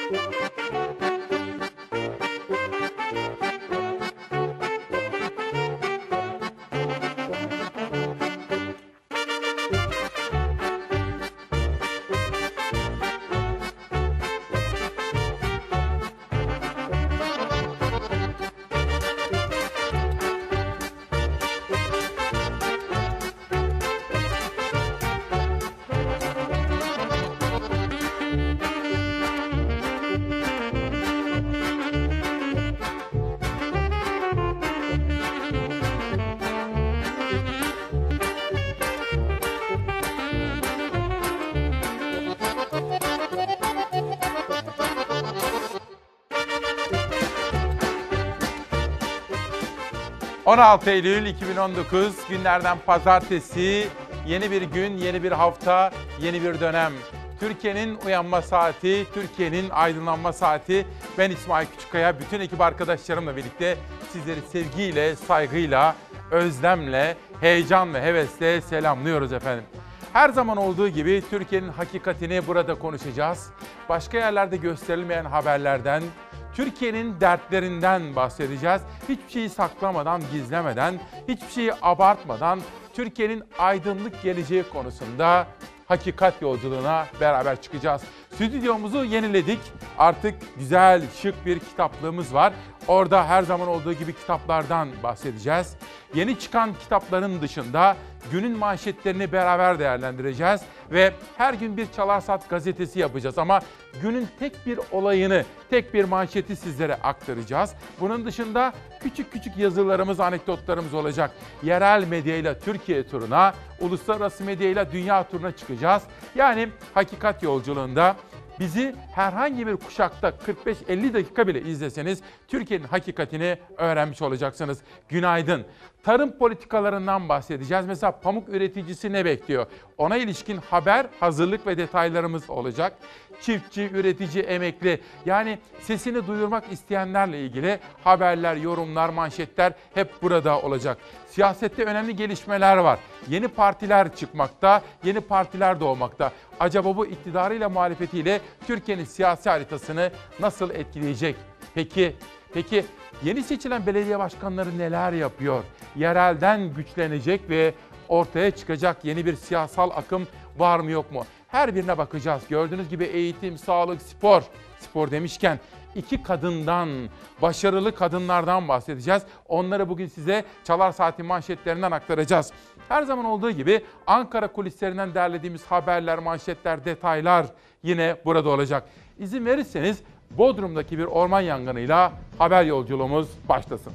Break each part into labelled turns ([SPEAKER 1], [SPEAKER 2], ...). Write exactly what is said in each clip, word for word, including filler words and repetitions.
[SPEAKER 1] on altı Eylül iki bin on dokuz günlerden pazartesi, yeni bir gün, yeni bir hafta, yeni bir dönem. Türkiye'nin uyanma saati, Türkiye'nin aydınlanma saati. Ben İsmail Küçükkaya, bütün ekip arkadaşlarımla birlikte sizleri sevgiyle, saygıyla, özlemle, heyecanla, hevesle selamlıyoruz efendim. Her zaman olduğu gibi Türkiye'nin hakikatini burada konuşacağız. Başka yerlerde gösterilmeyen haberlerden, Türkiye'nin dertlerinden bahsedeceğiz. Hiçbir şeyi saklamadan, gizlemeden, hiçbir şeyi abartmadan Türkiye'nin aydınlık geleceği konusunda hakikat yolculuğuna beraber çıkacağız. Stüdyomuzu yeniledik. Artık güzel, şık bir kitaplığımız var. Orada her zaman olduğu gibi kitaplardan bahsedeceğiz. Yeni çıkan kitapların dışında günün manşetlerini beraber değerlendireceğiz ve her gün bir Çalar Saat gazetesi yapacağız ama günün tek bir olayını, tek bir manşeti sizlere aktaracağız. Bunun dışında küçük küçük yazılarımız, anekdotlarımız olacak. Yerel medyayla Türkiye turuna, uluslararası medyayla dünya turuna çıkacağız. Yani hakikat yolculuğunda bizi herhangi bir kuşakta kırk beş elli dakika bile izleseniz Türkiye'nin hakikatini öğrenmiş olacaksınız. Günaydın. Tarım politikalarından bahsedeceğiz. Mesela pamuk üreticisi ne bekliyor? Ona ilişkin haber, hazırlık ve detaylarımız olacak. Çiftçi, üretici, emekli, yani sesini duyurmak isteyenlerle ilgili haberler, yorumlar, manşetler hep burada olacak. Siyasette önemli gelişmeler var. Yeni partiler çıkmakta, yeni partiler doğmakta. Acaba bu iktidarıyla muhalefetiyle Türkiye'nin siyasi haritasını nasıl etkileyecek? Peki, peki yeni seçilen belediye başkanları neler yapıyor? Yerelden güçlenecek ve ortaya çıkacak yeni bir siyasal akım var mı yok mu? Her birine bakacağız. Gördüğünüz gibi eğitim, sağlık, spor. Spor demişken iki kadından, başarılı kadınlardan bahsedeceğiz. Onları bugün size Çalar Saat'in manşetlerinden aktaracağız. Her zaman olduğu gibi Ankara kulislerinden derlediğimiz haberler, manşetler, detaylar yine burada olacak. İzin verirseniz Bodrum'daki bir orman yangınıyla haber yolculuğumuz başlasın.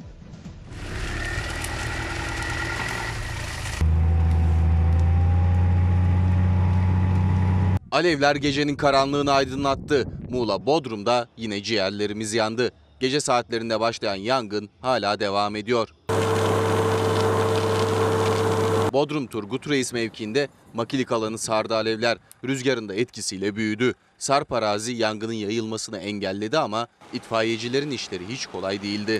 [SPEAKER 2] Alevler gecenin karanlığını aydınlattı. Muğla Bodrum'da yine ciğerlerimiz yandı. Gece saatlerinde başlayan yangın hala devam ediyor. Bodrum Turgut Reis mevkiinde makilik alanı sardı alevler. Rüzgarın da etkisiyle büyüdü. Sarp arazi yangının yayılmasını engelledi ama itfaiyecilerin işleri hiç kolay değildi.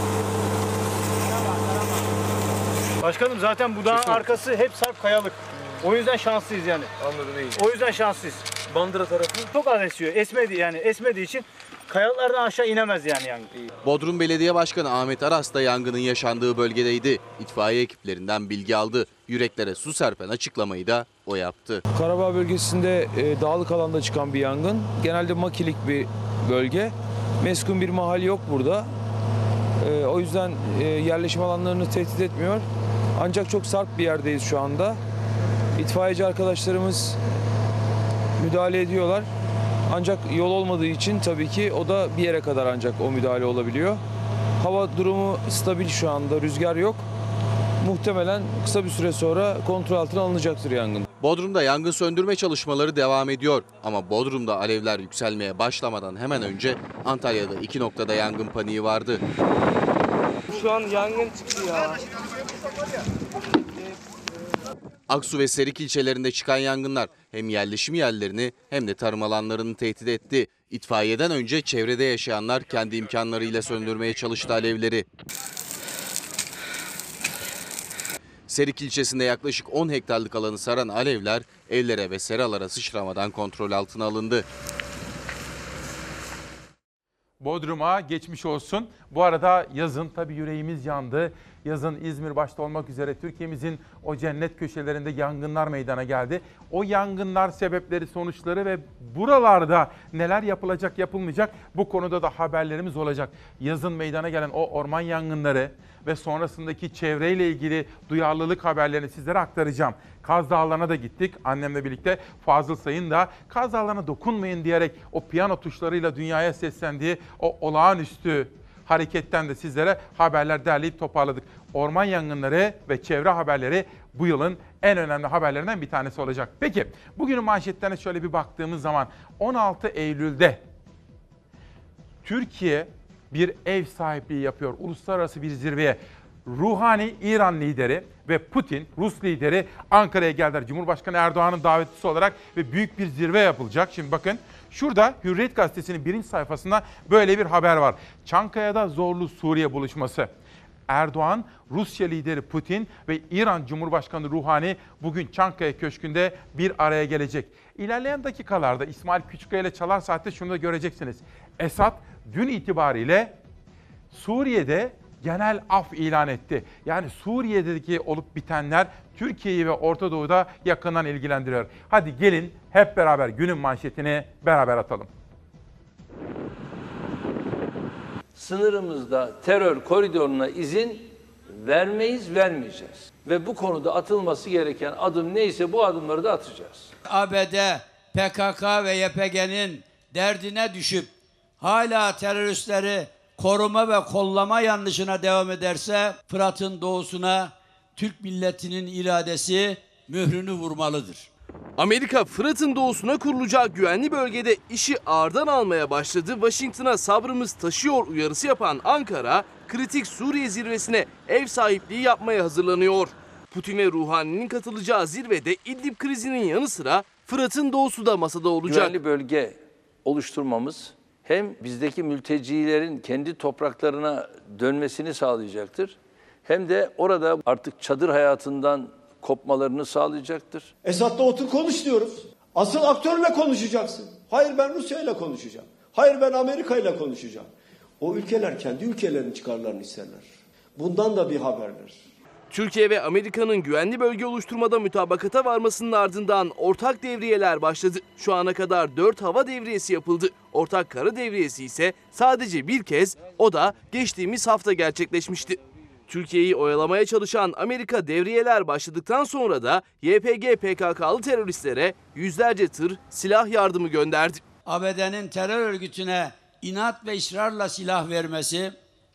[SPEAKER 3] Başkanım zaten bu dağın arkası hep sarp kayalık. O yüzden şanslıyız yani.
[SPEAKER 4] Anladım, iyi.
[SPEAKER 3] O yüzden şanslıyız.
[SPEAKER 4] Bandıra tarafı
[SPEAKER 3] Çok az esiyor. Esmedi yani esmediği için kayalıklardan aşağı inemez yani yangın.
[SPEAKER 2] Bodrum Belediye Başkanı Ahmet Aras da yangının yaşandığı bölgedeydi. İtfaiye ekiplerinden bilgi aldı. Yüreklere su serpen açıklamayı da o yaptı.
[SPEAKER 5] Karabağ bölgesinde e, dağlık alanda çıkan bir yangın. Genelde makilik bir bölge. Meskun bir mahalle yok burada. E, o yüzden e, yerleşim alanlarını tehdit etmiyor. Ancak çok sarp bir yerdeyiz şu anda. İtfaiyeci arkadaşlarımız müdahale ediyorlar. Ancak yol olmadığı için tabii ki o da bir yere kadar ancak o müdahale olabiliyor. Hava durumu stabil şu anda, rüzgar yok. Muhtemelen kısa bir süre sonra kontrol altına alınacaktır yangın.
[SPEAKER 2] Bodrum'da yangın söndürme çalışmaları devam ediyor. Ama Bodrum'da alevler yükselmeye başlamadan hemen önce Antalya'da iki noktada yangın paniği vardı.
[SPEAKER 6] Şu an yangın çıktı ya.
[SPEAKER 2] Aksu ve Serik ilçelerinde çıkan yangınlar hem yerleşim yerlerini hem de tarım alanlarını tehdit etti. İtfaiyeden önce çevrede yaşayanlar kendi imkanlarıyla söndürmeye çalıştı alevleri. Serik ilçesinde yaklaşık on hektarlık alanı saran alevler evlere ve seralara sıçramadan kontrol altına alındı.
[SPEAKER 1] Bodrum'a geçmiş olsun. Bu arada yazın tabii yüreğimiz yandı. Yazın İzmir başta olmak üzere Türkiye'mizin o cennet köşelerinde yangınlar meydana geldi. O yangınlar sebepleri, sonuçları ve buralarda neler yapılacak, yapılmayacak, bu konuda da haberlerimiz olacak. Yazın meydana gelen o orman yangınları ve sonrasındaki çevreyle ilgili duyarlılık haberlerini sizlere aktaracağım. Kaz Dağları'na da gittik annemle birlikte. Fazıl Say'ın da Kaz Dağları'na dokunmayın diyerek o piyano tuşlarıyla dünyaya seslendiği o olağanüstü hareketten de sizlere haberler derleyip toparladık. Orman yangınları ve çevre haberleri bu yılın en önemli haberlerinden bir tanesi olacak. Peki bugünün manşetlerine şöyle bir baktığımız zaman on altı Eylül'de Türkiye bir ev sahipliği yapıyor. Uluslararası bir zirveye. Ruhani, İran lideri ve Putin, Rus lideri Ankara'ya geldiler. Cumhurbaşkanı Erdoğan'ın davetlisi olarak ve büyük bir zirve yapılacak. Şimdi bakın şurada Hürriyet Gazetesi'nin birinci sayfasında böyle bir haber var. Çankaya'da zorlu Suriye buluşması. Erdoğan, Rusya lideri Putin ve İran Cumhurbaşkanı Ruhani bugün Çankaya Köşkü'nde bir araya gelecek. İlerleyen dakikalarda İsmail Küçükkaya ile Çalar Saat'te şunu da göreceksiniz. Esad dün itibariyle Suriye'de genel af ilan etti. Yani Suriye'deki olup bitenler Türkiye'yi ve Orta Doğu'da yakından ilgilendiriyor. Hadi gelin hep beraber günün manşetini beraber atalım.
[SPEAKER 4] Sınırımızda terör koridoruna izin vermeyiz, vermeyeceğiz. Ve bu konuda atılması gereken adım neyse bu adımları da atacağız.
[SPEAKER 7] A B D, P K K ve Y P G'nin derdine düşüp hala teröristleri koruma ve kollama yanlışına devam ederse Fırat'ın doğusuna Türk milletinin iradesi mührünü vurmalıdır.
[SPEAKER 8] Amerika Fırat'ın doğusuna kurulacak güvenli bölgede işi ağırdan almaya başladı. Washington'a sabrımız taşıyor uyarısı yapan Ankara, kritik Suriye zirvesine ev sahipliği yapmaya hazırlanıyor. Putin ve Ruhani'nin katılacağı zirvede İdlib krizinin yanı sıra Fırat'ın doğusu da masada olacak.
[SPEAKER 4] Güvenli bölge oluşturmamız hem bizdeki mültecilerin kendi topraklarına dönmesini sağlayacaktır. Hem de orada artık çadır hayatından kopmalarını sağlayacaktır.
[SPEAKER 9] Esad'la otur konuş diyoruz. Asıl aktörle konuşacaksın. Hayır ben Rusya ile konuşacağım. Hayır ben Amerika ile konuşacağım. O ülkeler kendi ülkelerinin çıkarlarını isterler. Bundan da bir haberler.
[SPEAKER 8] Türkiye ve Amerika'nın güvenli bölge oluşturmada mütabakata varmasının ardından ortak devriyeler başladı. Şu ana kadar dört hava devriyesi yapıldı. Ortak kara devriyesi ise sadece bir kez, o da geçtiğimiz hafta gerçekleşmişti. Türkiye'yi oyalamaya çalışan Amerika devriyeler başladıktan sonra da Y P G P K K'lı teröristlere yüzlerce tır silah yardımı gönderdi.
[SPEAKER 7] A B D'nin terör örgütüne inat ve ısrarla silah vermesi,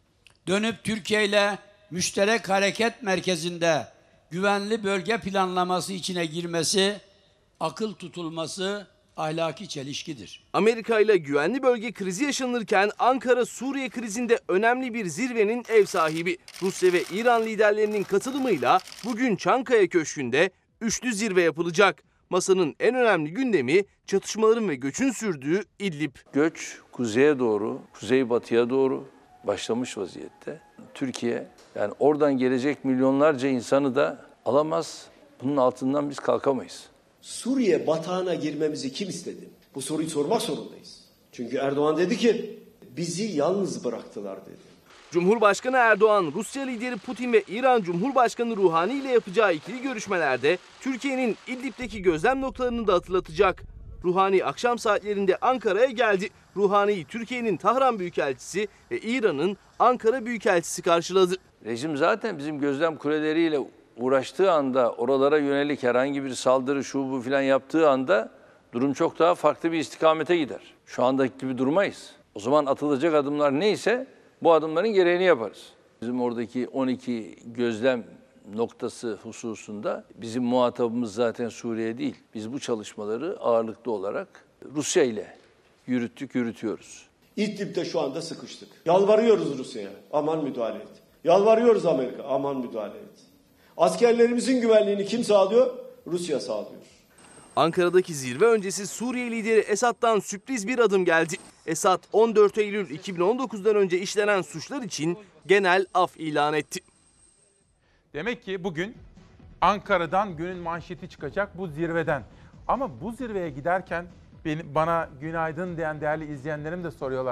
[SPEAKER 7] dönüp Türkiye ile müşterek hareket merkezinde güvenli bölge planlaması içine girmesi, akıl tutulması ahlaki çelişkidir.
[SPEAKER 8] Amerika ile güvenli bölge krizi yaşanırken Ankara Suriye krizinde önemli bir zirvenin ev sahibi. Rusya ve İran liderlerinin katılımıyla bugün Çankaya Köşkü'nde üçlü zirve yapılacak. Masanın en önemli gündemi çatışmaların ve göçün sürdüğü İdlib.
[SPEAKER 4] Göç kuzeye doğru, kuzeybatıya doğru başlamış vaziyette. Türkiye yani oradan gelecek milyonlarca insanı da alamaz. Bunun altından biz kalkamayız.
[SPEAKER 9] Suriye batağına girmemizi kim istedi? Bu soruyu sormak zorundayız. Çünkü Erdoğan dedi ki bizi yalnız bıraktılar dedi.
[SPEAKER 8] Cumhurbaşkanı Erdoğan, Rusya lideri Putin ve İran Cumhurbaşkanı Ruhani ile yapacağı ikili görüşmelerde Türkiye'nin İdlib'deki gözlem noktalarını da hatırlatacak. Ruhani akşam saatlerinde Ankara'ya geldi. Ruhani'yi Türkiye'nin Tahran Büyükelçisi ve İran'ın Ankara Büyükelçisi karşıladı.
[SPEAKER 4] Rejim zaten bizim gözlem kuleleriyle uğraştığı anda, oralara yönelik herhangi bir saldırı şu bu filan yaptığı anda durum çok daha farklı bir istikamete gider. Şu andaki gibi durmayız. O zaman atılacak adımlar neyse bu adımların gereğini yaparız. Bizim oradaki on iki gözlem noktası hususunda bizim muhatabımız zaten Suriye değil. Biz bu çalışmaları ağırlıklı olarak Rusya ile yürüttük, yürütüyoruz.
[SPEAKER 9] İdlib'de şu anda sıkıştık. Yalvarıyoruz Rusya'ya, aman müdahale et. Yalvarıyoruz Amerika, aman müdahale et. Askerlerimizin güvenliğini kim sağlıyor? Rusya sağlıyor.
[SPEAKER 8] Ankara'daki zirve öncesi Suriye lideri Esad'dan sürpriz bir adım geldi. Esad on dört Eylül iki bin on dokuz'dan önce işlenen suçlar için genel af ilan etti.
[SPEAKER 1] Demek ki bugün Ankara'dan günün manşeti çıkacak bu zirveden. Ama bu zirveye giderken benim, bana günaydın diyen değerli izleyenlerim de soruyorlar.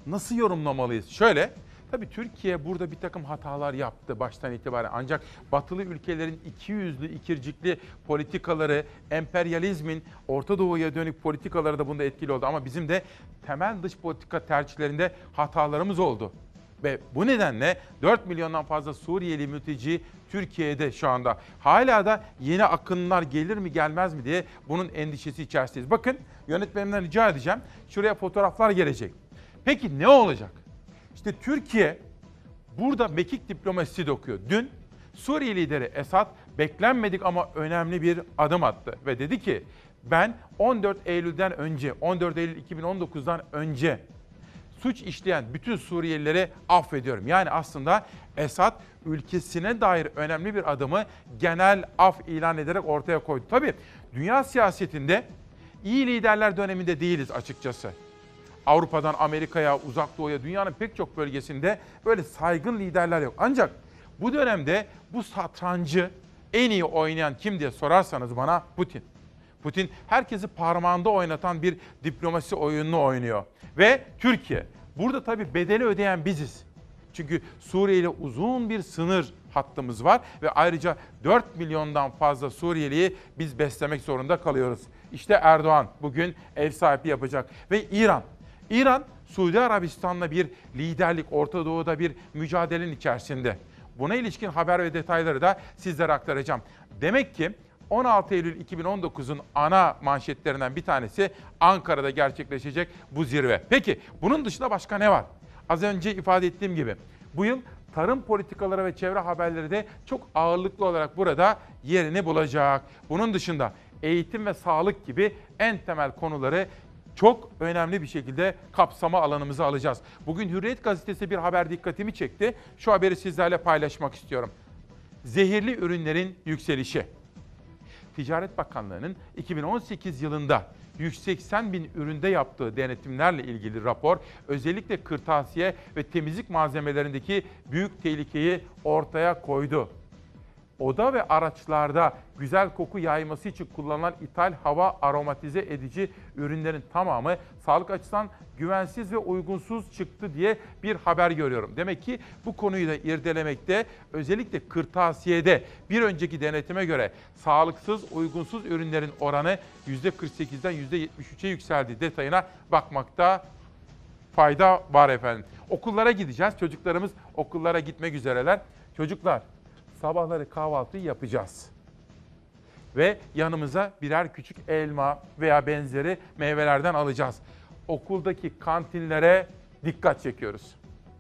[SPEAKER 1] nasıl yorumlamalıyız? Şöyle, tabii Türkiye burada bir takım hatalar yaptı baştan itibaren. Ancak batılı ülkelerin ikiyüzlü, ikircikli politikaları, emperyalizmin Orta Doğu'ya dönük politikaları da bunda etkili oldu. Ama bizim de temel dış politika tercihlerinde hatalarımız oldu. Ve bu nedenle dört milyondan fazla Suriyeli mülteci Türkiye'de şu anda. Hala da yeni akınlar gelir mi gelmez mi diye bunun endişesi içerisindeyiz. Bakın, yönetmenimden rica edeceğim. Şuraya fotoğraflar gelecek. Peki ne olacak? İşte Türkiye burada mekik diplomasisi dokuyor. Dün Suriye lideri Esad beklenmedik ama önemli bir adım attı. Ve dedi ki ben on dört Eylül'den önce, on dört Eylül iki bin on dokuzdan önce suç işleyen bütün Suriyelileri affediyorum. Yani aslında Esad ülkesine dair önemli bir adımı genel af ilan ederek ortaya koydu. Tabii dünya siyasetinde iyi liderler döneminde değiliz açıkçası. Avrupa'dan Amerika'ya, Uzak Doğu'ya, dünyanın pek çok bölgesinde böyle saygın liderler yok. Ancak bu dönemde bu satrancı en iyi oynayan kim diye sorarsanız bana Putin. Putin herkesi parmağında oynatan bir diplomasi oyununu oynuyor. Ve Türkiye. Burada tabii bedeli ödeyen biziz. Çünkü Suriye ile uzun bir sınır hattımız var ve ayrıca dört milyondan fazla Suriyeliyi biz beslemek zorunda kalıyoruz. İşte Erdoğan bugün ev sahipliği yapacak ve İran. İran, Suudi Arabistan'la bir liderlik, Orta Doğu'da bir mücadelenin içerisinde. Buna ilişkin haber ve detayları da sizlere aktaracağım. Demek ki on altı Eylül iki bin on dokuzun ana manşetlerinden bir tanesi Ankara'da gerçekleşecek bu zirve. Peki bunun dışında başka ne var? Az önce ifade ettiğim gibi bu yıl tarım politikaları ve çevre haberleri de çok ağırlıklı olarak burada yerini bulacak. Bunun dışında eğitim ve sağlık gibi en temel konuları çok önemli bir şekilde kapsama alanımıza alacağız. Bugün Hürriyet gazetesi bir haber dikkatimi çekti. Şu haberi sizlerle paylaşmak istiyorum. Zehirli ürünlerin yükselişi. Ticaret Bakanlığı'nın iki bin on sekiz yılında yüz seksen bin üründe yaptığı denetimlerle ilgili rapor özellikle kırtasiye ve temizlik malzemelerindeki büyük tehlikeyi ortaya koydu. Oda ve araçlarda güzel koku yayması için kullanılan ithal hava aromatize edici ürünlerin tamamı sağlık açısından güvensiz ve uygunsuz çıktı diye bir haber görüyorum. Demek ki bu konuyu da irdelemekte, özellikle kırtasiyede bir önceki denetime göre sağlıksız, uygunsuz ürünlerin oranı yüzde kırk sekizden yüzde yetmiş üçe yükseldi detayına bakmakta fayda var efendim. Okullara gideceğiz. Çocuklarımız okullara gitmek üzereler. Çocuklar, sabahları kahvaltıyı yapacağız. Ve yanımıza birer küçük elma veya benzeri meyvelerden alacağız. Okuldaki kantinlere dikkat çekiyoruz.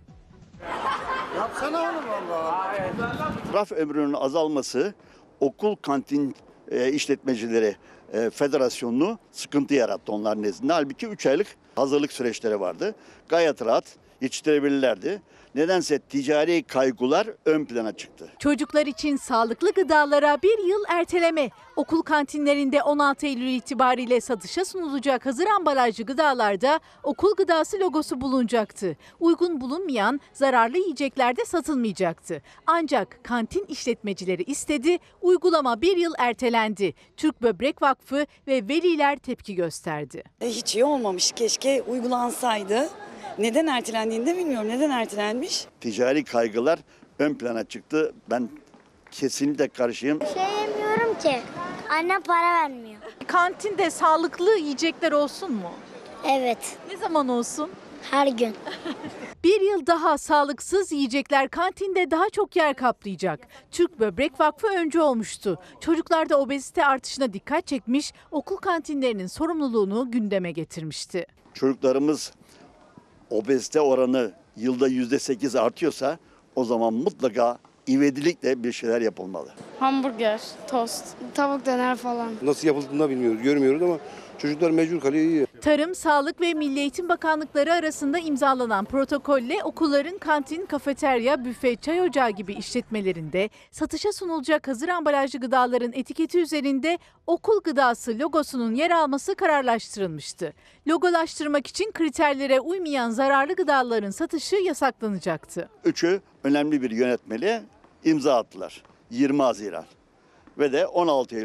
[SPEAKER 10] Yapsana oğlum vallahi. Raf ömrünün azalması okul kantin e, işletmecileri e, federasyonunu sıkıntı yarattı onların nezdinde. Halbuki üç aylık hazırlık süreçleri vardı. Gayet rahat yetiştirebilirlerdi. Nedense ticari kaygılar ön plana çıktı.
[SPEAKER 11] Çocuklar için sağlıklı gıdalara bir yıl erteleme. Okul kantinlerinde on altı Eylül itibariyle satışa sunulacak hazır ambalajlı gıdalarda okul gıdası logosu bulunacaktı. Uygun bulunmayan zararlı yiyecekler de satılmayacaktı. Ancak kantin işletmecileri istedi, uygulama bir yıl ertelendi. Türk Böbrek Vakfı ve veliler tepki gösterdi.
[SPEAKER 12] Hiç iyi olmamış, keşke uygulansaydı. Neden ertelendiğini de bilmiyorum. Neden ertelenmiş?
[SPEAKER 10] Ticari kaygılar ön plana çıktı. Ben kesinlikle karşıyım.
[SPEAKER 13] Bir şey yemiyorum ki. Annem para vermiyor.
[SPEAKER 11] Kantinde sağlıklı yiyecekler olsun mu?
[SPEAKER 13] Evet.
[SPEAKER 11] Ne zaman olsun?
[SPEAKER 13] Her gün.
[SPEAKER 11] Bir yıl daha sağlıksız yiyecekler kantinde daha çok yer kaplayacak. Türk Böbrek Vakfı öncü olmuştu. Çocuklarda obezite artışına dikkat çekmiş, okul kantinlerinin sorumluluğunu gündeme getirmişti.
[SPEAKER 10] Çocuklarımız obezite oranı yılda yüzde sekiz artıyorsa o zaman mutlaka ivedilikle bir şeyler yapılmalı.
[SPEAKER 14] Hamburger, tost, tavuk döner falan.
[SPEAKER 15] Nasıl yapıldığını da bilmiyoruz, görmüyoruz ama çocuklar mecbur kalıyor yiyor.
[SPEAKER 11] Tarım, Sağlık ve Milli Eğitim Bakanlıkları arasında imzalanan protokolle okulların kantin, kafeterya, büfe, çay ocağı gibi işletmelerinde satışa sunulacak hazır ambalajlı gıdaların etiketi üzerinde okul gıdası logosunun yer alması kararlaştırılmıştı. Logolaştırmak için kriterlere uymayan zararlı gıdaların satışı yasaklanacaktı.
[SPEAKER 10] Üçü önemli bir yönetmeliğe imza attılar. yirmi Haziran ve de on altı Eylül'de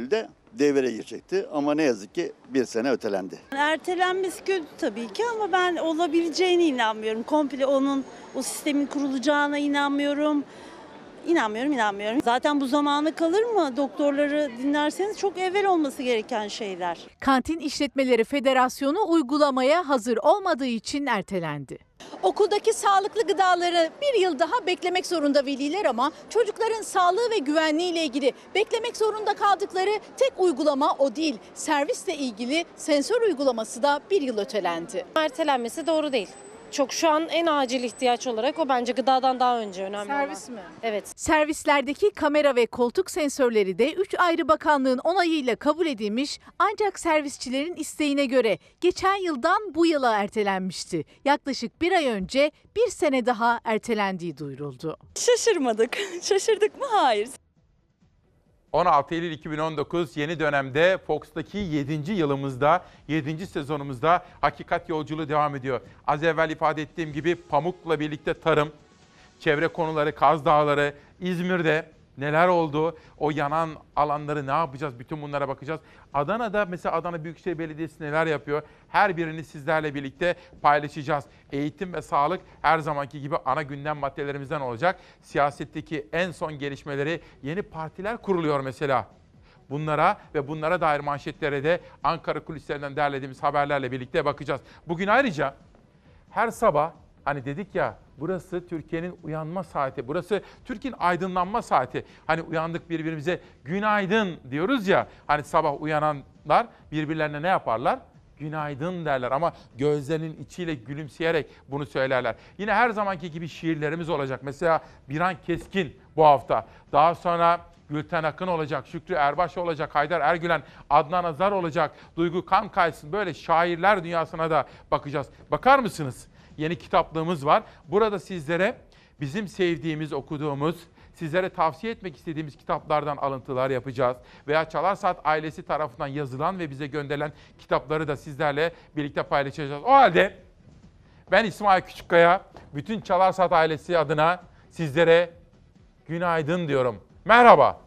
[SPEAKER 10] devreye girecekti. Ama ne yazık ki bir sene ötelendi.
[SPEAKER 16] Ertelenmesi kötü tabii ki ama ben olabileceğine inanmıyorum. Komple onun o sistemin kurulacağına inanmıyorum. İnanmıyorum, inanmıyorum. Zaten bu zamana kalır mı? Doktorları dinlerseniz çok evvel olması gereken şeyler.
[SPEAKER 11] Kantin İşletmeleri Federasyonu uygulamaya hazır olmadığı için ertelendi. Okuldaki sağlıklı gıdaları bir yıl daha beklemek zorunda veliler ama çocukların sağlığı ve güvenliği ile ilgili beklemek zorunda kaldıkları tek uygulama o değil. Servisle ilgili sensör uygulaması da bir yıl ötelendi.
[SPEAKER 17] Ertelenmesi doğru değil. Çok şu an en acil ihtiyaç olarak o bence gıdadan daha önce önemli
[SPEAKER 11] Servis
[SPEAKER 17] olan.
[SPEAKER 11] mi?
[SPEAKER 17] Evet.
[SPEAKER 11] Servislerdeki kamera ve koltuk sensörleri de üç ayrı bakanlığın onayıyla kabul edilmiş ancak servisçilerin isteğine göre geçen yıldan bu yıla ertelenmişti. Yaklaşık bir ay önce bir sene daha ertelendiği duyuruldu.
[SPEAKER 16] Şaşırmadık. Şaşırdık mı? Hayır.
[SPEAKER 1] on altı Eylül iki bin on dokuz yeni dönemde Fox'taki yedinci yılımızda, yedinci sezonumuzda hakikat yolculuğu devam ediyor. Az evvel ifade ettiğim gibi Pamuk'la birlikte tarım, çevre konuları, Kaz Dağları, İzmir'de neler oldu, o yanan alanları ne yapacağız, bütün bunlara bakacağız. Adana'da mesela Adana Büyükşehir Belediyesi neler yapıyor, her birini sizlerle birlikte paylaşacağız. Eğitim ve sağlık her zamanki gibi ana gündem maddelerimizden olacak. Siyasetteki en son gelişmeleri, yeni partiler kuruluyor mesela. Bunlara ve bunlara dair manşetlere de Ankara kulislerinden derlediğimiz haberlerle birlikte bakacağız. Bugün ayrıca her sabah hani dedik ya, burası Türkiye'nin uyanma saati, burası Türkiye'nin aydınlanma saati. Hani uyandık birbirimize günaydın diyoruz ya, hani sabah uyananlar birbirlerine ne yaparlar? Günaydın derler ama gözlerinin içiyle gülümseyerek bunu söylerler. Yine her zamanki gibi şiirlerimiz olacak. Mesela Biran Keskin bu hafta. Daha sonra Gülten Akın olacak, Şükrü Erbaş olacak, Haydar Ergülen, Adnan Azar olacak, Duygu Kankaysın. Böyle şairler dünyasına da bakacağız. Bakar mısınız? Yeni kitaplığımız var. Burada sizlere bizim sevdiğimiz, okuduğumuz, sizlere tavsiye etmek istediğimiz kitaplardan alıntılar yapacağız. Veya Çalar Saat ailesi tarafından yazılan ve bize gönderilen kitapları da sizlerle birlikte paylaşacağız. O halde ben İsmail Küçükkaya, bütün Çalar Saat ailesi adına sizlere günaydın diyorum. Merhaba.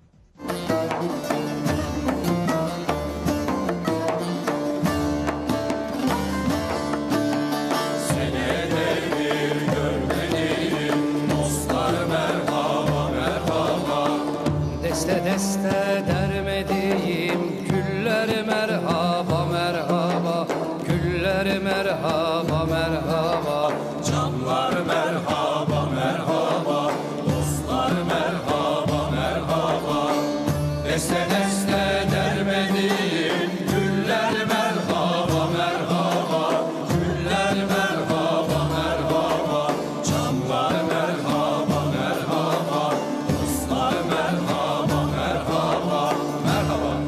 [SPEAKER 18] Deste deste dermediğim güller merhaba merhaba, güller merhaba merhaba, canlar merhaba merhaba, dostlar merhaba merhaba. Deste deste dermediğim güller merhaba merhaba, güller merhaba merhaba, canlar merhaba merhaba, dostlar merhaba merhaba merhaba.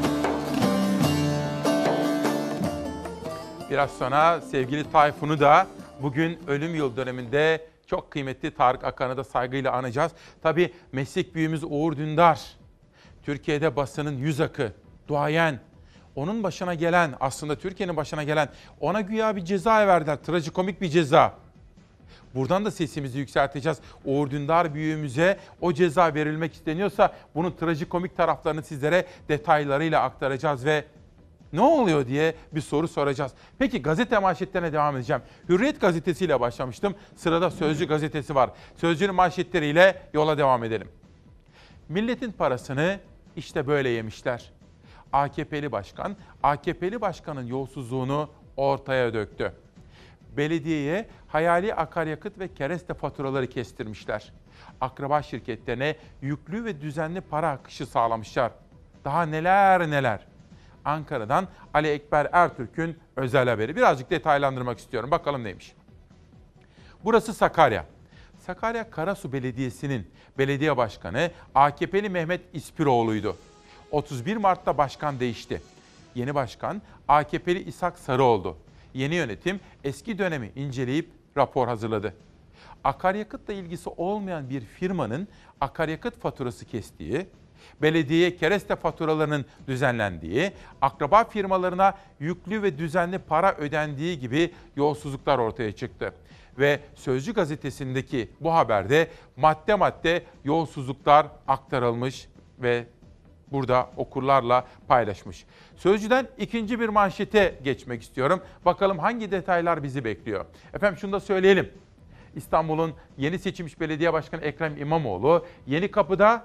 [SPEAKER 1] Biraz sonra sevgili Tayfun'u da bugün ölüm yıl döneminde çok kıymetli Tarık Akan'ı da saygıyla anacağız. Tabii meslek büyüğümüz Uğur Dündar, Türkiye'de basının yüz akı, duayen, onun başına gelen, aslında Türkiye'nin başına gelen, ona güya bir ceza verdiler, trajikomik bir ceza. Buradan da sesimizi yükselteceğiz. Uğur Dündar büyüğümüze o ceza verilmek isteniyorsa bunun trajikomik taraflarını sizlere detaylarıyla aktaracağız ve ne oluyor diye bir soru soracağız. Peki gazete manşetlerine devam edeceğim. Hürriyet gazetesiyle başlamıştım. Sırada Sözcü gazetesi var. Sözcü'nün manşetleriyle yola devam edelim. Milletin parasını işte böyle yemişler. A K P'li başkan, A K P'li başkanın yolsuzluğunu ortaya döktü. Belediyeye hayali akaryakıt ve kereste faturaları kestirmişler. Akraba şirketlerine yüklü ve düzenli para akışı sağlamışlar. Daha neler neler. Ankara'dan Ali Ekber Ertürk'ün özel haberi. Birazcık detaylandırmak istiyorum. Bakalım neymiş. Burası Sakarya. Sakarya Karasu Belediyesi'nin belediye başkanı A K P'li Mehmet İspiroğlu'ydu. otuz bir Mart'ta başkan değişti. Yeni başkan A K P'li İshak Sarıoğlu. Yeni yönetim eski dönemi inceleyip rapor hazırladı. Akaryakıtla ilgisi olmayan bir firmanın akaryakıt faturası kestiği, belediyeye kereste faturalarının düzenlendiği, akraba firmalarına yüklü ve düzenli para ödendiği gibi yolsuzluklar ortaya çıktı. Ve Sözcü gazetesindeki bu haberde madde madde yolsuzluklar aktarılmış ve burada okurlarla paylaşmış. Sözcü'den ikinci bir manşete geçmek istiyorum. Bakalım hangi detaylar bizi bekliyor. Efendim şunu da söyleyelim. İstanbul'un yeni seçilmiş belediye başkanı Ekrem İmamoğlu Yenikapı'da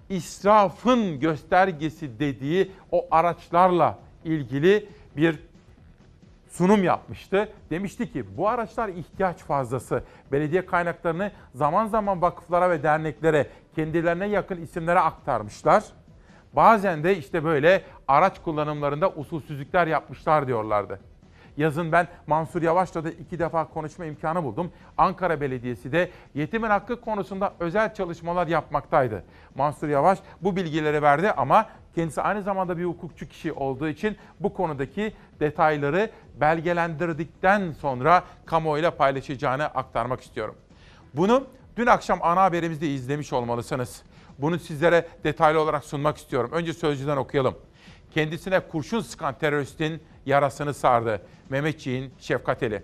[SPEAKER 1] israfın göstergesi dediği o araçlarla ilgili bir sunum yapmıştı. Demişti ki bu araçlar ihtiyaç fazlası. Belediye kaynaklarını zaman zaman vakıflara ve derneklere, kendilerine yakın isimlere aktarmışlar. Bazen de işte böyle araç kullanımlarında usulsüzlükler yapmışlar diyorlardı. Yazın ben Mansur Yavaş'la da iki defa konuşma imkanı buldum. Ankara Belediyesi de yetimin hakkı konusunda özel çalışmalar yapmaktaydı. Mansur Yavaş bu bilgileri verdi ama kendisi aynı zamanda bir hukukçu kişi olduğu için bu konudaki detayları belgelendirdikten sonra kamuoyuyla paylaşacağını aktarmak istiyorum. Bunu dün akşam ana haberimizde izlemiş olmalısınız. Bunu sizlere detaylı olarak sunmak istiyorum. Önce Sözcü'den okuyalım. Kendisine kurşun sıkan teröristin yarasını sardı. Mehmetçiğin şefkateli.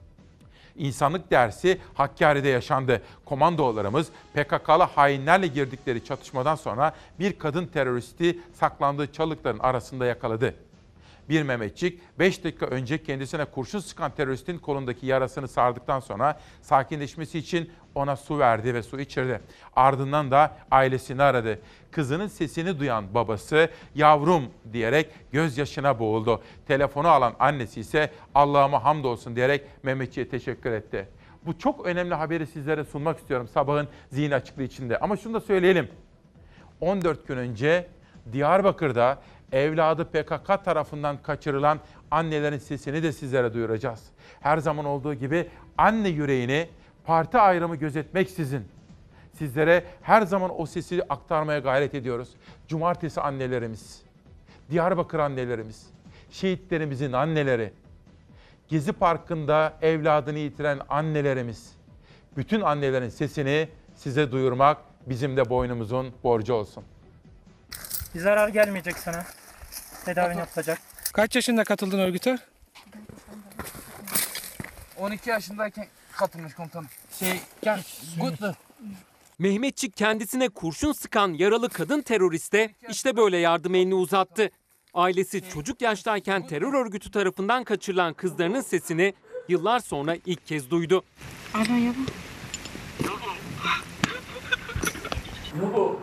[SPEAKER 1] İnsanlık dersi Hakkari'de yaşandı. Komandolarımız P K K'lı hainlerle girdikleri çatışmadan sonra bir kadın teröristi saklandığı çalılıkların arasında yakaladı. Bir Mehmetçik beş dakika önce kendisine kurşun sıkan teröristin kolundaki yarasını sardıktan sonra sakinleşmesi için ona su verdi ve su içirdi. Ardından da ailesini aradı. Kızının sesini duyan babası yavrum diyerek gözyaşına boğuldu. Telefonu alan annesi ise Allah'ıma hamdolsun diyerek Mehmetçiğe teşekkür etti. Bu çok önemli haberi sizlere sunmak istiyorum sabahın zihin açıklığı içinde. Ama şunu da söyleyelim. on dört gün önce Diyarbakır'da evladı P K K tarafından kaçırılan annelerin sesini de sizlere duyuracağız. Her zaman olduğu gibi anne yüreğini parti ayrımı gözetmeksizin sizlere her zaman o sesi aktarmaya gayret ediyoruz. Cumartesi annelerimiz, Diyarbakır annelerimiz, şehitlerimizin anneleri, Gezi Parkı'nda evladını yitiren annelerimiz, bütün annelerin sesini size duyurmak bizim de boynumuzun borcu olsun.
[SPEAKER 3] Bir zarar gelmeyecek sana. Tedavin yapılacak.
[SPEAKER 6] Kaç yaşında katıldın örgüte?
[SPEAKER 19] on iki yaşındayken katılmış komutanım. Şey, gel, Gutlu.
[SPEAKER 20] Mehmetçik kendisine kurşun sıkan yaralı kadın teröriste işte böyle yardım elini uzattı. Ailesi çocuk yaştayken terör örgütü tarafından kaçırılan kızlarının sesini yıllar sonra ilk kez duydu.
[SPEAKER 14] Araya bak.
[SPEAKER 19] Yubu.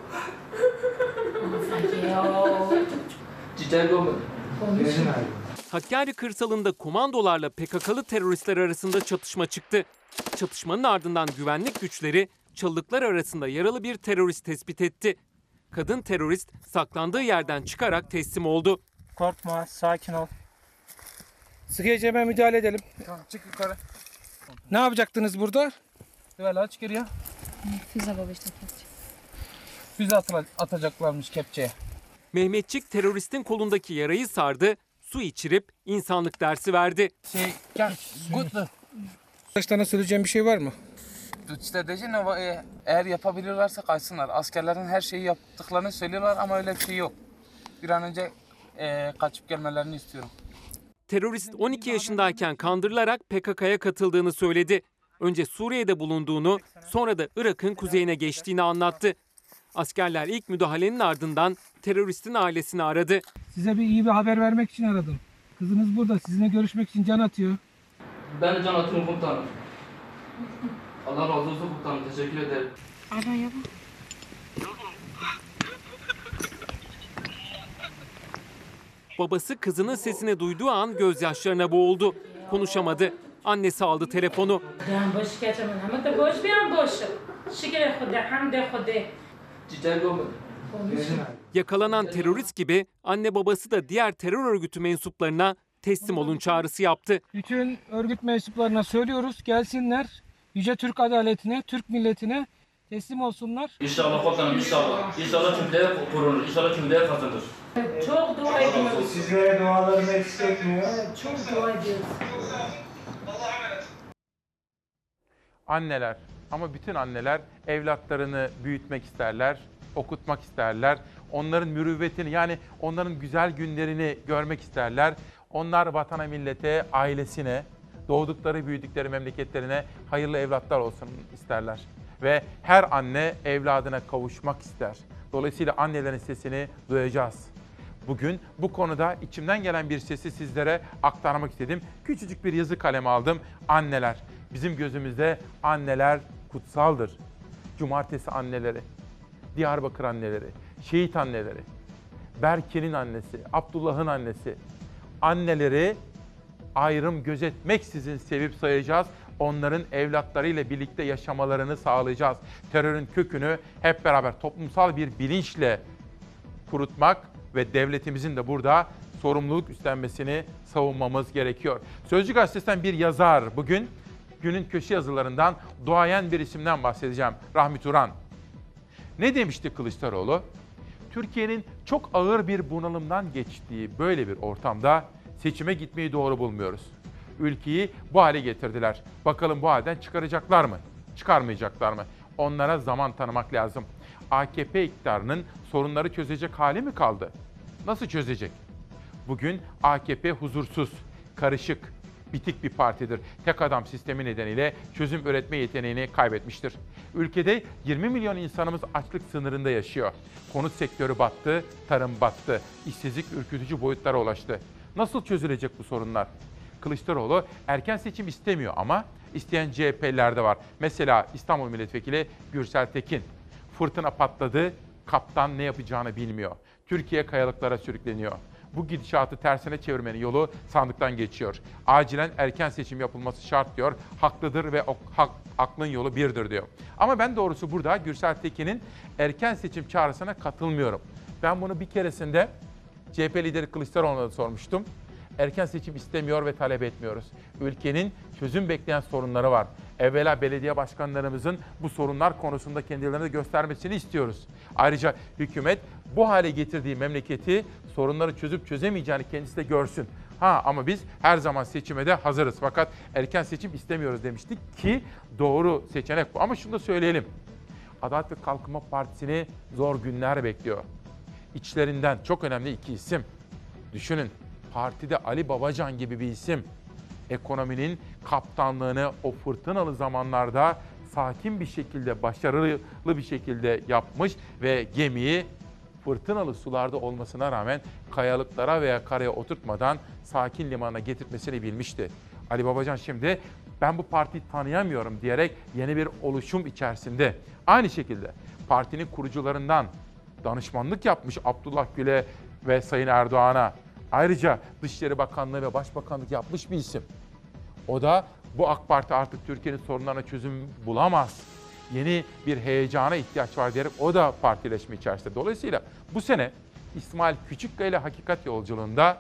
[SPEAKER 20] Hakkari kırsalında komandolarla P K K'lı teröristler arasında çatışma çıktı. Çatışmanın ardından güvenlik güçleri çalılıklar arasında yaralı bir terörist tespit etti. Kadın terörist saklandığı yerden çıkarak teslim oldu.
[SPEAKER 3] Korkma, sakin ol.
[SPEAKER 6] Sıkıca hemen müdahale edelim.
[SPEAKER 19] Tamam, çık yukarı.
[SPEAKER 6] Ne yapacaktınız burada?
[SPEAKER 19] Böyle aç giriyor.
[SPEAKER 14] Füze baba işte kepçe.
[SPEAKER 19] Füze atacaklarmış kepçeye.
[SPEAKER 20] Mehmetçik teröristin kolundaki yarayı sardı, su içirip insanlık dersi verdi.
[SPEAKER 19] Şey, gel, Gutlu.
[SPEAKER 6] Arkadaşlarına söyleyeceğim bir şey var mı?
[SPEAKER 19] İşte diyeceğim ama eğer yapabiliyorlarsa kaçsınlar. Askerlerin her şeyi yaptıklarını söylüyorlar ama öyle bir şey yok. Bir an önce e, kaçıp gelmelerini istiyorum.
[SPEAKER 20] Terörist on iki yaşındayken kandırılarak P K K'ya katıldığını söyledi. Önce Suriye'de bulunduğunu, sonra da Irak'ın kuzeyine geçtiğini anlattı. Askerler ilk müdahalenin ardından teröristin ailesini aradı.
[SPEAKER 6] Size bir iyi bir haber vermek için aradım. Kızınız burada. Sizinle görüşmek için can atıyor.
[SPEAKER 19] Ben de can atıyorum komutanım. Allah razı olsun komutanım. Teşekkür ederim.
[SPEAKER 14] Araya bak.
[SPEAKER 20] Babası kızının sesini duyduğu an gözyaşlarına boğuldu. Konuşamadı. Annesi aldı telefonu. Yakalanan terörist gibi anne babası da diğer terör örgütü mensuplarına teslim olun çağrısı yaptı.
[SPEAKER 6] Bütün örgüt mensuplarına söylüyoruz, gelsinler. Yüce Türk adaletine, Türk milletine teslim olsunlar.
[SPEAKER 19] İnşallah komutanım, inşallah. İnşallah kimliğe korunur, inşallah kimliğe kazanır.
[SPEAKER 14] Çok dua ediyoruz.
[SPEAKER 3] Sizlere dualarımı eksik etmiyor.
[SPEAKER 14] Çok dua ediyoruz.
[SPEAKER 1] Anneler, ama bütün anneler evlatlarını büyütmek isterler, okutmak isterler. Onların mürüvvetini, yani onların güzel günlerini görmek isterler. Onlar vatana, millete, ailesine, doğdukları, büyüdükleri memleketlerine hayırlı evlatlar olsun isterler. ve her anne evladına kavuşmak ister. Dolayısıyla annelerin sesini duyacağız. Bugün bu konuda içimden gelen bir sesi sizlere aktarmak istedim. Küçücük bir yazı kaleme aldım. Anneler. Bizim gözümüzde anneler kutsaldır. Cumartesi anneleri, Diyarbakır anneleri, şehit anneleri, Berke'nin annesi, Abdullah'ın annesi. Anneleri ayrım gözetmeksizin sevip sayacağız. Onların evlatlarıyla birlikte yaşamalarını sağlayacağız. Terörün kökünü hep beraber toplumsal bir bilinçle kurutmak ve devletimizin de burada sorumluluk üstlenmesini savunmamız gerekiyor. Sözcü Gazetesi'nden bir yazar bugün günün köşe yazılarından duayen bir isimden bahsedeceğim. Rahmi Turan. Ne demişti Kılıçdaroğlu? Türkiye'nin çok ağır bir bunalımdan geçtiği böyle bir ortamda seçime gitmeyi doğru bulmuyoruz. Ülkeyi bu hale getirdiler. Bakalım bu halden çıkaracaklar mı? Çıkarmayacaklar mı? Onlara zaman tanımak lazım. A K P iktidarının sorunları çözecek hali mi kaldı? Nasıl çözecek? Bugün A K P huzursuz, karışık, bitik bir partidir. Tek adam sistemi nedeniyle çözüm üretme yeteneğini kaybetmiştir. Ülkede yirmi milyon insanımız açlık sınırında yaşıyor. Konut sektörü battı, tarım battı. İşsizlik ürkütücü boyutlara ulaştı. Nasıl çözülecek bu sorunlar? Kılıçdaroğlu erken seçim istemiyor ama isteyen C H P'liler de var. Mesela İstanbul Milletvekili Gürsel Tekin. Fırtına patladı, kaptan ne yapacağını bilmiyor. Türkiye kayalıklara sürükleniyor. Bu gidişatı tersine çevirmenin yolu sandıktan geçiyor. Acilen erken seçim yapılması şart diyor. Haklıdır ve o, hak, aklın yolu birdir diyor. Ama ben doğrusu burada Gürsel Tekin'in erken seçim çağrısına katılmıyorum. Ben bunu bir keresinde C H P lideri Kılıçdaroğlu'na da sormuştum. Erken seçim istemiyor ve talep etmiyoruz. Ülkenin çözüm bekleyen sorunları var. Evvela belediye başkanlarımızın bu sorunlar konusunda kendilerini göstermesini istiyoruz. Ayrıca hükümet bu hale getirdiği memleketi sorunları çözüp çözemeyeceğini kendisi de görsün. Ha ama biz her zaman seçime de hazırız. Fakat erken seçim istemiyoruz demiştik ki doğru seçenek bu. Ama şunu da söyleyelim. Adalet ve Kalkınma Partisi'ni zor günler bekliyor. İçlerinden çok önemli iki isim. Düşünün. Partide Ali Babacan gibi bir isim ekonominin kaptanlığını o fırtınalı zamanlarda sakin bir şekilde, başarılı bir şekilde yapmış ve gemiyi fırtınalı sularda olmasına rağmen kayalıklara veya karaya oturtmadan sakin limana getirtmesini bilmişti. Ali Babacan şimdi ben bu partiyi tanıyamıyorum diyerek yeni bir oluşum içerisinde. Aynı şekilde partinin kurucularından danışmanlık yapmış Abdullah Gül'e ve Sayın Erdoğan'a. Ayrıca Dışişleri Bakanlığı ve Başbakanlık yapmış bir isim. O da bu AK Parti artık Türkiye'nin sorunlarına çözüm bulamaz. Yeni bir heyecana ihtiyaç var diyerek o da partileşme içerisinde. Dolayısıyla bu sene İsmail Küçükkaya ile Hakikat Yolculuğunda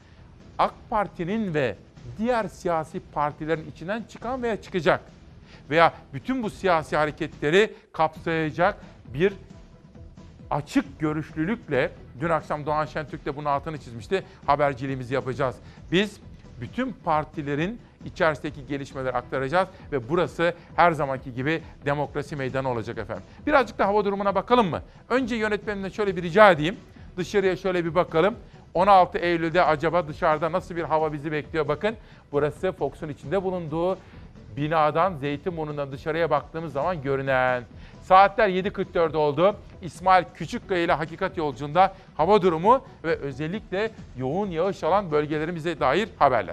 [SPEAKER 1] AK Parti'nin ve diğer siyasi partilerin içinden çıkan veya çıkacak veya bütün bu siyasi hareketleri kapsayacak bir açık görüşlülükle, dün akşam Doğan Şentürk de bunun altını çizmişti, haberciliğimizi yapacağız. Biz bütün partilerin içerisindeki gelişmeleri aktaracağız ve burası her zamanki gibi demokrasi meydanı olacak efendim. Birazcık da hava durumuna bakalım mı? Önce yönetmenimden şöyle bir rica edeyim. Dışarıya şöyle bir bakalım. on altı Eylül'de acaba dışarıda nasıl bir hava bizi bekliyor? Bakın burası Fox'un içinde bulunduğu binadan, Zeytinburnu'ndan dışarıya baktığımız zaman görünen. Saatler yedi kırk dört oldu. İsmail Küçükkaya ile Hakikat Yolculuğunda hava durumu ve özellikle yoğun yağış alan bölgelerimize dair haberler.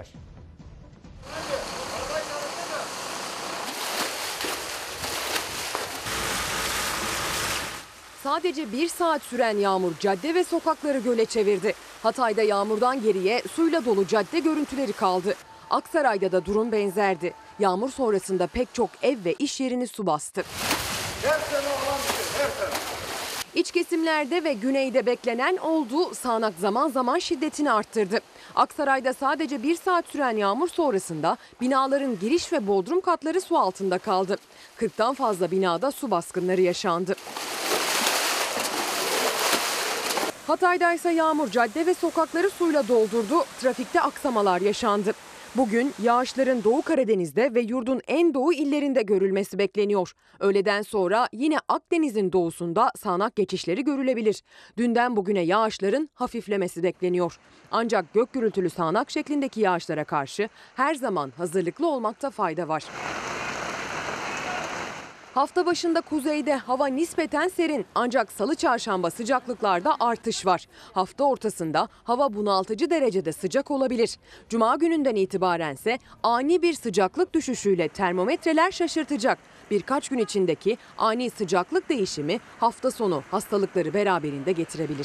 [SPEAKER 21] Sadece bir saat süren yağmur cadde ve sokakları göle çevirdi. Hatay'da yağmurdan geriye suyla dolu cadde görüntüleri kaldı. Aksaray'da da durum benzerdi. Yağmur sonrasında pek çok ev ve iş yerini su bastı.
[SPEAKER 22] Her sene olan bir şey, her sene.
[SPEAKER 21] İç kesimlerde ve güneyde beklenen oldu, sağanak zaman zaman şiddetini arttırdı. Aksaray'da sadece bir saat süren yağmur sonrasında binaların giriş ve bodrum katları su altında kaldı. kırktan fazla binada su baskınları yaşandı. Hatay'da ise yağmur cadde ve sokakları suyla doldurdu, trafikte aksamalar yaşandı. Bugün yağışların Doğu Karadeniz'de ve yurdun en doğu illerinde görülmesi bekleniyor. Öğleden sonra yine Akdeniz'in doğusunda sağanak geçişleri görülebilir. Dünden bugüne yağışların hafiflemesi bekleniyor. Ancak gök gürültülü sağanak şeklindeki yağışlara karşı her zaman hazırlıklı olmakta fayda var. Hafta başında kuzeyde hava nispeten serin ancak salı çarşamba sıcaklıklarda artış var. Hafta ortasında hava bunaltıcı derecede sıcak olabilir. Cuma gününden itibarense ani bir sıcaklık düşüşüyle termometreler şaşırtacak. Birkaç gün içindeki ani sıcaklık değişimi hafta sonu hastalıkları beraberinde getirebilir.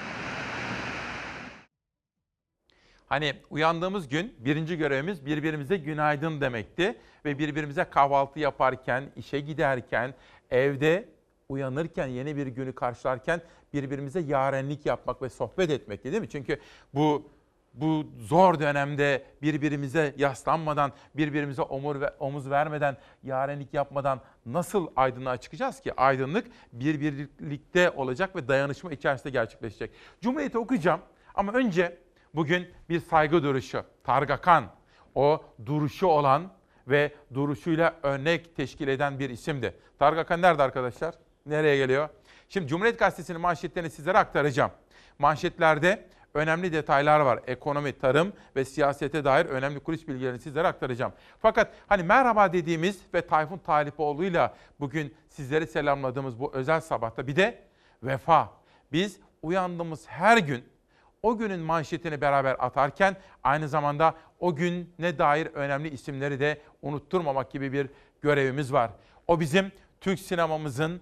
[SPEAKER 1] Hani uyandığımız gün birinci görevimiz birbirimize günaydın demekti. Ve birbirimize kahvaltı yaparken, işe giderken, evde uyanırken, yeni bir günü karşılarken birbirimize yarenlik yapmak ve sohbet etmekti, değil mi? Çünkü bu bu zor dönemde birbirimize yaslanmadan, birbirimize omur ve omuz vermeden, yarenlik yapmadan nasıl aydınlığa çıkacağız ki? Aydınlık bir birlikte olacak ve dayanışma içerisinde gerçekleşecek. Cumhuriyeti okuyacağım ama önce bugün bir saygı duruşu. Targakan, o duruşu olan ve duruşuyla örnek teşkil eden bir isimdi. Targakan nerede arkadaşlar? Nereye geliyor? Şimdi Cumhuriyet Gazetesi'nin manşetlerini sizlere aktaracağım. Manşetlerde önemli detaylar var. Ekonomi, tarım ve siyasete dair önemli kulis bilgilerini sizlere aktaracağım. Fakat hani merhaba dediğimiz ve Tayfun Talipoğlu'yla bugün sizleri selamladığımız bu özel sabahta bir de vefa. Biz uyandığımız her gün o günün manşetini beraber atarken aynı zamanda o güne dair önemli isimleri de unutturmamak gibi bir görevimiz var. O bizim Türk sinemamızın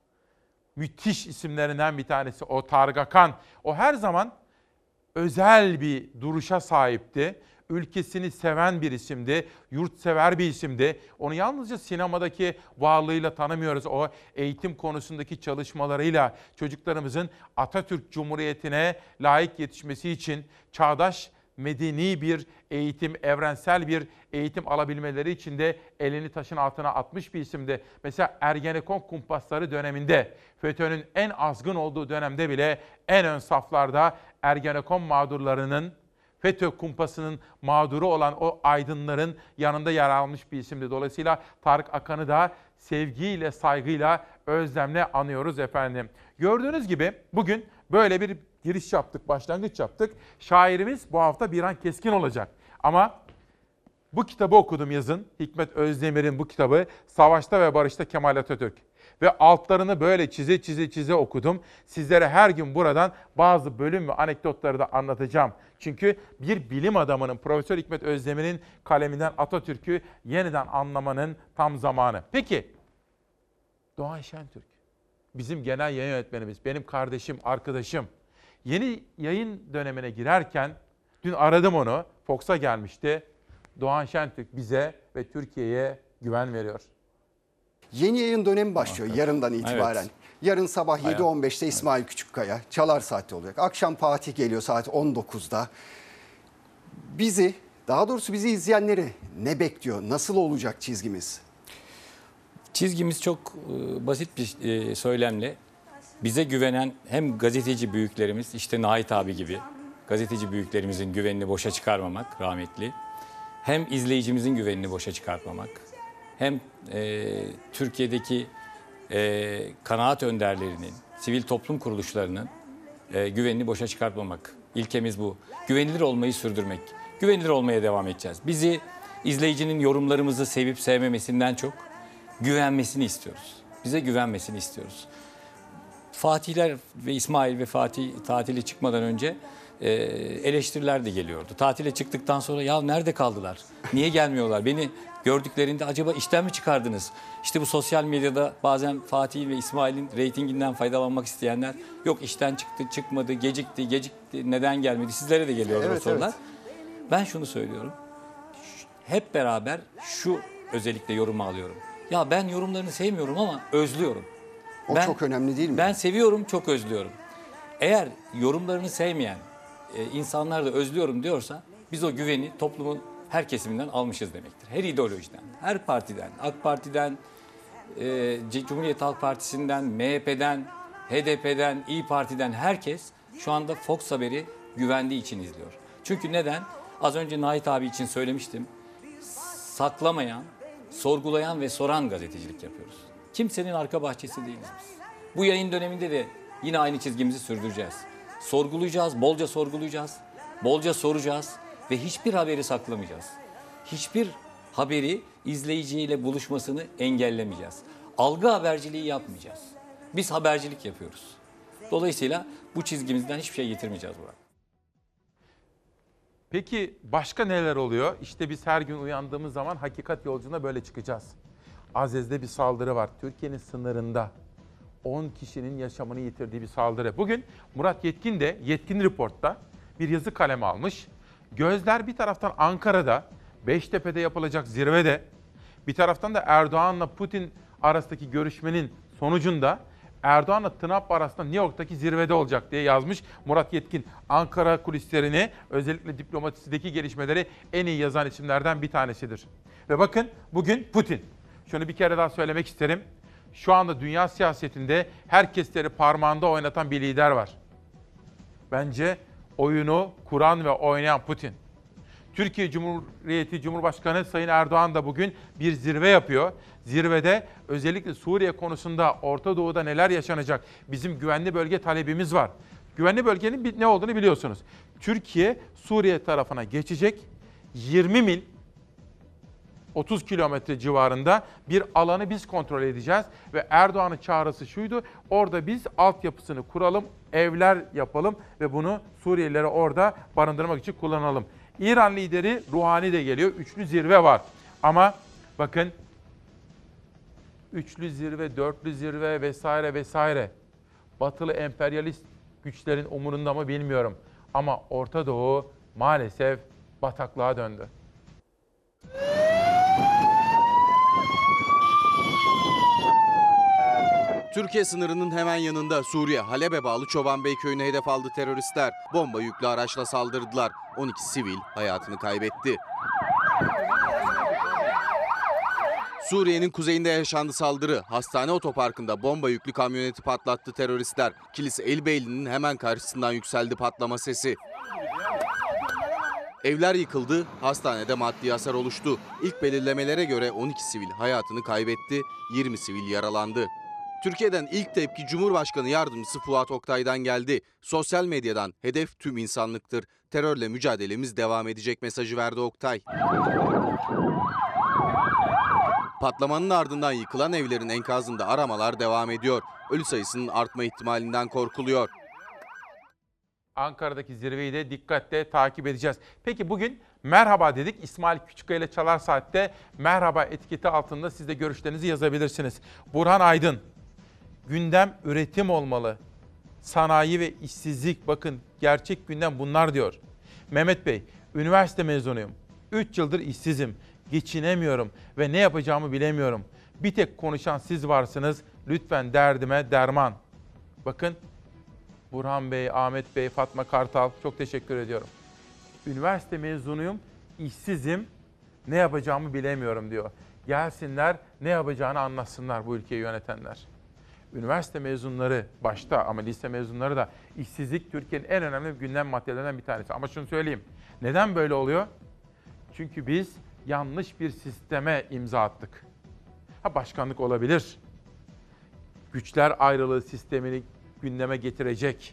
[SPEAKER 1] müthiş isimlerinden bir tanesi. O Targakan. O her zaman özel bir duruşa sahipti. Ülkesini seven bir isimdi, yurtsever bir isimdi. Onu yalnızca sinemadaki varlığıyla tanımıyoruz. O eğitim konusundaki çalışmalarıyla çocuklarımızın Atatürk Cumhuriyeti'ne layık yetişmesi için çağdaş, medeni bir eğitim, evrensel bir eğitim alabilmeleri için de elini taşın altına atmış bir isimdi. Mesela Ergenekon kumpasları döneminde, FETÖ'nün en azgın olduğu dönemde bile en ön saflarda Ergenekon mağdurlarının, FETÖ kumpasının mağduru olan o aydınların yanında yer almış bir isimdi. Dolayısıyla Tarık Akan'ı da sevgiyle, saygıyla, özlemle anıyoruz efendim. Gördüğünüz gibi bugün böyle bir giriş yaptık, başlangıç yaptık. Şairimiz bu hafta Birhan Keskin olacak. Ama bu kitabı okudum yazın. Hikmet Özdemir'in bu kitabı Savaşta ve Barışta Kemal Atatürk. Ve altlarını böyle çize çize çize okudum. Sizlere her gün buradan bazı bölüm ve anekdotları da anlatacağım. Çünkü bir bilim adamının, Profesör Hikmet Özdemir'in kaleminden Atatürk'ü yeniden anlamanın tam zamanı. Peki, Doğan Şentürk, bizim genel yayın yönetmenimiz, benim kardeşim, arkadaşım. Yeni yayın dönemine girerken, dün aradım onu, Fox'a gelmişti. Doğan Şentürk bize ve Türkiye'ye güven veriyor.
[SPEAKER 2] Yeni yayın dönemi başlıyor yarından itibaren. Evet. Yarın sabah yedi on beşte İsmail Küçükkaya Çalar Saati olacak. Akşam Fatih geliyor saat on dokuzda. Bizi, daha doğrusu bizi izleyenleri ne bekliyor? Nasıl olacak çizgimiz?
[SPEAKER 5] Çizgimiz çok e, basit bir e, söylemle bize güvenen hem gazeteci büyüklerimiz, işte Nahit abi gibi gazeteci büyüklerimizin güvenini boşa çıkarmamak rahmetli. Hem izleyicimizin güvenini boşa çıkartmamak. Hem e, Türkiye'deki e, kanaat önderlerinin, sivil toplum kuruluşlarının e, güvenini boşa çıkartmamak. İlkemiz bu. Güvenilir olmayı sürdürmek. Güvenilir olmaya devam edeceğiz. Bizi izleyicinin yorumlarımızı sevip sevmemesinden çok güvenmesini istiyoruz. Bize güvenmesini istiyoruz. Fatihler ve İsmail ve Fatih tatili çıkmadan önce e, eleştiriler de geliyordu. Tatile çıktıktan sonra ya nerede kaldılar? Niye gelmiyorlar? Beni gördüklerinde acaba işten mi çıkardınız? İşte bu sosyal medyada bazen Fatih ve İsmail'in reytinginden faydalanmak isteyenler yok işten çıktı, çıkmadı, gecikti, gecikti, neden gelmedi? Sizlere de geliyor evet, bu sorular. Evet. Ben şunu söylüyorum. Hep beraber şu özellikle yorumu alıyorum. Ya ben yorumlarını sevmiyorum ama özlüyorum.
[SPEAKER 2] O ben, çok önemli değil mi?
[SPEAKER 5] Ben seviyorum, çok özlüyorum. Eğer yorumlarını sevmeyen e, insanlar da özlüyorum diyorsa biz o güveni toplumun her kesiminden almışız demektir. Her ideolojiden, her partiden, AK Parti'den, e, Cumhuriyet Halk Partisi'nden, M H P'den, H D P'den, İYİ Parti'den herkes şu anda Fox Haber'i güvendiği için izliyor. Çünkü neden? Az önce Nahit abi için söylemiştim. Saklamayan, sorgulayan ve soran gazetecilik yapıyoruz. Kimsenin arka bahçesi değiliz biz. Bu yayın döneminde de yine aynı çizgimizi sürdüreceğiz. Sorgulayacağız, bolca sorgulayacağız, bolca soracağız ve hiçbir haberi saklamayacağız. Hiçbir haberi izleyiciyle buluşmasını engellemeyeceğiz. algı haberciliği yapmayacağız. Biz habercilik yapıyoruz. Dolayısıyla bu çizgimizden hiçbir şey getirmeyeceğiz Burak.
[SPEAKER 1] Peki başka neler oluyor? İşte biz her gün uyandığımız zaman hakikat yolculuğuna böyle çıkacağız. Azez'de bir saldırı var. Türkiye'nin sınırında on kişinin yaşamını yitirdiği bir saldırı. Bugün Murat Yetkin de Yetkin Report'ta bir yazı kaleme almış. Gözler bir taraftan Ankara'da, Beştepe'de yapılacak zirvede, bir taraftan da Erdoğan'la Putin arasındaki görüşmenin sonucunda Erdoğan'la Trump arasında New York'taki zirvede olacak diye yazmış Murat Yetkin. Ankara kulislerini, özellikle diplomasideki gelişmeleri en iyi yazan isimlerden bir tanesidir. Ve bakın bugün Putin. Şunu bir kere daha söylemek isterim. Şu anda dünya siyasetinde herkesleri parmağında oynatan bir lider var. Bence oyunu kuran ve oynayan Putin. Türkiye Cumhuriyeti Cumhurbaşkanı Sayın Erdoğan da bugün bir zirve yapıyor. Zirvede özellikle Suriye konusunda Orta Doğu'da neler yaşanacak? Bizim güvenli bölge talebimiz var. Güvenli bölgenin ne olduğunu biliyorsunuz. Türkiye Suriye tarafına geçecek. yirmi mil, otuz kilometre civarında bir alanı biz kontrol edeceğiz. Ve Erdoğan'ın çağrısı şuydu. Orada biz altyapısını kuralım, evler yapalım ve bunu Suriyelilere orada barındırmak için kullanalım. İran lideri Ruhani de geliyor. Üçlü zirve var. Ama bakın üçlü zirve, dörtlü zirve vesaire vesaire. Batılı emperyalist güçlerin umurunda mı bilmiyorum. Ama Orta Doğu maalesef bataklığa döndü.
[SPEAKER 4] Türkiye sınırının hemen yanında Suriye, Halep'e bağlı Çobanbey köyüne hedef aldı teröristler. Bomba yüklü araçla saldırdılar. on iki sivil hayatını kaybetti. Suriye'nin kuzeyinde yaşandı saldırı. Hastane otoparkında bomba yüklü kamyoneti patlattı teröristler. Kilise Elbeyli'nin hemen karşısından yükseldi patlama sesi. Evler yıkıldı, hastanede maddi hasar oluştu. İlk belirlemelere göre on iki sivil hayatını kaybetti, yirmi sivil yaralandı. Türkiye'den ilk tepki Cumhurbaşkanı Yardımcısı Fuat Oktay'dan geldi. Sosyal medyadan hedef tüm insanlıktır. Terörle mücadelemiz devam edecek mesajı verdi Oktay. Patlamanın ardından yıkılan evlerin enkazında aramalar devam ediyor. Ölü sayısının artma ihtimalinden korkuluyor.
[SPEAKER 1] Ankara'daki zirveyi de dikkatle takip edeceğiz. Peki bugün merhaba dedik. İsmail Küçükkaya ile Çalar Saat'te merhaba etiketi altında siz de görüşlerinizi yazabilirsiniz. Burhan Aydın, gündem üretim olmalı. Sanayi ve işsizlik, bakın gerçek gündem bunlar diyor. Mehmet Bey, üniversite mezunuyum. üç yıldır işsizim. Geçinemiyorum ve ne yapacağımı bilemiyorum. Bir tek konuşan siz varsınız. Lütfen derdime derman. Bakın Burhan Bey, Ahmet Bey, Fatma Kartal çok teşekkür ediyorum. Üniversite mezunuyum, işsizim, ne yapacağımı bilemiyorum diyor. Gelsinler, ne yapacağını anlatsınlar bu ülkeyi yönetenler. Üniversite mezunları başta ama lise mezunları da işsizlik Türkiye'nin en önemli gündem maddelerinden bir tanesi. Ama şunu söyleyeyim, neden böyle oluyor? Çünkü biz yanlış bir sisteme imza attık. Ha başkanlık olabilir. Güçler ayrılığı sistemini gündeme getirecek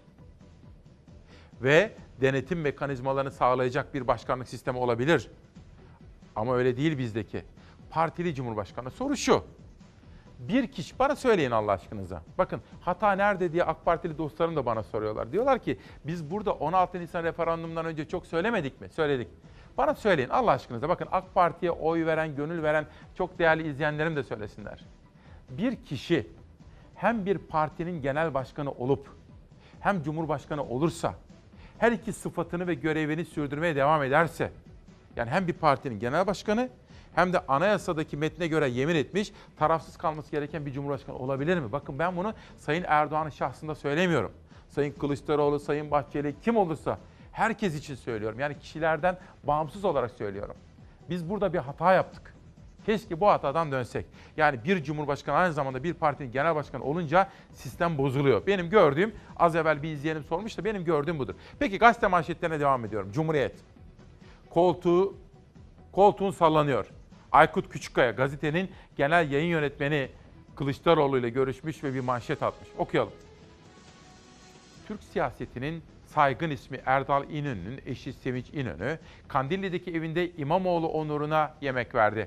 [SPEAKER 1] ve denetim mekanizmalarını sağlayacak bir başkanlık sistemi olabilir. Ama öyle değil bizdeki. Partili Cumhurbaşkanı. Soru şu. Bir kişi, bana söyleyin Allah aşkınıza. Bakın hata nerede diye AK Partili dostlarım da bana soruyorlar. Diyorlar ki biz burada on altı Nisan referandumdan önce çok söylemedik mi? Söyledik. Bana söyleyin Allah aşkınıza. Bakın AK Parti'ye oy veren, gönül veren çok değerli izleyenlerim de söylesinler. Bir kişi hem bir partinin genel başkanı olup hem cumhurbaşkanı olursa, her iki sıfatını ve görevini sürdürmeye devam ederse, yani hem bir partinin genel başkanı hem de anayasadaki metne göre yemin etmiş, tarafsız kalması gereken bir cumhurbaşkanı olabilir mi? Bakın ben bunu Sayın Erdoğan'ın şahsında söylemiyorum. Sayın Kılıçdaroğlu, Sayın Bahçeli, kim olursa herkes için söylüyorum. Yani kişilerden bağımsız olarak söylüyorum. Biz burada bir hata yaptık. Keşke bu hatadan dönsek. Yani bir cumhurbaşkanı aynı zamanda bir partinin genel başkanı olunca sistem bozuluyor. Benim gördüğüm, az evvel bir izleyenim sormuş da benim gördüğüm budur. Peki gazete manşetlerine devam ediyorum. Cumhuriyet. Koltuğu, koltuğun sallanıyor. Aykut Küçükkaya gazetenin genel yayın yönetmeni Kılıçdaroğlu ile görüşmüş ve bir manşet atmış. Okuyalım. Türk siyasetinin saygın ismi Erdal İnönü'nün eşi Sevinç İnönü, Kandilli'deki evinde İmamoğlu onuruna yemek verdi.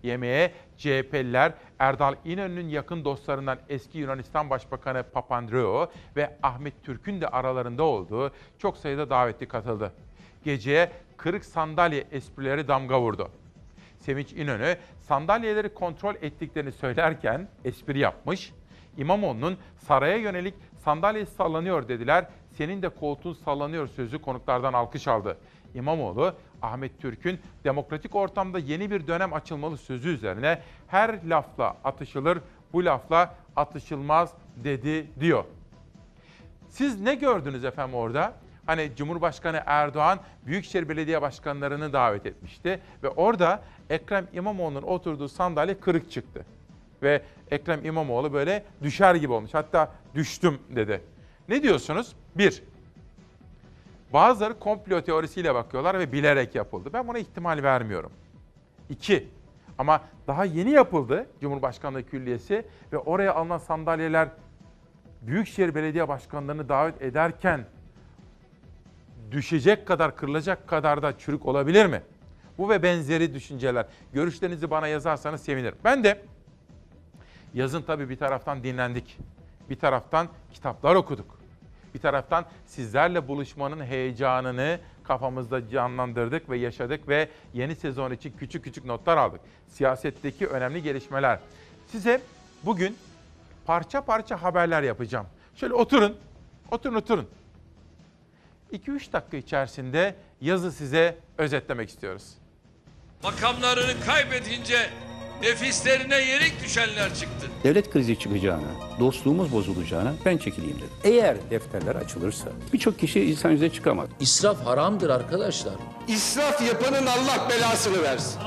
[SPEAKER 1] Yemeğe C H P'liler Erdal İnönü'nün yakın dostlarından eski Yunanistan Başbakanı Papandreou ve Ahmet Türk'ün de aralarında olduğu çok sayıda davetli katıldı. Geceye kırık sandalye esprileri damga vurdu. Sevinç İnönü sandalyeleri kontrol ettiklerini söylerken espri yapmış. İmamoğlu'nun saraya yönelik sandalye sallanıyor dediler, senin de koltuğun sallanıyor sözü konuklardan alkış aldı. İmamoğlu, Ahmet Türk'ün demokratik ortamda yeni bir dönem açılmalı sözü üzerine her lafla atışılır, bu lafla atışılmaz dedi diyor. Siz ne gördünüz efendim orada? Hani Cumhurbaşkanı Erdoğan Büyükşehir Belediye Başkanlarını davet etmişti ve orada Ekrem İmamoğlu'nun oturduğu sandalye kırık çıktı. Ve Ekrem İmamoğlu böyle düşer gibi olmuş. Hatta düştüm dedi. Ne diyorsunuz? Bir, bazıları komplo teorisiyle bakıyorlar ve bilerek yapıldı. Ben buna ihtimal vermiyorum. İki, ama daha yeni yapıldı Cumhurbaşkanlığı Külliyesi ve oraya alınan sandalyeler Büyükşehir Belediye Başkanlarını davet ederken düşecek kadar, kırılacak kadar da çürük olabilir mi? Bu ve benzeri düşünceler. Görüşlerinizi bana yazarsanız sevinirim. Ben de yazın tabii bir taraftan dinlendik. Bir taraftan kitaplar okuduk. Bir taraftan sizlerle buluşmanın heyecanını kafamızda canlandırdık ve yaşadık ve yeni sezon için küçük küçük notlar aldık. Siyasetteki önemli gelişmeler. Size bugün parça parça haberler yapacağım. Şöyle oturun, oturun oturun. iki üç dakika içerisinde yazı size özetlemek istiyoruz.
[SPEAKER 7] Makamlarını kaybedince nefislerine yenik düşenler çıktı.
[SPEAKER 9] Devlet krizi çıkacağına, dostluğumuz bozulacağına ben çekileyim dedim. Eğer defterler açılırsa birçok kişi insan yüzüne çıkamaz.
[SPEAKER 7] İsraf haramdır arkadaşlar.
[SPEAKER 23] İsraf yapanın Allah belasını versin.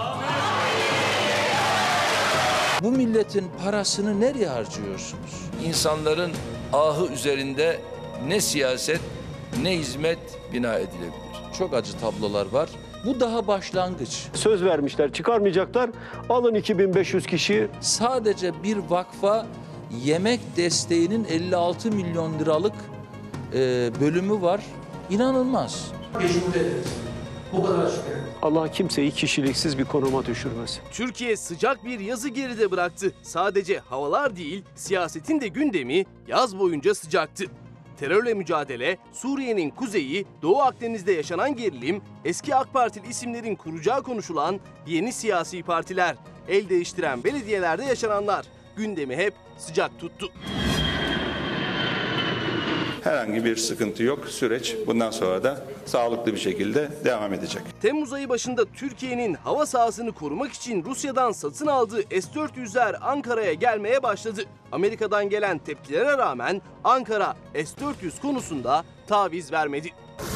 [SPEAKER 7] Bu milletin parasını nereye harcıyorsunuz? İnsanların ahı üzerinde ne siyaset ne hizmet bina edilebilir. Çok acı tablolar var. Bu daha başlangıç.
[SPEAKER 24] Söz vermişler, çıkarmayacaklar. Alın iki bin beş yüz kişi.
[SPEAKER 7] Sadece bir vakfa yemek desteğinin elli altı milyon liralık e, bölümü var. İnanılmaz.
[SPEAKER 24] Bu kadar Allah kimseyi kişiliksiz bir konuma düşürmesin.
[SPEAKER 8] Türkiye sıcak bir yazı geride bıraktı. Sadece havalar değil, siyasetin de gündemi yaz boyunca sıcaktı. Terörle mücadele, Suriye'nin kuzeyi, Doğu Akdeniz'de yaşanan gerilim, eski AK Partili isimlerin kuracağı konuşulan yeni siyasi partiler, el değiştiren belediyelerde yaşananlar gündemi hep sıcak tuttu.
[SPEAKER 25] Herhangi bir sıkıntı yok. Süreç bundan sonra da sağlıklı bir şekilde devam edecek.
[SPEAKER 8] Temmuz ayı başında Türkiye'nin hava sahasını korumak için Rusya'dan satın aldığı S dört yüzler Ankara'ya gelmeye başladı. Amerika'dan gelen tepkilere rağmen Ankara S dört yüz konusunda taviz vermedi.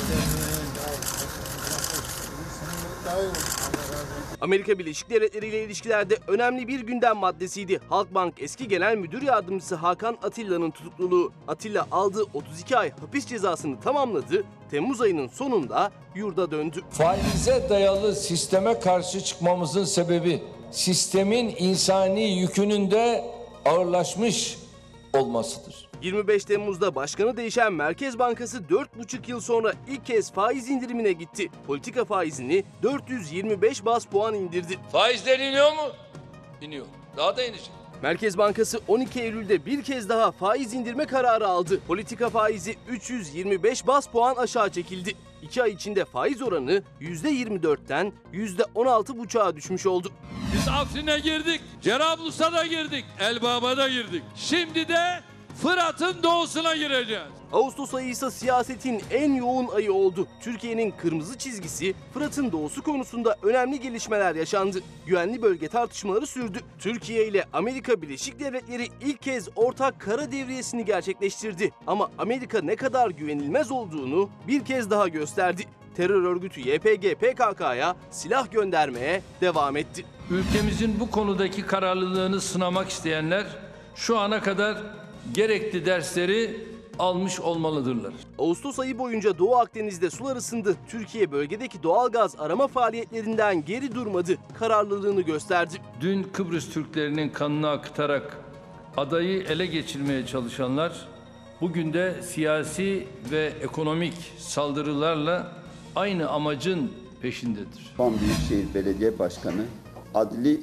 [SPEAKER 8] Amerika Birleşik Devletleri ile ilişkilerde önemli bir gündem maddesiydi. Halkbank eski genel müdür yardımcısı Hakan Atilla'nın tutukluluğu. Atilla aldığı otuz iki ay hapis cezasını tamamladı. Temmuz ayının sonunda yurda döndü.
[SPEAKER 7] Faize dayalı sisteme karşı çıkmamızın sebebi sistemin insani yükünün de ağırlaşmış olmasıdır.
[SPEAKER 8] yirmi beş Temmuz'da başkanı değişen Merkez Bankası dört buçuk yıl sonra ilk kez faiz indirimine gitti. Politika faizini dört yüz yirmi beş baz puan indirdi.
[SPEAKER 7] Faizler iniyor mu? İniyor. Daha da inecek.
[SPEAKER 8] Merkez Bankası on iki Eylül'de bir kez daha faiz indirme kararı aldı. Politika faizi üç yüz yirmi beş baz puan aşağı çekildi. iki ay içinde faiz oranı yüzde yirmi dörtten yüzde on altı buçuğa düşmüş oldu.
[SPEAKER 7] Biz Afrin'e girdik, Cerablus'a da girdik, Elbap'a da girdik. Şimdi de Fırat'ın doğusuna gireceğiz.
[SPEAKER 8] Ağustos ayı ise siyasetin en yoğun ayı oldu. Türkiye'nin kırmızı çizgisi Fırat'ın doğusu konusunda önemli gelişmeler yaşandı. Güvenli bölge tartışmaları sürdü. Türkiye ile Amerika Birleşik Devletleri ilk kez ortak kara devriyesini gerçekleştirdi. Ama Amerika ne kadar güvenilmez olduğunu bir kez daha gösterdi. Terör örgütü Y P G P K K'ya silah göndermeye devam etti.
[SPEAKER 7] Ülkemizin bu konudaki kararlılığını sınamak isteyenler şu ana kadar gerekli dersleri almış olmalıdırlar.
[SPEAKER 8] Ağustos ayı boyunca Doğu Akdeniz'de sular ısındı. Türkiye bölgedeki doğalgaz arama faaliyetlerinden geri durmadı. Kararlılığını gösterdi.
[SPEAKER 7] Dün Kıbrıs Türklerinin kanını akıtarak adayı ele geçirmeye çalışanlar bugün de siyasi ve ekonomik saldırılarla aynı amacın peşindedir.
[SPEAKER 26] Van Büyükşehir Belediye Başkanı adli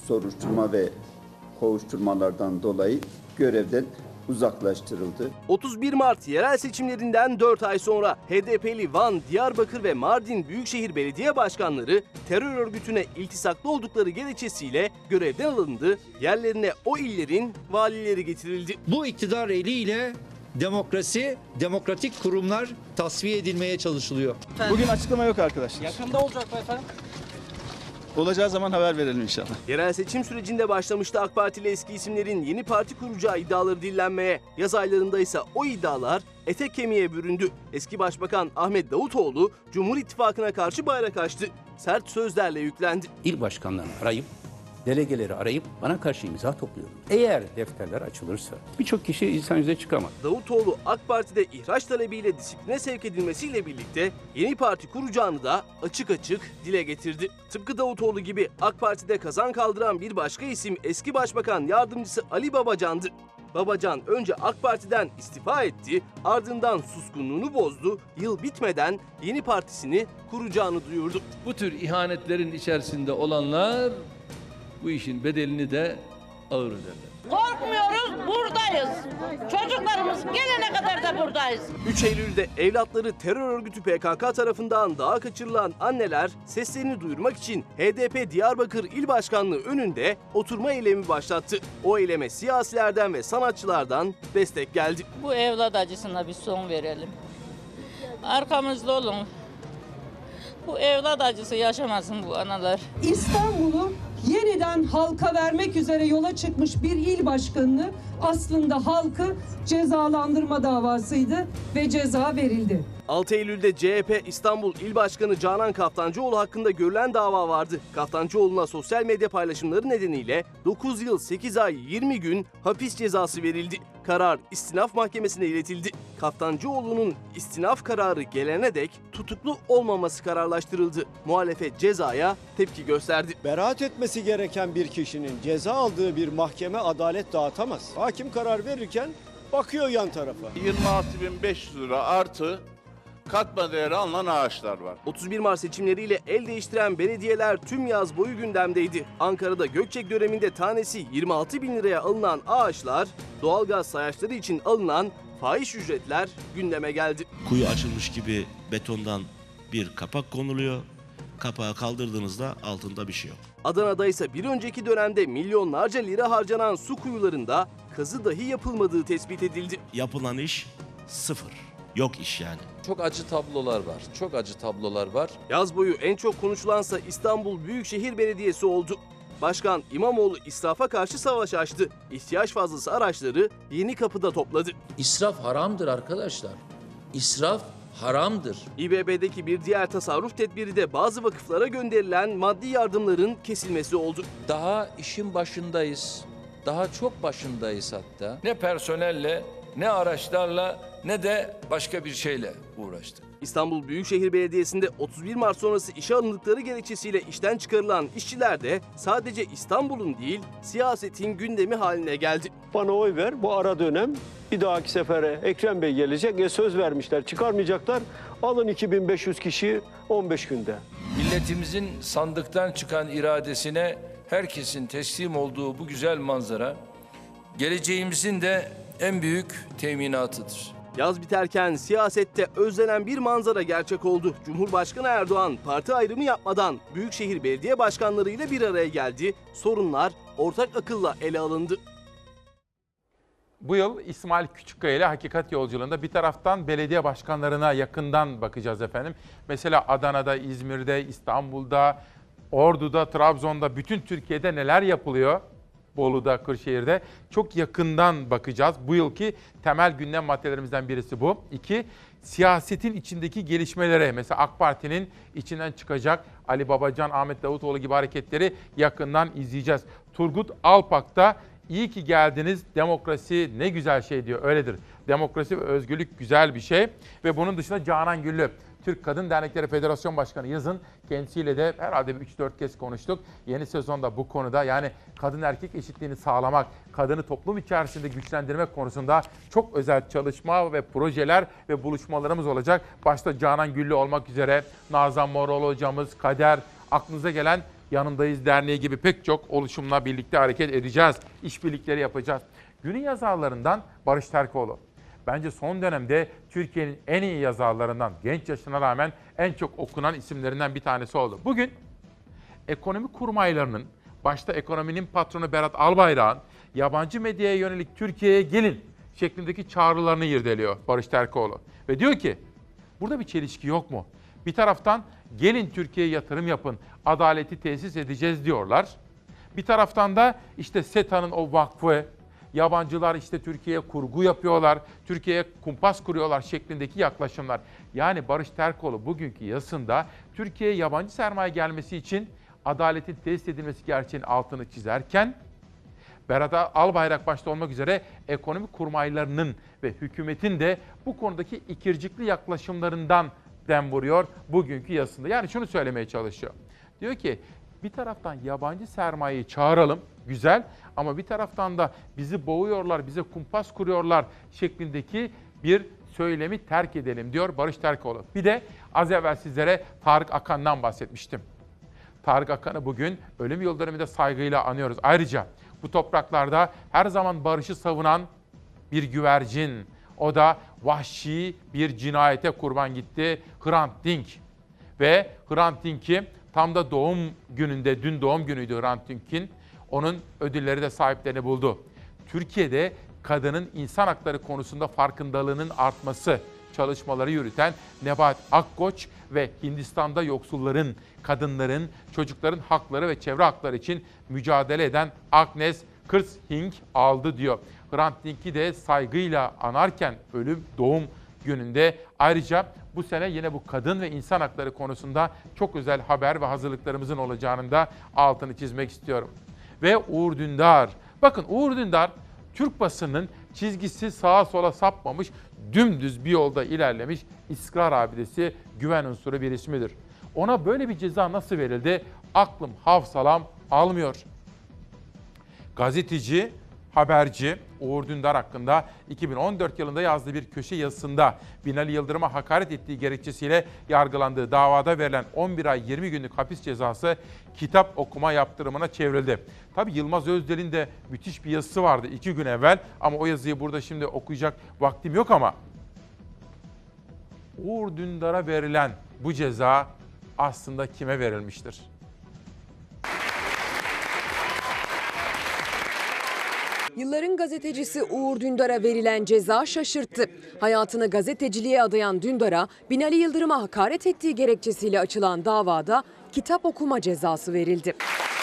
[SPEAKER 10] soruşturma ve kovuşturmalardan dolayı görevden uzaklaştırıldı.
[SPEAKER 8] otuz bir Mart yerel seçimlerinden dört ay sonra H D P'li Van, Diyarbakır ve Mardin Büyükşehir Belediye Başkanları terör örgütüne iltisaklı oldukları gerekçesiyle görevden alındı, yerlerine o illerin valileri getirildi.
[SPEAKER 12] Bu iktidar eliyle demokrasi, demokratik kurumlar tasfiye edilmeye çalışılıyor.
[SPEAKER 13] Bugün açıklama yok arkadaşlar.
[SPEAKER 19] Yakında olacak mı efendim?
[SPEAKER 13] Olacağı zaman haber verelim inşallah.
[SPEAKER 8] Yerel seçim sürecinde başlamıştı AK Partili eski isimlerin yeni parti kuracağı iddiaları dillenmeye. Yaz aylarında ise o iddialar etek kemiğe büründü. Eski Başbakan Ahmet Davutoğlu Cumhur İttifakı'na karşı bayrak açtı. Sert sözlerle yüklendi.
[SPEAKER 9] İl başkanlarını arayıp, delegeleri arayıp bana karşı imza topluyorum. Eğer defterler açılırsa birçok kişi insan yüzüne çıkamaz.
[SPEAKER 8] Davutoğlu AK Parti'de ihraç talebiyle disipline sevk edilmesiyle birlikte yeni parti kuracağını da açık açık dile getirdi. Tıpkı Davutoğlu gibi AK Parti'de kazan kaldıran bir başka isim eski Başbakan Yardımcısı Ali Babacan'dı. Babacan önce AK Parti'den istifa etti, ardından suskunluğunu bozdu, yıl bitmeden yeni partisini kuracağını duyurdu.
[SPEAKER 7] Bu tür ihanetlerin içerisinde olanlar bu işin bedelini de ağır öderler.
[SPEAKER 15] Korkmuyoruz, buradayız. Çocuklarımız gelene kadar da buradayız.
[SPEAKER 8] üç Eylül'de evlatları terör örgütü P K K tarafından dağa kaçırılan anneler seslerini duyurmak için H D P Diyarbakır İl Başkanlığı önünde oturma eylemi başlattı. O eyleme siyasilerden ve sanatçılardan destek geldi.
[SPEAKER 15] Bu evlat acısına bir son verelim. Arkamızda olun. Bu evlat acısı yaşamasın bu analar.
[SPEAKER 17] İstanbul'u yeniden halka vermek üzere yola çıkmış bir il başkanını aslında halkı cezalandırma davasıydı ve ceza verildi.
[SPEAKER 8] altı Eylül'de C H P İstanbul İl Başkanı Canan Kaftancıoğlu hakkında görülen dava vardı. Kaftancıoğlu'na sosyal medya paylaşımları nedeniyle dokuz yıl sekiz ay yirmi gün hapis cezası verildi. Karar istinaf mahkemesine iletildi. Kaftancıoğlu'nun istinaf kararı gelene dek tutuklu olmaması kararlaştırıldı. Muhalefet cezaya tepki gösterdi.
[SPEAKER 26] Beraat etmesi gereken bir kişinin ceza aldığı bir mahkeme adalet dağıtamaz. Hakim karar verirken bakıyor yan tarafa.
[SPEAKER 27] yirmi altı bin beş yüz lira artı katma değeri alınan ağaçlar var.
[SPEAKER 8] otuz bir Mart seçimleriyle el değiştiren belediyeler tüm yaz boyu gündemdeydi. Ankara'da Gökçek döneminde tanesi yirmi altı bin liraya alınan ağaçlar, doğalgaz sayaçları için alınan fahiş ücretler gündeme geldi.
[SPEAKER 28] Kuyu açılmış gibi betondan bir kapak konuluyor. Kapağı kaldırdığınızda altında bir şey yok.
[SPEAKER 8] Adana'da ise bir önceki dönemde milyonlarca lira harcanan su kuyularında kazı dahi yapılmadığı tespit edildi.
[SPEAKER 28] Yapılan iş sıfır. Yok iş yani.
[SPEAKER 7] Çok acı tablolar var. Çok acı tablolar var.
[SPEAKER 8] Yaz boyu en çok konuşulansa İstanbul Büyükşehir Belediyesi oldu. Başkan İmamoğlu israfa karşı savaş açtı. İhtiyaç fazlası araçları Yenikapı'da topladı.
[SPEAKER 7] İsraf haramdır arkadaşlar. İsraf haramdır.
[SPEAKER 8] İ B B'deki bir diğer tasarruf tedbiri de bazı vakıflara gönderilen maddi yardımların kesilmesi oldu.
[SPEAKER 7] Daha işin başındayız. Daha çok başındayız hatta. Ne personelle, ne araçlarla, ne de başka bir şeyle uğraştık.
[SPEAKER 8] İstanbul Büyükşehir Belediyesi'nde otuz bir Mart sonrası işe alındıkları gerekçesiyle işten çıkarılan işçiler de sadece İstanbul'un değil, siyasetin gündemi haline geldi.
[SPEAKER 26] Bana oy ver, bu ara dönem bir dahaki sefere Ekrem Bey gelecek. E söz vermişler, çıkarmayacaklar. Alın iki bin beş yüz kişi on beş günde.
[SPEAKER 7] Milletimizin sandıktan çıkan iradesine herkesin teslim olduğu bu güzel manzara, geleceğimizin de en büyük teminatıdır.
[SPEAKER 8] Yaz biterken siyasette özlenen bir manzara gerçek oldu. Cumhurbaşkanı Erdoğan parti ayrımı yapmadan büyükşehir belediye başkanlarıyla bir araya geldi. Sorunlar ortak akılla ele alındı.
[SPEAKER 1] Bu yıl İsmail Küçükkaya ile Hakikat Yolculuğu'nda bir taraftan belediye başkanlarına yakından bakacağız efendim. Mesela Adana'da, İzmir'de, İstanbul'da, Ordu'da, Trabzon'da, bütün Türkiye'de neler yapılıyor? Bolu'da, Kırşehir'de çok yakından bakacağız. Bu yılki temel gündem maddelerimizden birisi bu. İki, siyasetin içindeki gelişmelere, mesela AK Parti'nin içinden çıkacak Ali Babacan, Ahmet Davutoğlu gibi hareketleri yakından izleyeceğiz. Turgut Alpak da iyi ki geldiniz, demokrasi ne güzel şey diyor, öyledir. Demokrasi ve özgürlük güzel bir şey ve bunun dışında Canan Güllü, Türk Kadın Dernekleri Federasyon Başkanı yazın kendisiyle de herhalde üç dört kez konuştuk. Yeni sezonda bu konuda yani kadın erkek eşitliğini sağlamak, kadını toplum içerisinde güçlendirmek konusunda çok özel çalışma ve projeler ve buluşmalarımız olacak. Başta Canan Güllü olmak üzere Nazan Moroğlu hocamız, Kader, aklınıza gelen Yanındayız Derneği gibi pek çok oluşumla birlikte hareket edeceğiz. İşbirlikleri yapacağız. Günün yazarlarından Barış Terkoğlu. Bence son dönemde Türkiye'nin en iyi yazarlarından, genç yaşına rağmen en çok okunan isimlerinden bir tanesi oldu. Bugün ekonomi kurmaylarının, başta ekonominin patronu Berat Albayrak'ın yabancı medyaya yönelik Türkiye'ye gelin şeklindeki çağrılarını irdeliyor Barış Terkoğlu. Ve diyor ki, burada bir çelişki yok mu? Bir taraftan gelin Türkiye'ye yatırım yapın, adaleti tesis edeceğiz diyorlar. Bir taraftan da işte SETA'nın o vakfı, yabancılar işte Türkiye'ye kurgu yapıyorlar, Türkiye'ye kumpas kuruyorlar şeklindeki yaklaşımlar. Yani Barış Terkoğlu bugünkü yazısında Türkiye'ye yabancı sermaye gelmesi için adaletin tesis edilmesi gerçeğinin altını çizerken, Berat Albayrak başta olmak üzere ekonomi kurmaylarının ve hükümetin de bu konudaki ikircikli yaklaşımlarından dem vuruyor bugünkü yazısında. Yani şunu söylemeye çalışıyor. Diyor ki bir taraftan yabancı sermayeyi çağıralım, güzel, ama bir taraftan da bizi boğuyorlar, bize kumpas kuruyorlar şeklindeki bir söylemi terk edelim diyor Barış Terkoğlu. Bir de az evvel sizlere Tarık Akan'dan bahsetmiştim. Tarık Akan'ı bugün ölüm yıl dönümünde saygıyla anıyoruz. Ayrıca bu topraklarda her zaman barışı savunan bir güvercin, o da vahşi bir cinayete kurban gitti, Hrant Dink. Ve Hrant Dink'i tam da doğum gününde, dün doğum günüydü Hrant Dink'in, onun ödülleri de sahiplerini buldu. Türkiye'de kadının insan hakları konusunda farkındalığının artması çalışmaları yürüten Nebahat Akkoç ve Hindistan'da yoksulların, kadınların, çocukların hakları ve çevre hakları için mücadele eden Agnes Kırshing aldı diyor. Hrant Dink'i de saygıyla anarken ölüm doğum gününde, ayrıca bu sene yine bu kadın ve insan hakları konusunda çok özel haber ve hazırlıklarımızın olacağının da altını çizmek istiyorum. Ve Uğur Dündar. Bakın Uğur Dündar Türk basının çizgisi sağa sola sapmamış, dümdüz bir yolda ilerlemiş istikrar abidesi, güven unsuru bir ismidir. Ona böyle bir ceza nasıl verildi? Aklım hafsalam almıyor. Gazeteci, haberci Uğur Dündar hakkında iki bin on dört yılında yazdığı bir köşe yazısında Binali Yıldırım'a hakaret ettiği gerekçesiyle yargılandığı davada verilen on bir ay yirmi günlük hapis cezası kitap okuma yaptırımına çevrildi. Tabii Yılmaz Özdel'in de müthiş bir yazısı vardı iki gün evvel, ama o yazıyı burada şimdi okuyacak vaktim yok, ama Uğur Dündar'a verilen bu ceza aslında kime verilmiştir?
[SPEAKER 21] Yılların gazetecisi Uğur Dündar'a verilen ceza şaşırttı. Hayatını gazeteciliğe adayan Dündar'a Binali Yıldırım'a hakaret ettiği gerekçesiyle açılan davada kitap okuma cezası verildi.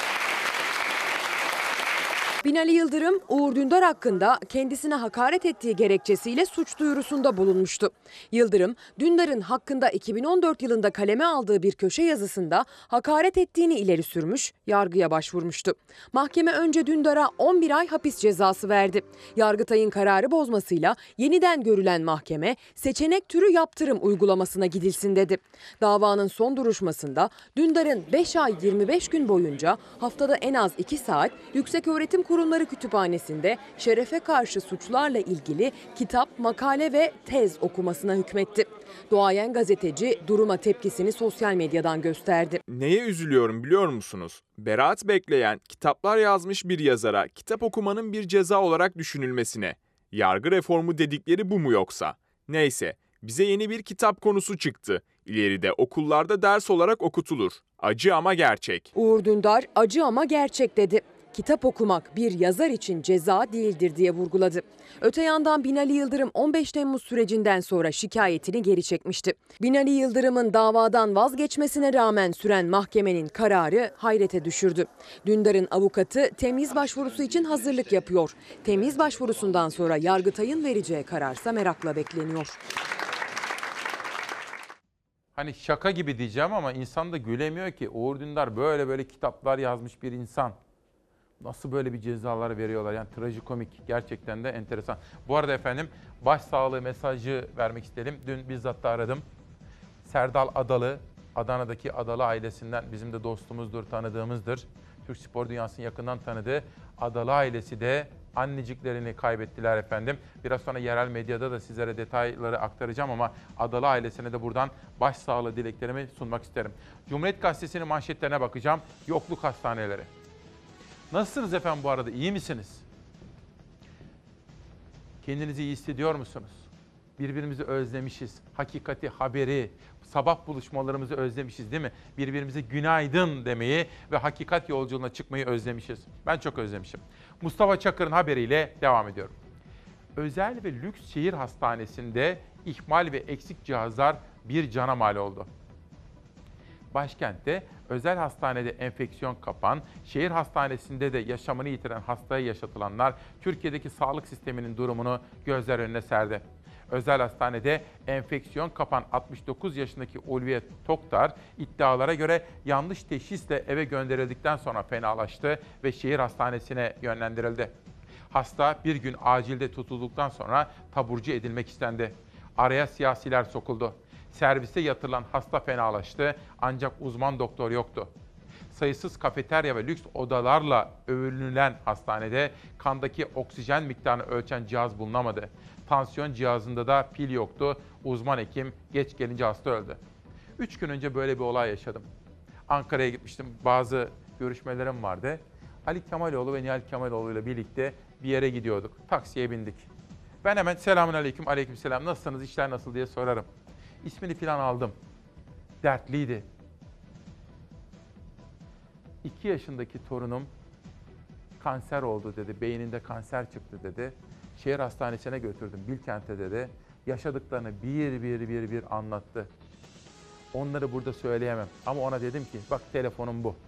[SPEAKER 21] Binali Yıldırım, Uğur Dündar hakkında kendisine hakaret ettiği gerekçesiyle suç duyurusunda bulunmuştu. Yıldırım, Dündar'ın hakkında iki bin on dört yılında kaleme aldığı bir köşe yazısında hakaret ettiğini ileri sürmüş, yargıya başvurmuştu. Mahkeme önce Dündar'a on bir ay hapis cezası verdi. Yargıtay'ın kararı bozmasıyla yeniden görülen mahkeme seçenek türü yaptırım uygulamasına gidilsin dedi. Davanın son duruşmasında Dündar'ın beş ay yirmi beş gün boyunca haftada en az iki saat Yükseköğretim Kurumları Kütüphanesi'nde şerefe karşı suçlarla ilgili kitap, makale ve tez okumasına hükmetti. Duayen gazeteci duruma tepkisini sosyal medyadan gösterdi.
[SPEAKER 3] Neye üzülüyorum biliyor musunuz? Beraat bekleyen, kitaplar yazmış bir yazara kitap okumanın bir ceza olarak düşünülmesine. Yargı reformu dedikleri bu mu yoksa? Neyse, bize yeni bir kitap konusu çıktı. İleride okullarda ders olarak okutulur. Acı ama gerçek.
[SPEAKER 21] Uğur Dündar acı ama gerçek dedi. Kitap okumak bir yazar için ceza değildir diye vurguladı. Öte yandan Binali Yıldırım on beş Temmuz sürecinden sonra şikayetini geri çekmişti. Binali Yıldırım'ın davadan vazgeçmesine rağmen süren mahkemenin kararı hayrete düşürdü. Dündar'ın avukatı temyiz başvurusu için hazırlık yapıyor. Temyiz başvurusundan sonra Yargıtay'ın vereceği kararsa merakla bekleniyor.
[SPEAKER 1] Hani şaka gibi diyeceğim ama insan da gülemiyor ki. Uğur Dündar böyle böyle kitaplar yazmış bir insan. Nasıl böyle bir cezalar veriyorlar? Yani trajikomik, gerçekten de enteresan. Bu arada efendim başsağlığı mesajı vermek istedim. Dün bizzat da aradım. Serdal Adalı, Adana'daki Adalı ailesinden bizim de dostumuzdur, tanıdığımızdır. Türk spor dünyasının yakından tanıdığı Adalı ailesi de anneciklerini kaybettiler efendim. Biraz sonra yerel medyada da sizlere detayları aktaracağım ama Adalı ailesine de buradan başsağlığı dileklerimi sunmak isterim. Cumhuriyet Gazetesi'nin manşetlerine bakacağım. Yokluk hastaneleri. Nasılsınız efendim bu arada? İyi misiniz? Kendinizi iyi hissediyor musunuz? Birbirimizi özlemişiz. Hakikati, haberi, sabah buluşmalarımızı özlemişiz değil mi? Birbirimize günaydın demeyi ve hakikat yolculuğuna çıkmayı özlemişiz. Ben çok özlemişim. Mustafa Çakır'ın haberiyle devam ediyorum. Özel ve lüks şehir hastanesinde ihmal ve eksik cihazlar bir cana mal oldu. Başkentte özel hastanede enfeksiyon kapan, şehir hastanesinde de yaşamını yitiren hastaya yaşatılanlar Türkiye'deki sağlık sisteminin durumunu gözler önüne serdi. Özel hastanede enfeksiyon kapan altmış dokuz yaşındaki Ulviye Toktar iddialara göre yanlış teşhisle eve gönderildikten sonra fenalaştı ve şehir hastanesine yönlendirildi. Hasta bir gün acilde tutulduktan sonra taburcu edilmek istendi. Araya siyasiler sokuldu. Servise yatırılan hasta fenalaştı ancak uzman doktor yoktu. Sayısız kafeterya ve lüks odalarla övünülen hastanede kandaki oksijen miktarını ölçen cihaz bulunamadı. Tansiyon cihazında da pil yoktu. Uzman hekim geç gelince hasta öldü. Üç gün önce böyle bir olay yaşadım. Ankara'ya gitmiştim. Bazı görüşmelerim vardı. Ali Kemaloğlu ve Nihal Kemaloğlu ile birlikte bir yere gidiyorduk. Taksiye bindik. Ben hemen selamun aleyküm, aleyküm selam, nasılsınız, işler nasıl diye sorarım. İsmini falan aldım. Dertliydi. İki yaşındaki torunum kanser oldu dedi. Beyninde kanser çıktı dedi. Şehir hastanesine götürdüm. Bilkent'e dedi. Yaşadıklarını bir bir bir bir anlattı. Onları burada söyleyemem. Ama ona dedim ki bak telefonum bu.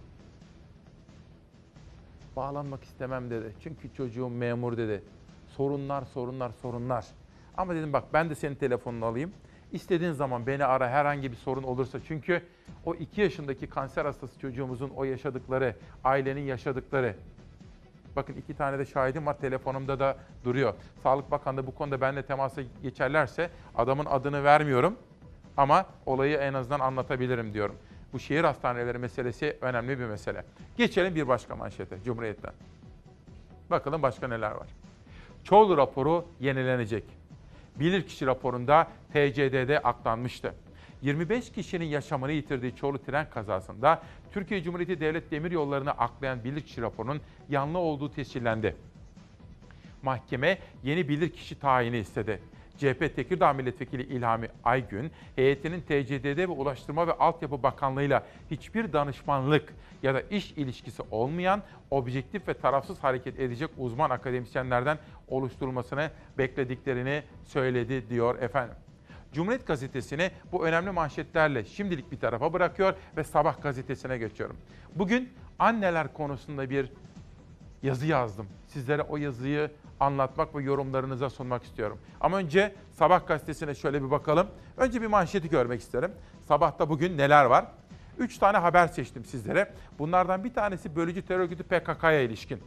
[SPEAKER 1] Bağlanmak istemem dedi. Çünkü çocuğum memur dedi. Sorunlar, sorunlar, sorunlar. Ama dedim bak ben de senin telefonunu alayım. İstediğin zaman beni ara, herhangi bir sorun olursa. Çünkü o iki yaşındaki kanser hastası çocuğumuzun o yaşadıkları, ailenin yaşadıkları. Bakın iki tane de şahidim var, telefonumda da duruyor. Sağlık Bakanlığı bu konuda benimle temasa geçerlerse adamın adını vermiyorum. Ama olayı en azından anlatabilirim diyorum. Bu şehir hastaneleri meselesi önemli bir mesele. Geçelim bir başka manşete, Cumhuriyet'ten. Bakalım başka neler var. Çorlu raporu yenilenecek. Bilirkişi raporunda T C D'de aklanmıştı. yirmi beş kişinin yaşamını yitirdiği Çorlu tren kazasında Türkiye Cumhuriyeti Devlet Demiryolları'nı aklayan bilirkişi raporunun yanlı olduğu tescillendi. Mahkeme yeni bilirkişi tayini istedi. C H P Tekirdağ Milletvekili İlhami Aygün, heyetinin T C D D ve Ulaştırma ve Altyapı Bakanlığı'yla hiçbir danışmanlık ya da iş ilişkisi olmayan, objektif ve tarafsız hareket edecek uzman akademisyenlerden oluşturulmasını beklediklerini söyledi diyor efendim. Cumhuriyet Gazetesi'ni bu önemli manşetlerle şimdilik bir tarafa bırakıyor ve Sabah gazetesine geçiyorum. Bugün anneler konusunda bir yazı yazdım. Sizlere o yazıyı anlatmak ve yorumlarınıza sunmak istiyorum. Ama önce Sabah gazetesine şöyle bir bakalım. Önce bir manşeti görmek isterim. Sabahta bugün neler var? Üç tane haber seçtim sizlere. Bunlardan bir tanesi bölücü terör örgütü P K K'ya ilişkin.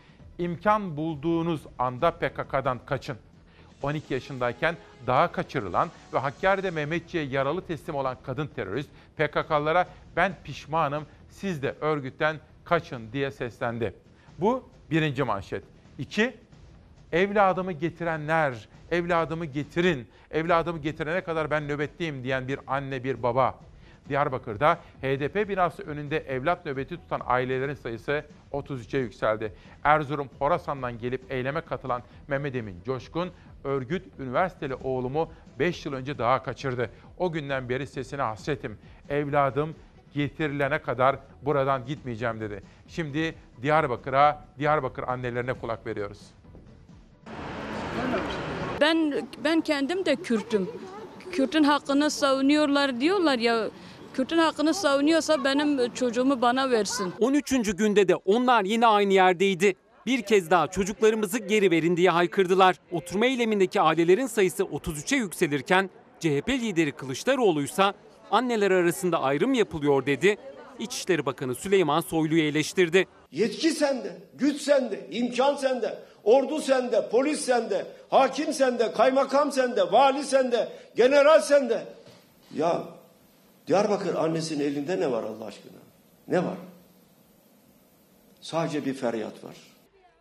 [SPEAKER 1] İmkan bulduğunuz anda P K K'dan kaçın. on iki yaşındayken dağa kaçırılan ve Hakkari'de Mehmetçiğe yaralı teslim olan kadın terörist P K K'lılara ben pişmanım, siz de örgütten kaçın diye seslendi. Bu birinci manşet. İki, evladımı getirenler, evladımı getirin, evladımı getirene kadar ben nöbetteyim diyen bir anne, bir baba. Diyarbakır'da H D P binası önünde evlat nöbeti tutan ailelerin sayısı otuz üçe yükseldi. Erzurum, Horasan'dan gelip eyleme katılan Mehmet Emin Coşkun, örgüt üniversiteli oğlumu beş yıl önce daha kaçırdı. O günden beri sesine hasretim. Evladım getirilene kadar buradan gitmeyeceğim dedi. Şimdi Diyarbakır'a, Diyarbakır annelerine kulak veriyoruz.
[SPEAKER 2] Ben ben kendim de Kürt'üm. Kürt'ün hakkını savunuyorlar diyorlar ya. Kürt'ün hakkını savunuyorsa benim çocuğumu bana versin.
[SPEAKER 6] on üçüncü günde de onlar yine aynı yerdeydi. Bir kez daha çocuklarımızı geri verin diye haykırdılar. Oturma eylemindeki ailelerin sayısı otuz üçe yükselirken C H P lideri Kılıçdaroğlu ise anneler arasında ayrım yapılıyor dedi. İçişleri Bakanı Süleyman Soylu'yu eleştirdi.
[SPEAKER 23] Yetki sende, güç sende, imkan sende, ordu sende, polis sende, hakim sende, kaymakam sende, vali sende, general sende. Ya Diyarbakır annesinin elinde ne var Allah aşkına? Ne var? Sadece bir feryat var.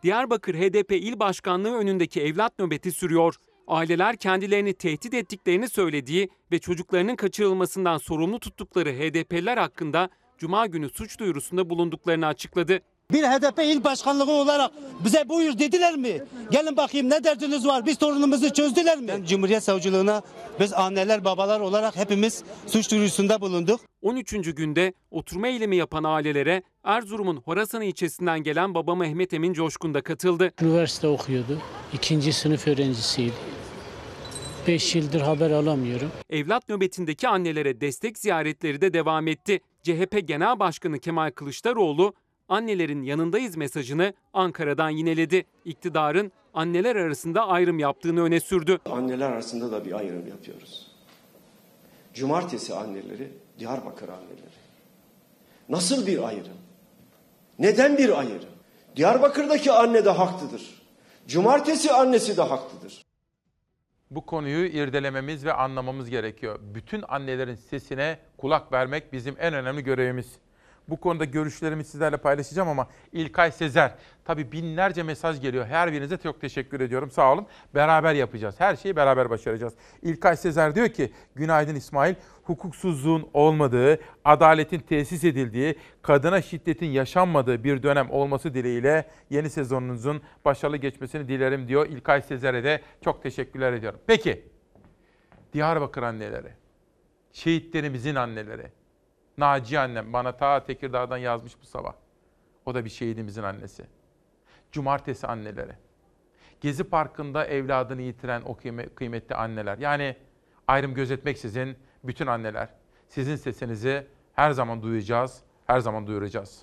[SPEAKER 6] Diyarbakır H D P İl Başkanlığı önündeki evlat nöbeti sürüyor. Aileler kendilerini tehdit ettiklerini söylediği ve çocuklarının kaçırılmasından sorumlu tuttukları H D P'liler hakkında Cuma günü suç duyurusunda bulunduklarını açıkladı.
[SPEAKER 4] Bir H D P il başkanlığı olarak bize buyur dediler mi? Gelin bakayım ne derdiniz var? Biz sorunumuzu çözdüler mi? Ben Cumhuriyet Savcılığına biz anneler babalar olarak hepimiz suç duyurusunda bulunduk.
[SPEAKER 6] on üçüncü günde oturma eylemi yapan ailelere Erzurum'un Horasan ilçesinden gelen baba Mehmet Emin Coşkun da katıldı.
[SPEAKER 5] Üniversite okuyordu. İkinci sınıf öğrencisiydi. beş yıldır haber alamıyorum.
[SPEAKER 6] Evlat nöbetindeki annelere destek ziyaretleri de devam etti. C H P Genel Başkanı Kemal Kılıçdaroğlu annelerin yanındayız mesajını Ankara'dan yineledi. İktidarın anneler arasında ayrım yaptığını öne sürdü.
[SPEAKER 23] Anneler arasında da bir ayrım yapıyoruz. Cumartesi anneleri, Diyarbakır anneleri. Nasıl bir ayrım? Neden bir ayrım? Diyarbakır'daki anne de haklıdır. Cumartesi annesi de haklıdır.
[SPEAKER 1] Bu konuyu irdelememiz ve anlamamız gerekiyor. Bütün annelerin sesine kulak vermek bizim en önemli görevimiz. Bu konuda görüşlerimi sizlerle paylaşacağım ama İlkay Sezer, tabii binlerce mesaj geliyor. Her birinize çok teşekkür ediyorum. Sağ olun. Beraber yapacağız. Her şeyi beraber başaracağız. İlkay Sezer diyor ki, günaydın İsmail, hukuksuzluğun olmadığı, adaletin tesis edildiği, kadına şiddetin yaşanmadığı bir dönem olması dileğiyle yeni sezonunuzun başarılı geçmesini dilerim diyor. İlkay Sezer'e de çok teşekkürler ediyorum. Peki, Diyarbakır anneleri, şehitlerimizin anneleri, Naciye annem bana ta Tekirdağ'dan yazmış bu sabah. O da bir şehidimizin annesi. Cumartesi anneleri. Gezi Parkı'nda evladını yitiren o kıymetli anneler. Yani ayrım gözetmeksizin bütün anneler. Sizin sesinizi her zaman duyacağız, her zaman duyuracağız.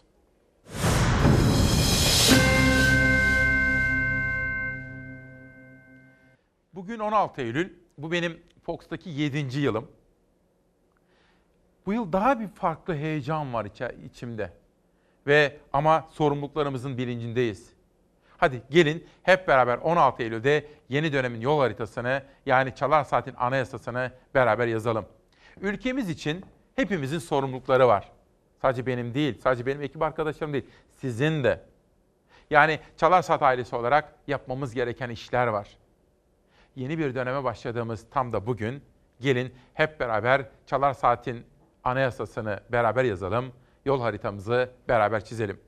[SPEAKER 1] Bugün on altı Eylül. Bu benim Fox'taki yedinci yılım. Bu yıl daha bir farklı heyecan var içimde. Ve ama sorumluluklarımızın bilincindeyiz. Hadi gelin hep beraber on altı Eylül'de yeni dönemin yol haritasını, yani Çalar Saat'in anayasasını beraber yazalım. Ülkemiz için hepimizin sorumlulukları var. Sadece benim değil, sadece benim ekip arkadaşlarım değil, sizin de. Yani Çalar Saat ailesi olarak yapmamız gereken işler var. Yeni bir döneme başladığımız tam da bugün, gelin hep beraber Çalar Saat'in anayasasını beraber yazalım, yol haritamızı beraber çizelim.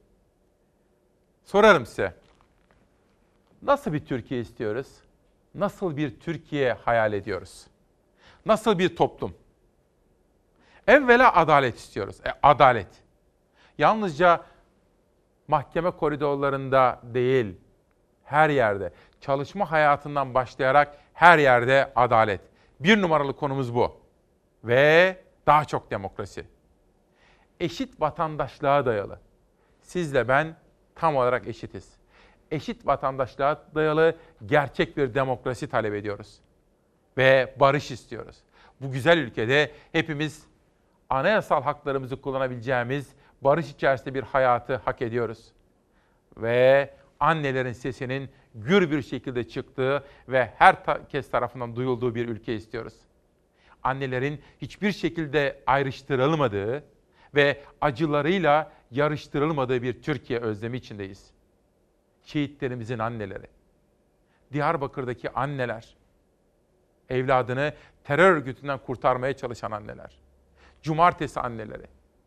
[SPEAKER 1] Sorarım size, nasıl bir Türkiye istiyoruz? Nasıl bir Türkiye hayal ediyoruz? Nasıl bir toplum? Evvela adalet istiyoruz. E, adalet. Yalnızca mahkeme koridorlarında değil, her yerde, çalışma hayatından başlayarak her yerde adalet. Bir numaralı konumuz bu. Ve daha çok demokrasi. Eşit vatandaşlığa dayalı. Sizle ben tam olarak eşitiz. Eşit vatandaşlığa dayalı gerçek bir demokrasi talep ediyoruz. Ve barış istiyoruz. Bu güzel ülkede hepimiz anayasal haklarımızı kullanabileceğimiz barış içerisinde bir hayatı hak ediyoruz. Ve annelerin sesinin gür bir şekilde çıktığı ve herkes tarafından duyulduğu bir ülke istiyoruz. Annelerin hiçbir şekilde ayrıştırılmadığı ve acılarıyla yarıştırılmadığı bir Türkiye özlemi içindeyiz. Şehitlerimizin anneleri, Diyarbakır'daki anneler, evladını terör örgütünden kurtarmaya çalışan anneler, Cumartesi anneleri,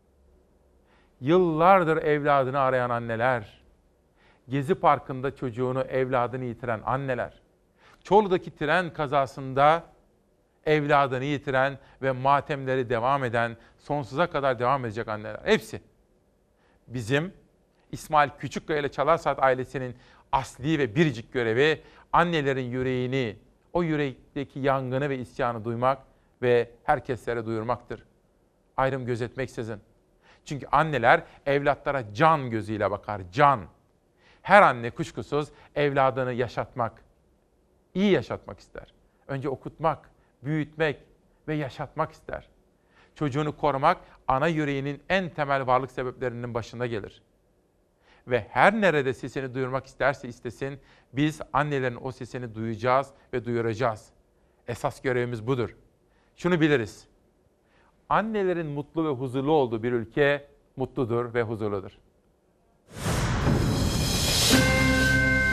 [SPEAKER 1] yıllardır evladını arayan anneler, Gezi Parkı'nda çocuğunu, evladını yitiren anneler, Çorlu'daki tren kazasında evladını yitiren ve matemleri devam eden, sonsuza kadar devam edecek anneler. Hepsi. Bizim İsmail Küçükkaya ile Çalar Saat ailesinin asli ve biricik görevi annelerin yüreğini, o yürekteki yangını ve isyanı duymak ve herkeslere duyurmaktır. Ayrım gözetmeksizin. Çünkü anneler evlatlara can gözüyle bakar, can. Her anne kuşkusuz evladını yaşatmak, iyi yaşatmak ister. Önce okutmak, büyütmek ve yaşatmak ister. Çocuğunu korumak ana yüreğinin en temel varlık sebeplerinin başında gelir. Ve her nerede sesini duyurmak isterse istesin, biz annelerin o sesini duyacağız ve duyuracağız. Esas görevimiz budur. Şunu biliriz. Annelerin mutlu ve huzurlu olduğu bir ülke mutludur ve huzurludur.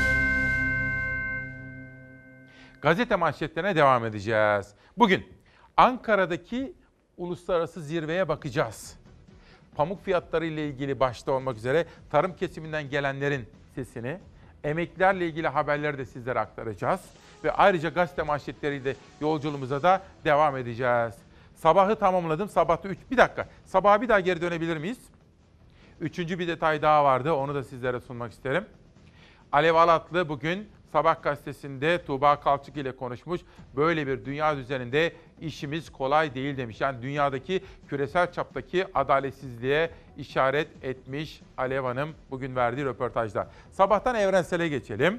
[SPEAKER 1] Gazete manşetlerine devam edeceğiz. Bugün Ankara'daki uluslararası zirveye bakacağız. Pamuk fiyatları ile ilgili başta olmak üzere tarım kesiminden gelenlerin sesini, emeklilerle ilgili haberleri de sizlere aktaracağız. Ve ayrıca gazete manşetleriyle yolculuğumuza da devam edeceğiz. Sabahı tamamladım. Sabahta üç. Bir dakika. Sabaha bir daha geri dönebilir miyiz? Üçüncü bir detay daha vardı. Onu da sizlere sunmak isterim. Alev Alatlı bugün Sabah gazetesinde Tuğba Kalçık ile konuşmuş. Böyle bir dünya düzeninde işimiz kolay değil demiş. Yani dünyadaki küresel çaptaki adaletsizliğe işaret etmiş Alev Hanım bugün verdiği röportajda. Sabahtan Evrensel'e geçelim.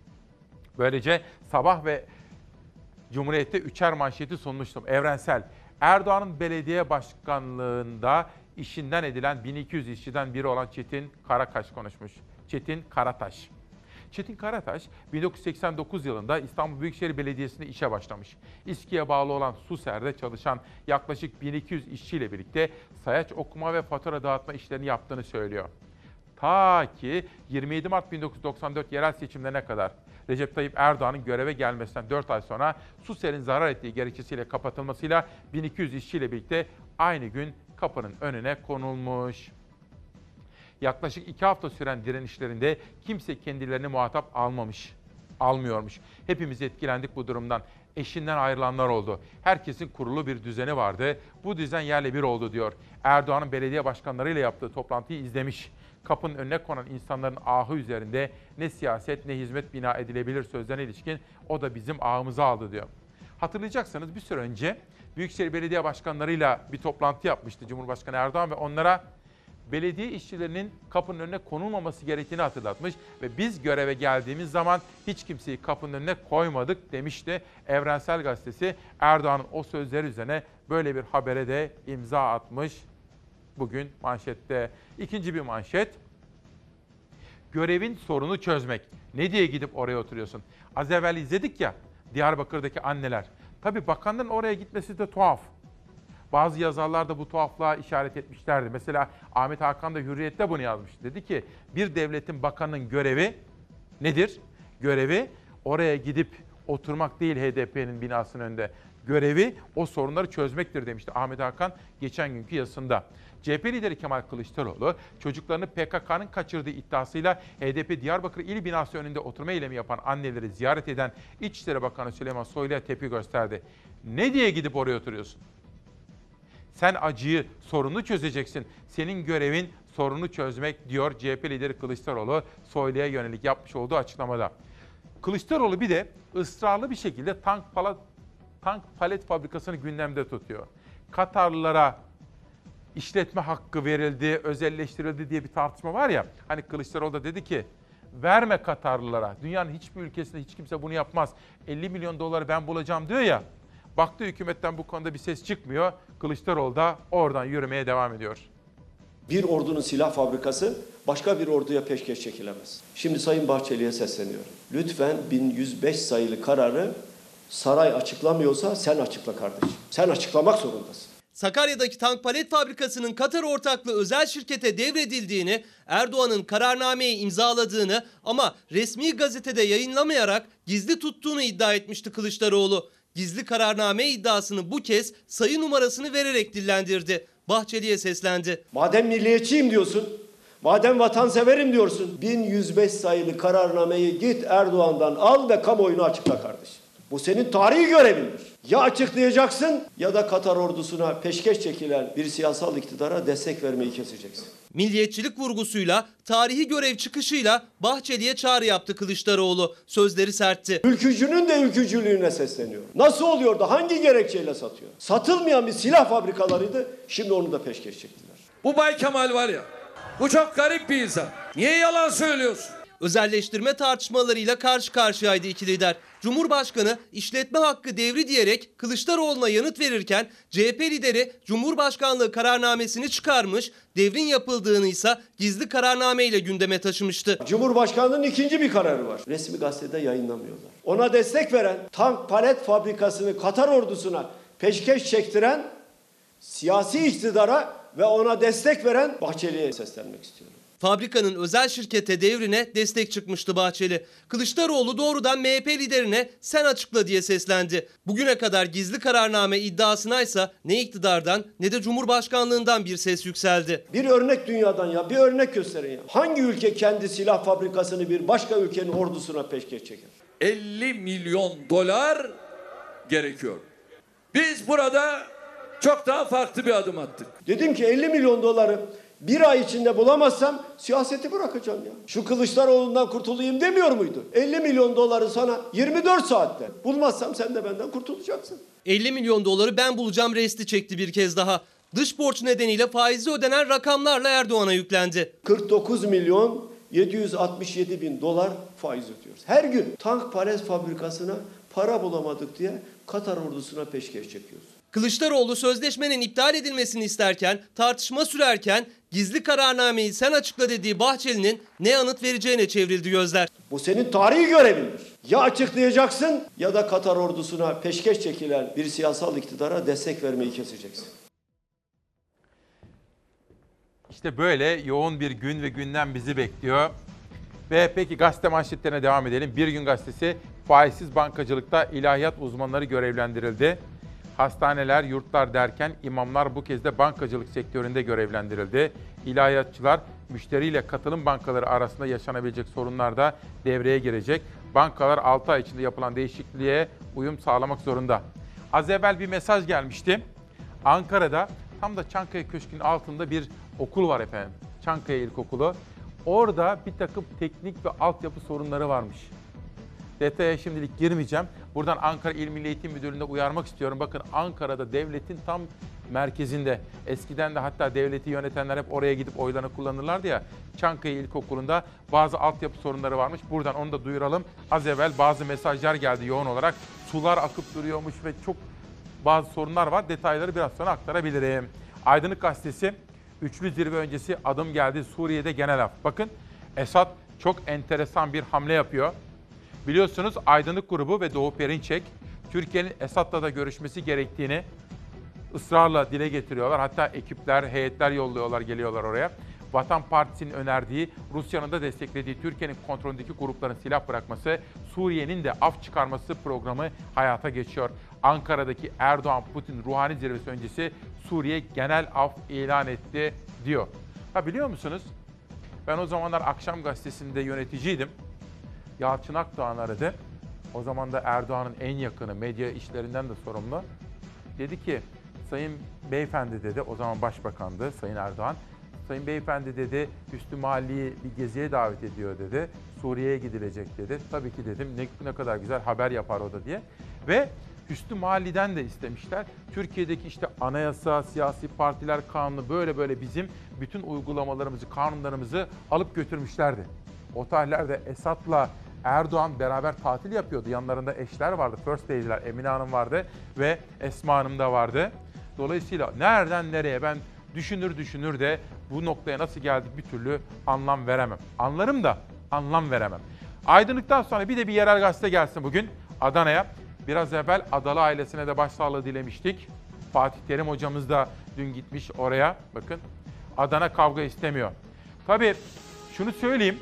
[SPEAKER 1] Böylece Sabah ve Cumhuriyet'te üçer manşeti sunmuştum. Evrensel, Erdoğan'ın belediye başkanlığında işinden edilen bin iki yüz işçiden biri olan Çetin Karakaş konuşmuş. Çetin Karataş. Çetin Karataş, bin dokuz yüz seksen dokuz yılında İstanbul Büyükşehir Belediyesi'nde işe başlamış. İSKİ'ye bağlı olan SUSER'de çalışan yaklaşık bin iki yüz işçiyle birlikte sayaç okuma ve fatura dağıtma işlerini yaptığını söylüyor. Ta ki yirmi yedi Mart bin dokuz yüz doksan dört yerel seçimlerine kadar Recep Tayyip Erdoğan'ın göreve gelmesinden dört ay sonra SUSER'in zarar ettiği gerekçesiyle kapatılmasıyla bin iki yüz işçiyle birlikte aynı gün kapının önüne konulmuş. Yaklaşık iki hafta süren direnişlerinde kimse kendilerini muhatap almamış, almıyormuş. Hepimiz etkilendik bu durumdan. Eşinden ayrılanlar oldu. Herkesin kurulu bir düzeni vardı. Bu düzen yerle bir oldu diyor. Erdoğan'ın belediye başkanlarıyla yaptığı toplantıyı izlemiş. Kapının önüne konan insanların ahı üzerinde ne siyaset ne hizmet bina edilebilir sözlerine ilişkin o da bizim ahımızı aldı diyor. Hatırlayacaksınız bir süre önce Büyükşehir Belediye Başkanlarıyla bir toplantı yapmıştı Cumhurbaşkanı Erdoğan ve onlara belediye işçilerinin kapının önüne konulmaması gerektiğini hatırlatmış ve biz göreve geldiğimiz zaman hiç kimseyi kapının önüne koymadık demişti. Evrensel Gazetesi Erdoğan'ın o sözleri üzerine böyle bir habere de imza atmış bugün manşette. İkinci bir manşet, görevin sorunu çözmek. Ne diye gidip oraya oturuyorsun? Az evvel izledik ya Diyarbakır'daki anneler. Tabii bakanların oraya gitmesi de tuhaf. Bazı yazarlar da bu tuhaflığa işaret etmişlerdi. Mesela Ahmet Hakan da Hürriyet'te bunu yazmış. Dedi ki bir devletin bakanının görevi nedir? Görevi oraya gidip oturmak değil H D P'nin binasının önünde. Görevi o sorunları çözmektir demişti Ahmet Hakan geçen günkü yazısında. C H P lideri Kemal Kılıçdaroğlu çocuklarını P K K'nın kaçırdığı iddiasıyla H D P Diyarbakır İl Binası önünde oturma eylemi yapan anneleri ziyaret eden İçişleri Bakanı Süleyman Soylu'ya tepki gösterdi. Ne diye gidip oraya oturuyorsun? Sen acıyı, sorunu çözeceksin. Senin görevin sorunu çözmek diyor C H P lideri Kılıçdaroğlu Soylu'ya yönelik yapmış olduğu açıklamada. Kılıçdaroğlu bir de ısrarlı bir şekilde tank palet, tank palet fabrikasını gündemde tutuyor. Katarlılara işletme hakkı verildi, özelleştirildi diye bir tartışma var ya. Hani Kılıçdaroğlu da dedi ki verme Katarlılara. Dünyanın hiçbir ülkesinde hiç kimse bunu yapmaz. elli milyon doları ben bulacağım diyor ya. Baktı hükümetten bu konuda bir ses çıkmıyor. Kılıçdaroğlu da oradan yürümeye devam ediyor.
[SPEAKER 23] Bir ordunun silah fabrikası başka bir orduya peşkeş çekilemez. Şimdi Sayın Bahçeli'ye sesleniyorum. Lütfen bin yüz beş sayılı kararı saray açıklamıyorsa sen açıkla kardeşim. Sen açıklamak zorundasın.
[SPEAKER 11] Sakarya'daki tank palet fabrikasının Katar ortaklı özel şirkete devredildiğini, Erdoğan'ın kararnameyi imzaladığını ama resmi gazetede yayınlamayarak gizli tuttuğunu iddia etmişti Kılıçdaroğlu. Gizli kararname iddiasını bu kez sayı numarasını vererek dillendirdi. Bahçeli'ye seslendi.
[SPEAKER 23] Madem milliyetçiyim diyorsun, madem vatanseverim diyorsun, bin yüz beş sayılı kararnameyi git Erdoğan'dan al ve kamuoyunu açıkla kardeşim. Bu senin tarihi görevindir. Ya açıklayacaksın ya da Katar ordusuna peşkeş çekilen bir siyasal iktidara destek vermeyi keseceksin.
[SPEAKER 11] Milliyetçilik vurgusuyla, tarihi görev çıkışıyla Bahçeli'ye çağrı yaptı Kılıçdaroğlu. Sözleri sertti.
[SPEAKER 23] Ülkücünün de ülkücülüğüne sesleniyor. Nasıl oluyor da hangi gerekçeyle satıyor? Satılmayan bir silah fabrikalarıydı, şimdi onu da peşkeş çektiler.
[SPEAKER 14] Bu Bay Kemal var ya, bu çok garip bir insan. Niye yalan söylüyorsun?
[SPEAKER 11] Özelleştirme tartışmalarıyla karşı karşıyaydı iki lider. Cumhurbaşkanı işletme hakkı devri diyerek Kılıçdaroğlu'na yanıt verirken C H P lideri Cumhurbaşkanlığı kararnamesini çıkarmış, devrin yapıldığını ise gizli kararnameyle gündeme taşımıştı.
[SPEAKER 23] Cumhurbaşkanlığının ikinci bir kararı var. Resmi gazetede yayınlamıyorlar. Ona destek veren, tank palet fabrikasını Katar ordusuna peşkeş çektiren siyasi iktidara ve ona destek veren Bahçeli'ye seslenmek istiyorum.
[SPEAKER 11] Fabrikanın özel şirkete devrine destek çıkmıştı Bahçeli. Kılıçdaroğlu doğrudan M H P liderine sen açıkla diye seslendi. Bugüne kadar gizli kararname iddiasınaysa ne iktidardan ne de Cumhurbaşkanlığından bir ses yükseldi.
[SPEAKER 23] Bir örnek dünyadan ya, bir örnek gösterin ya. Hangi ülke kendi silah fabrikasını bir başka ülkenin ordusuna peşkeş çeker?
[SPEAKER 14] elli milyon dolar gerekiyor. Biz burada çok daha farklı bir adım attık.
[SPEAKER 23] Dedim ki elli milyon doları bir ay içinde bulamazsam siyaseti bırakacağım ya. Şu Kılıçdaroğlu'ndan kurtulayım demiyor muydu? elli milyon doları sana yirmi dört saatte. Bulmazsam sen de benden kurtulacaksın.
[SPEAKER 11] elli milyon doları ben bulacağım resti çekti bir kez daha. Dış borç nedeniyle faizi ödenen rakamlarla Erdoğan'a yüklendi.
[SPEAKER 23] kırk dokuz milyon yedi yüz altmış yedi bin dolar faiz ödüyoruz. Her gün tank palet fabrikasına para bulamadık diye Katar ordusuna peşkeş çekiyoruz.
[SPEAKER 11] Kılıçdaroğlu sözleşmenin iptal edilmesini isterken, tartışma sürerken gizli kararnameyi sen açıkla dediği Bahçeli'nin ne yanıt vereceğine çevrildi gözler.
[SPEAKER 23] Bu senin tarihi görevindir. Ya açıklayacaksın ya da Katar ordusuna peşkeş çekilen bir siyasal iktidara destek vermeyi keseceksin.
[SPEAKER 1] İşte böyle yoğun bir gün ve gündem bizi bekliyor. Ve peki gazete manşetlerine devam edelim. Bir Gün Gazetesi, faizsiz bankacılıkta ilahiyat uzmanları görevlendirildi. Hastaneler, yurtlar derken imamlar bu kez de bankacılık sektöründe görevlendirildi. İlahiyatçılar, müşteriyle katılım bankaları arasında yaşanabilecek sorunlar da devreye girecek. Bankalar altı ay içinde yapılan değişikliğe uyum sağlamak zorunda. Az evvel bir mesaj gelmişti. Ankara'da tam da Çankaya Köşkü'nün altında bir okul var efendim. Çankaya İlkokulu. Orada bir takım teknik ve altyapı sorunları varmış. Detaya şimdilik girmeyeceğim. Buradan Ankara İl Milli Eğitim Müdürlüğü'nde uyarmak istiyorum. Bakın Ankara'da devletin tam merkezinde. Eskiden de hatta devleti yönetenler hep oraya gidip oylarını kullanırlardı ya. Çankaya İlkokulu'nda bazı altyapı sorunları varmış. Buradan onu da duyuralım. Az evvel bazı mesajlar geldi yoğun olarak. Sular akıp duruyormuş ve çok bazı sorunlar var. Detayları biraz sonra aktarabilirim. Aydınlık Gazetesi, üçlü zirve öncesi adım geldi Suriye'de genel af. Bakın Esad çok enteresan bir hamle yapıyor. Biliyorsunuz Aydınlık Grubu ve Doğu Perinçek, Türkiye'nin Esad'la da görüşmesi gerektiğini ısrarla dile getiriyorlar. Hatta ekipler, heyetler yolluyorlar, geliyorlar oraya. Vatan Partisi'nin önerdiği, Rusya'nın da desteklediği Türkiye'nin kontrolündeki grupların silah bırakması, Suriye'nin de af çıkarması programı hayata geçiyor. Ankara'daki Erdoğan-Putin ruhani zirvesi öncesi Suriye genel af ilan etti diyor. Ha biliyor musunuz? Ben o zamanlar Akşam Gazetesi'nde yöneticiydim. Yalçın Akdoğan aradı. O zaman da Erdoğan'ın en yakını, medya işlerinden de sorumlu. Dedi ki, Sayın Beyefendi dedi, o zaman Başbakandı Sayın Erdoğan. Sayın Beyefendi dedi, Hüsnü Mahalli'yi bir geziye davet ediyor dedi. Suriye'ye gidilecek dedi. Tabii ki dedim, ne, ne kadar güzel haber yapar o da diye. Ve Hüsnü Mahalli'den de istemişler. Türkiye'deki işte anayasa, siyasi partiler kanunu böyle böyle bizim bütün uygulamalarımızı, kanunlarımızı alıp götürmüşlerdi. O tarihlerde Esad'la Erdoğan beraber tatil yapıyordu. Yanlarında eşler vardı, First Lady'ler, Emine Hanım vardı ve Esma Hanım da vardı. Dolayısıyla nereden nereye ben düşünür düşünür de bu noktaya nasıl geldik bir türlü anlam veremem. Anlarım da anlam veremem. Aydınlıktan sonra bir de bir yerel gazete gelsin bugün Adana'ya. Biraz evvel Adalı ailesine de başsağlığı dilemiştik. Fatih Terim hocamız da dün gitmiş oraya. Bakın Adana kavga istemiyor. Tabii şunu söyleyeyim.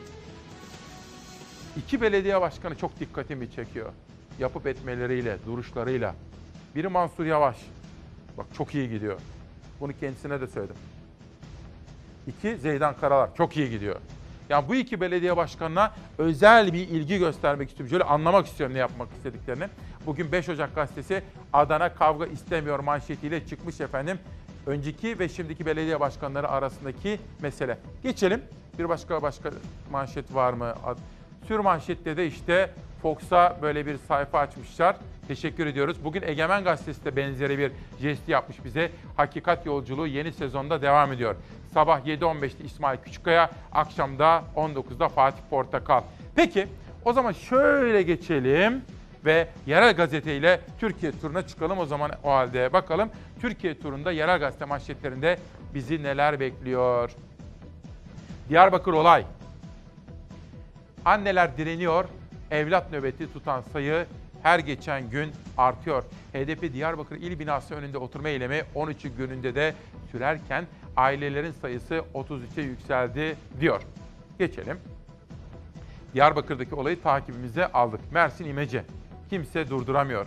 [SPEAKER 1] İki belediye başkanı çok dikkatimi çekiyor. Yapıp etmeleriyle, duruşlarıyla. Biri Mansur Yavaş. Bak çok iyi gidiyor. Bunu kendisine de söyledim. İki Zeydan Karalar. Çok iyi gidiyor. Yani bu iki belediye başkanına özel bir ilgi göstermek istiyorum. Şöyle anlamak istiyorum ne yapmak istediklerini. Bugün beş Ocak gazetesi Adana kavga istemiyor manşetiyle çıkmış efendim. Önceki ve şimdiki belediye başkanları arasındaki mesele. Geçelim. Bir başka başka manşet var mı? Sür manşette de işte Fox'a böyle bir sayfa açmışlar. Teşekkür ediyoruz. Bugün Egemen Gazetesi de benzeri bir jesti yapmış bize. Hakikat Yolculuğu yeni sezonda devam ediyor. Sabah yedi on beşte İsmail Küçükkaya, akşamda on dokuzda Fatih Portakal. Peki o zaman şöyle geçelim ve yerel gazeteyle Türkiye turuna çıkalım o zaman o halde. Bakalım Türkiye turunda yerel gazete manşetlerinde bizi neler bekliyor? Diyarbakır olay. Anneler direniyor, evlat nöbeti tutan sayı her geçen gün artıyor. H D P Diyarbakır İl Binası önünde oturma eylemi on üçü gününde de sürerken ailelerin sayısı otuz üçe yükseldi diyor. Geçelim. Diyarbakır'daki olayı takibimize aldık. Mersin İmece. Kimse durduramıyor.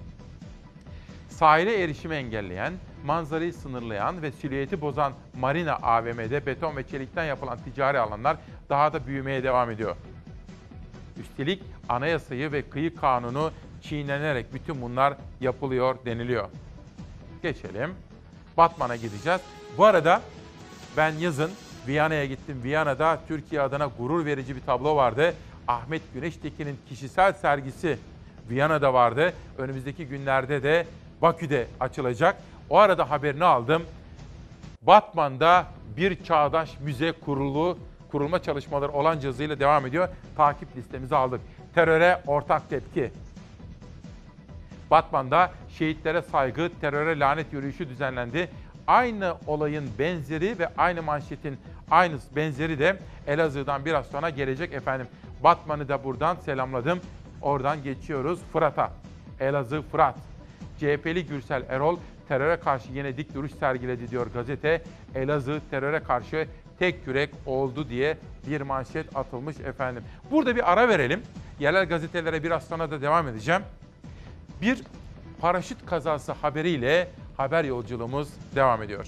[SPEAKER 1] Sahile erişimi engelleyen, manzarayı sınırlayan ve silüeti bozan Marina A V M'de beton ve çelikten yapılan ticari alanlar daha da büyümeye devam ediyor. Üstelik anayasayı ve kıyı kanunu çiğnenerek bütün bunlar yapılıyor deniliyor. Geçelim. Batman'a gideceğiz. Bu arada ben yazın Viyana'ya gittim. Viyana'da Türkiye adına gurur verici bir tablo vardı. Ahmet Güneştekin'in kişisel sergisi Viyana'da vardı. Önümüzdeki günlerde de Bakü'de açılacak. O arada haberini aldım. Batman'da bir çağdaş müze kurulu, kurulma çalışmaları olan hızıyla devam ediyor. Takip listemize aldık. Teröre ortak tepki. Batman'da şehitlere saygı, teröre lanet yürüyüşü düzenlendi. Aynı olayın benzeri ve aynı manşetin aynı benzeri de Elazığ'dan biraz sonra gelecek efendim. Batman'ı da buradan selamladım. Oradan geçiyoruz Fırat'a. Elazığ Fırat. C H P'li Gürsel Erol teröre karşı yine dik duruş sergiledi diyor gazete. Elazığ teröre karşı tek yürek oldu diye bir manşet atılmış efendim. Burada bir ara verelim. Yerel gazetelere biraz sonra da devam edeceğim. Bir paraşüt kazası haberiyle haber yolculuğumuz devam ediyor.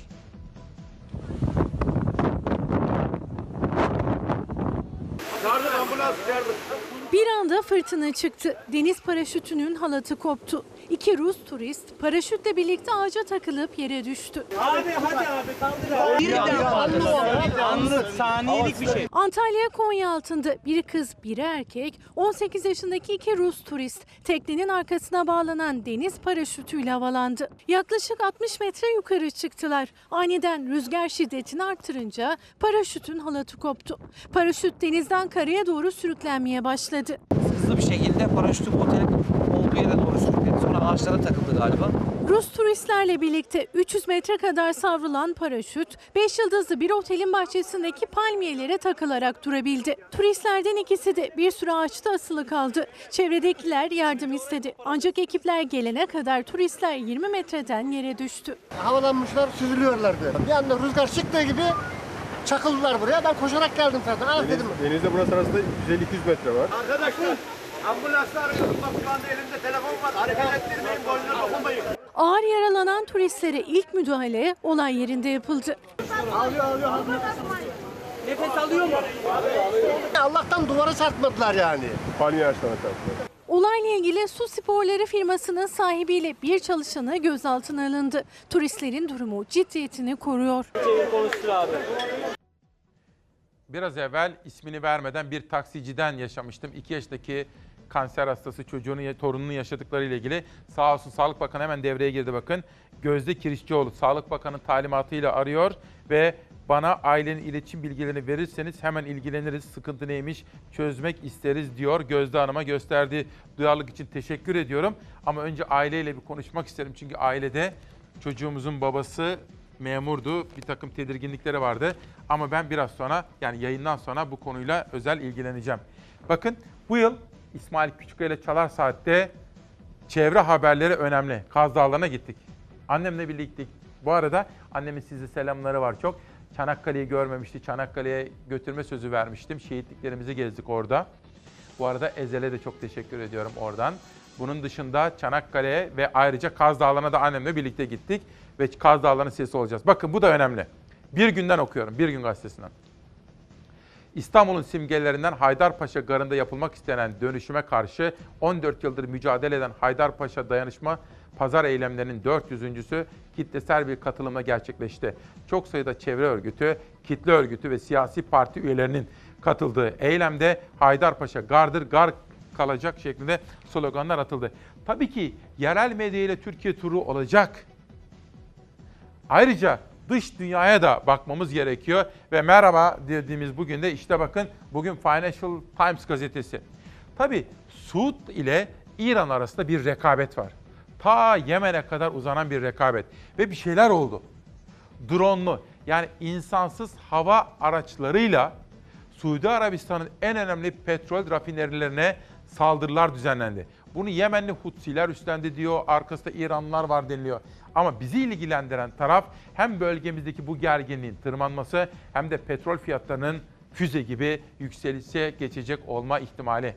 [SPEAKER 10] Bir anda fırtına çıktı. Deniz paraşütünün halatı koptu. İki Rus turist paraşütle birlikte ağaca takılıp yere düştü.
[SPEAKER 12] Hadi hadi abi kaldır.
[SPEAKER 10] Anlık, saniyelik bir şey. Antalya Konyaaltı'nda bir kız, biri erkek, on sekiz yaşındaki iki Rus turist teknenin arkasına bağlanan deniz paraşütüyle havalandı. Yaklaşık altmış metre yukarı çıktılar. Aniden rüzgar şiddetini artırınca paraşütün halatı koptu. Paraşüt denizden karaya doğru sürüklenmeye başladı.
[SPEAKER 16] Hızlı bir şekilde paraşütü otelin olduğu yere doğru sürükledi. Sonra ağaçlara takıldı galiba.
[SPEAKER 10] Rus turistlerle birlikte üç yüz metre kadar savrulan paraşüt, beş yıldızlı bir otelin bahçesindeki palmiyelere takılarak durabildi. Turistlerden ikisi de bir süre ağaçta asılı kaldı. Çevredekiler yardım istedi. Ancak ekipler gelene kadar turistler yirmi metreden yere düştü.
[SPEAKER 18] Havalanmışlar, süzülüyorlardı. Bir anda rüzgar çıktığı gibi çakıldılar buraya. Ben koşarak geldim zaten. Ah dedim.
[SPEAKER 20] Denizle burası arasında yüz elli iki yüz metre var.
[SPEAKER 18] Arkadaşlar, ambulanslar arıyorum. Bak şu anda elimde telefon var. Hareket ettirmeyin, boynuna dokunmayın.
[SPEAKER 10] Ağır yaralanan turistlere ilk müdahale olay yerinde yapıldı.
[SPEAKER 18] Alıyor, alıyor, alıyor. Nefes alıyor mu? Allah'tan duvara çarpmadılar yani.
[SPEAKER 20] Palmiye ağaçlarına çarptılar.
[SPEAKER 10] Olayla ilgili Su Sporları firmasının sahibiyle bir çalışanı gözaltına alındı. Turistlerin durumu ciddiyetini koruyor.
[SPEAKER 20] Konuştur abi.
[SPEAKER 1] Biraz evvel ismini vermeden bir taksiciden yaşamıştım. iki yaşındaki kanser hastası çocuğunu, torununu yaşadıklarıyla ilgili. Sağ olsun Sağlık Bakanı hemen devreye girdi bakın. Gözde Kirişçioğlu Sağlık Bakanı talimatıyla arıyor ve bana ailenin iletişim bilgilerini verirseniz hemen ilgileniriz. Sıkıntı neymiş çözmek isteriz diyor. Gözde Hanım'a gösterdiği duyarlılık için teşekkür ediyorum. Ama önce aileyle bir konuşmak isterim. Çünkü ailede çocuğumuzun babası memurdu. Bir takım tedirginlikleri vardı. Ama ben biraz sonra yani yayından sonra bu konuyla özel ilgileneceğim. Bakın bu yıl İsmail Küçükkaya ile Çalar Saat'te çevre haberleri önemli. Kaz Dağları'na gittik. Annemle birlikte. Bu arada annemin size selamları var çok. Çanakkale'yi görmemişti. Çanakkale'ye götürme sözü vermiştim. Şehitliklerimizi gezdik orada. Bu arada Ezel'e de çok teşekkür ediyorum oradan. Bunun dışında Çanakkale'ye ve ayrıca Kaz Dağları'na da annemle birlikte gittik. Ve Kaz Dağları'nın sesi olacağız. Bakın bu da önemli. Bir günden okuyorum. Bir Gün Gazetesi'nden. İstanbul'un simgelerinden Haydarpaşa Garı'nda yapılmak istenen dönüşüme karşı on dört yıldır mücadele eden Haydarpaşa Dayanışma Pazar eylemlerinin dört yüzüncüsü kitlesel bir katılımla gerçekleşti. Çok sayıda çevre örgütü, kitle örgütü ve siyasi parti üyelerinin katıldığı eylemde Haydarpaşa gardır, gar kalacak şeklinde sloganlar atıldı. Tabii ki yerel medya ile Türkiye turu olacak. Ayrıca dış dünyaya da bakmamız gerekiyor ve merhaba dediğimiz bugün de işte bakın bugün Financial Times gazetesi. Tabii Suud ile İran arasında bir rekabet var. Ta Yemen'e kadar uzanan bir rekabet ve bir şeyler oldu. Drone'lu yani insansız hava araçlarıyla Suudi Arabistan'ın en önemli petrol rafinerilerine saldırılar düzenlendi. Bunu Yemenli Hutsiler üstlendi diyor, arkasında İranlılar var deniliyor. Ama bizi ilgilendiren taraf hem bölgemizdeki bu gerginliğin tırmanması hem de petrol fiyatlarının füze gibi yükselişe geçecek olma ihtimali.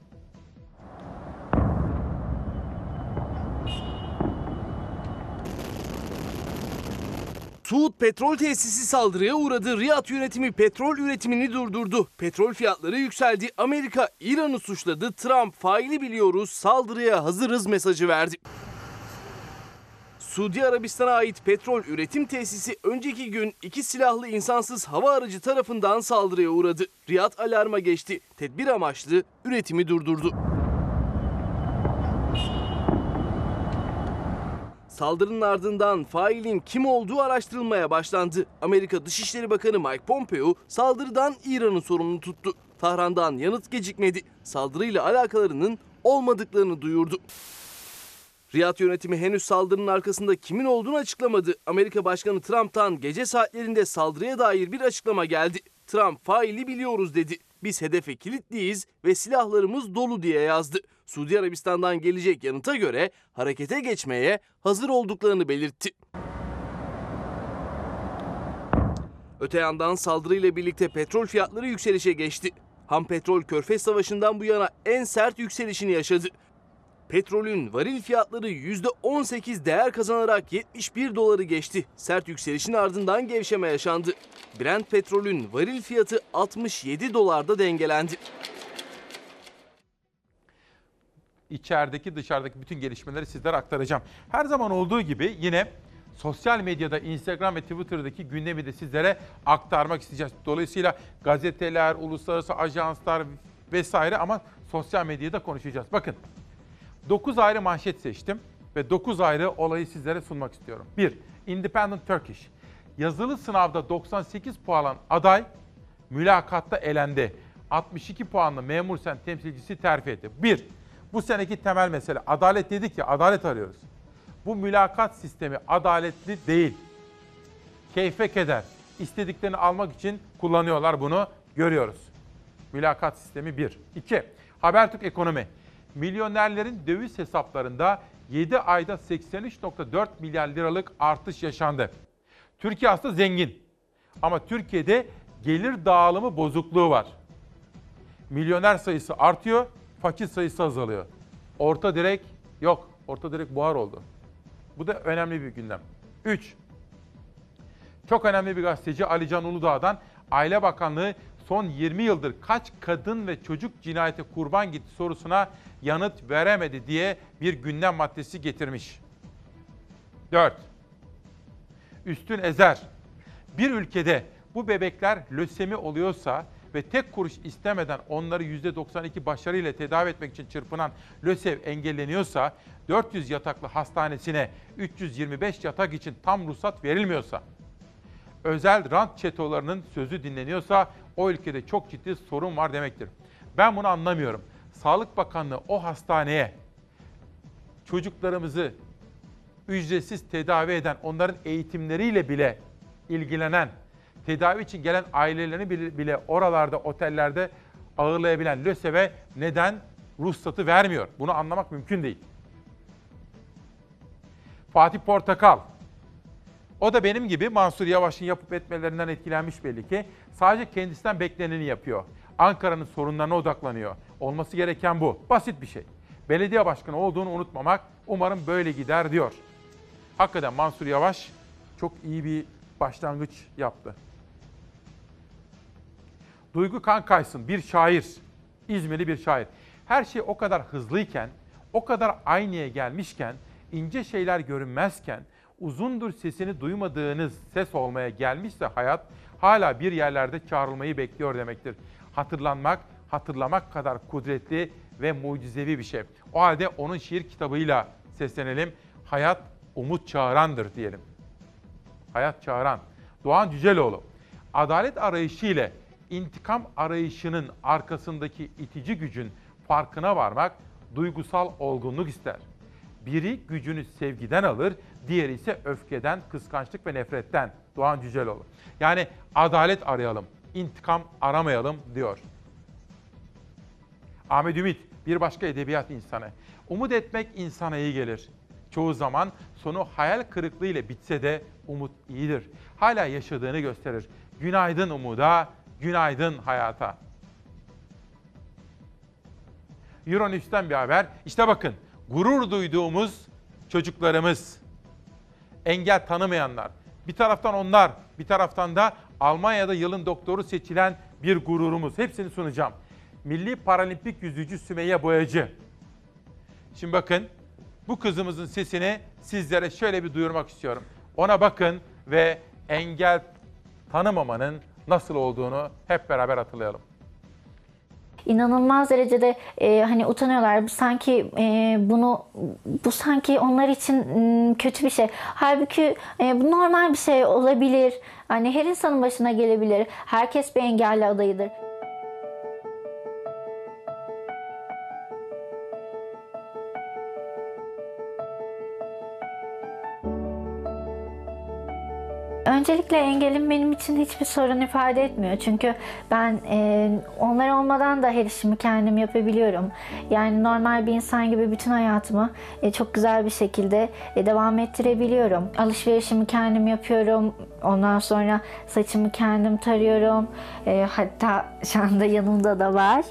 [SPEAKER 8] Suud petrol tesisi saldırıya uğradı. Riyad yönetimi petrol üretimini durdurdu. Petrol fiyatları yükseldi. Amerika İran'ı suçladı. Trump faili biliyoruz, saldırıya hazırız mesajı verdi. Suudi Arabistan'a ait petrol üretim tesisi önceki gün iki silahlı insansız hava aracı tarafından saldırıya uğradı. Riyad alarma geçti. Tedbir amaçlı üretimi durdurdu. Saldırının ardından failin kim olduğu araştırılmaya başlandı. Amerika Dışişleri Bakanı Mike Pompeo saldırıdan İran'ı sorumlu tuttu. Tahran'dan yanıt gecikmedi. Saldırıyla alakalarının olmadıklarını duyurdu. Riyad yönetimi henüz saldırının arkasında kimin olduğunu açıklamadı. Amerika Başkanı Trump'tan gece saatlerinde saldırıya dair bir açıklama geldi. Trump faili biliyoruz dedi. Biz hedefe kilitliyiz ve silahlarımız dolu diye yazdı. Suudi Arabistan'dan gelecek yanıta göre harekete geçmeye hazır olduklarını belirtti. Öte yandan saldırıyla birlikte petrol fiyatları yükselişe geçti. Ham petrol Körfez Savaşı'ndan bu yana en sert yükselişini yaşadı. Petrolün varil fiyatları yüzde on sekiz değer kazanarak yetmiş bir doları geçti. Sert yükselişin ardından gevşeme yaşandı. Brent petrolün varil fiyatı altmış yedi dolarda dengelendi.
[SPEAKER 1] İçerideki dışarıdaki bütün gelişmeleri sizlere aktaracağım. Her zaman olduğu gibi yine sosyal medyada, Instagram ve Twitter'daki gündemi de sizlere aktarmak isteyeceğiz. Dolayısıyla gazeteler, uluslararası ajanslar vesaire ama sosyal medyada konuşacağız. Bakın, dokuz ayrı manşet seçtim ve dokuz ayrı olayı sizlere sunmak istiyorum. bir. Independent Turkish. Yazılı sınavda doksan sekiz puan alan aday mülakatta elendi. altmış iki puanlı memur sen temsilcisi terfi etti. bir. Bu seneki temel mesele. Adalet dedik ya, adalet arıyoruz. Bu mülakat sistemi adaletli değil. Keyfe keder. İstediklerini almak için kullanıyorlar, bunu görüyoruz. Mülakat sistemi bir. iki. Habertürk Ekonomi. Milyonerlerin döviz hesaplarında yedi ayda seksen üç virgül dört milyar liralık artış yaşandı. Türkiye aslında zengin. Ama Türkiye'de gelir dağılımı bozukluğu var. Milyoner sayısı artıyor, fakir sayısı azalıyor. Orta direk yok. Orta direk buhar oldu. Bu da önemli bir gündem. üç. Çok önemli bir gazeteci Ali Can Uludağ'dan Aile Bakanlığı son yirmi yıldır kaç kadın ve çocuk cinayete kurban gitti sorusuna yanıt veremedi diye bir gündem maddesi getirmiş. dört. Üstün Ezer. Bir ülkede bu bebekler lösemi oluyorsa ve tek kuruş istemeden onları yüzde doksan iki başarıyla tedavi etmek için çırpınan LÖSEV engelleniyorsa, dört yüz yataklı hastanesine üç yüz yirmi beş yatak için tam ruhsat verilmiyorsa, özel rant çetolarının sözü dinleniyorsa o ülkede çok ciddi sorun var demektir. Ben bunu anlamıyorum. Sağlık Bakanlığı o hastaneye çocuklarımızı ücretsiz tedavi eden, onların eğitimleriyle bile ilgilenen, tedavi için gelen ailelerini bile oralarda, otellerde ağırlayabilen LÖSEV'e neden ruhsatı vermiyor? Bunu anlamak mümkün değil. Fatih Portakal. O da benim gibi Mansur Yavaş'ın yapıp etmelerinden etkilenmiş belli ki. Sadece kendisinden bekleneni yapıyor. Ankara'nın sorunlarına odaklanıyor. Olması gereken bu. Basit bir şey. Belediye başkanı olduğunu unutmamak, umarım böyle gider diyor. Hakikaten Mansur Yavaş çok iyi bir başlangıç yaptı. Duygu Kankaysın, bir şair, İzmirli bir şair. Her şey o kadar hızlıyken, o kadar aynıya gelmişken, ince şeyler görünmezken, uzundur sesini duymadığınız ses olmaya gelmişse hayat, hala bir yerlerde çağrılmayı bekliyor demektir. Hatırlanmak, hatırlamak kadar kudretli ve mucizevi bir şey. O halde onun şiir kitabıyla seslenelim. Hayat umut çağırandır diyelim. Hayat çağıran. Doğan Cüceloğlu. Adalet arayışı ile intikam arayışının arkasındaki itici gücün farkına varmak duygusal olgunluk ister. Biri gücünü sevgiden alır, diğeri ise öfkeden, kıskançlık ve nefretten. Doğan Cüceloğlu. Yani adalet arayalım, intikam aramayalım diyor. Ahmet Ümit, bir başka edebiyat insanı. Umut etmek insana iyi gelir. Çoğu zaman sonu hayal kırıklığı ile bitse de umut iyidir. Hala yaşadığını gösterir. Günaydın umuda, günaydın hayata. Euronews'ten bir haber. İşte bakın, gurur duyduğumuz çocuklarımız, engel tanımayanlar. Bir taraftan onlar, bir taraftan da Almanya'da yılın doktoru seçilen bir gururumuz. Hepsini sunacağım. Milli Paralimpik yüzücü Sümeyye Boyacı. Şimdi bakın, bu kızımızın sesini sizlere şöyle bir duyurmak istiyorum. Ona bakın ve engel tanımamanın nasıl olduğunu hep beraber hatırlayalım.
[SPEAKER 9] İnanılmaz derecede e, hani utanıyorlar. Sanki e, bunu bu sanki onlar için m, kötü bir şey. Halbuki e, bu normal bir şey olabilir. Hani her insanın başına gelebilir. Herkes bir engelli adayıdır. Öncelikle engelim benim için hiçbir sorun ifade etmiyor. Çünkü ben e, onlar olmadan da her işimi kendim yapabiliyorum. Yani normal bir insan gibi bütün hayatımı e, çok güzel bir şekilde e, devam ettirebiliyorum. Alışverişimi kendim yapıyorum. Ondan sonra saçımı kendim tarıyorum. E, hatta şu anda yanımda da var.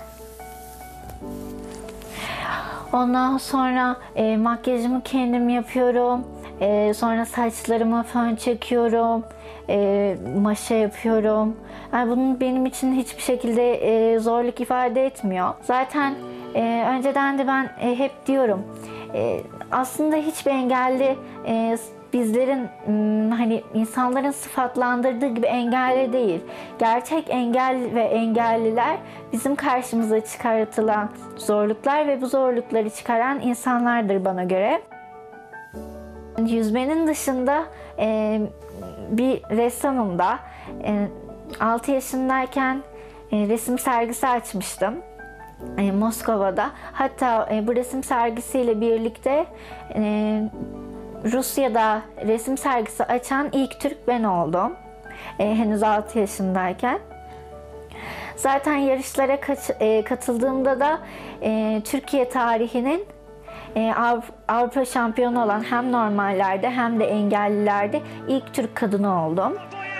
[SPEAKER 9] Ondan sonra e, makyajımı kendim yapıyorum. Ee, sonra saçlarıma fön çekiyorum, e, maşa yapıyorum. Yani bunun benim için hiçbir şekilde e, zorluk ifade etmiyor. Zaten e, önceden de ben e, hep diyorum, e, aslında hiçbir engelli e, bizlerin m, hani insanların sıfatlandırdığı gibi engelli değil. Gerçek engel ve engelliler bizim karşımıza çıkartılan zorluklar ve bu zorlukları çıkaran insanlardır bana göre. Yüzmenin dışında e, bir ressamım da. E, altı yaşındayken e, resim sergisi açmıştım e, Moskova'da. Hatta e, bu resim sergisiyle birlikte e, Rusya'da resim sergisi açan ilk Türk ben oldum. E, henüz altı yaşındayken. Zaten yarışlara kaç, e, katıldığımda da e, Türkiye tarihinin Avrupa şampiyonu olan hem normallerde hem de engellilerde ilk Türk kadını oldum.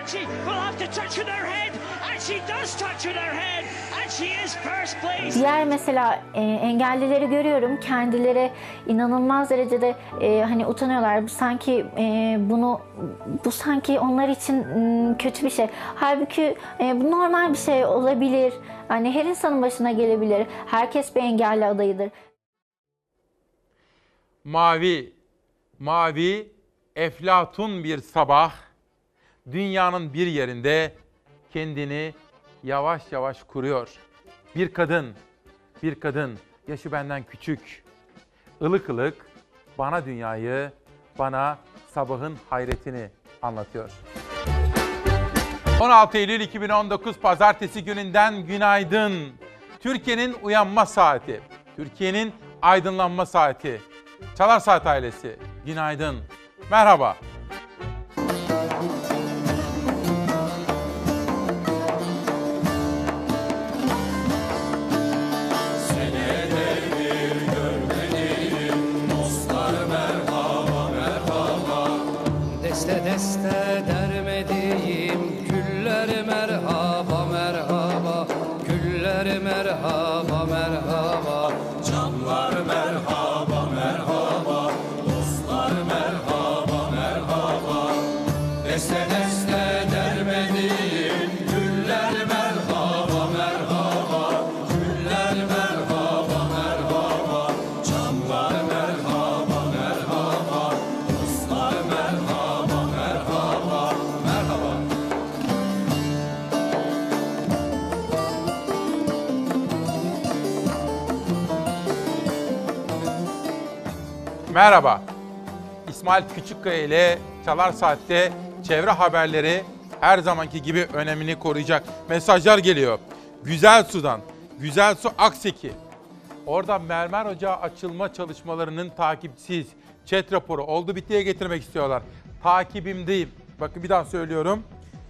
[SPEAKER 9] Diğer mesela e, engellileri görüyorum, kendileri inanılmaz derecede e, hani utanıyorlar. Bu sanki e, bunu bu sanki onlar için m, kötü bir şey. Halbuki e, bu normal bir şey olabilir. Hani her insanın başına gelebilir. Herkes bir engelli adayıdır.
[SPEAKER 1] Mavi, mavi, eflatun bir sabah, dünyanın bir yerinde kendini yavaş yavaş kuruyor. Bir kadın, bir kadın, yaşı benden küçük, ılık ılık bana dünyayı, bana sabahın hayretini anlatıyor. on altı Eylül iki bin on dokuz Pazartesi gününden günaydın. Türkiye'nin uyanma saati, Türkiye'nin aydınlanma saati. Çalar Saat ailesi, günaydın, merhaba.
[SPEAKER 13] Senelerdir görmediğim dostlar merhaba merhaba. Deste deste dermediğim güller merhaba merhaba. Güller merhaba merhaba. Canlar merhaba merhaba. Dostlar merhaba merhaba. Deste deste dermediğim güller merhaba merhaba. Güller merhaba merhaba. Canlar merhaba merhaba. Dostlar merhaba merhaba. Merhaba.
[SPEAKER 1] Merhaba. İsmail Küçükkaya ile Çalar Saat'te çevre haberleri her zamanki gibi önemini koruyacak mesajlar geliyor. Güzel Su'dan, Güzel Su Akseki. Orada mermer ocağı açılma çalışmalarının takipçisiyiz. Chat raporu oldu bittiye getirmek istiyorlar. Takibimdeyim. Bakın bir daha söylüyorum.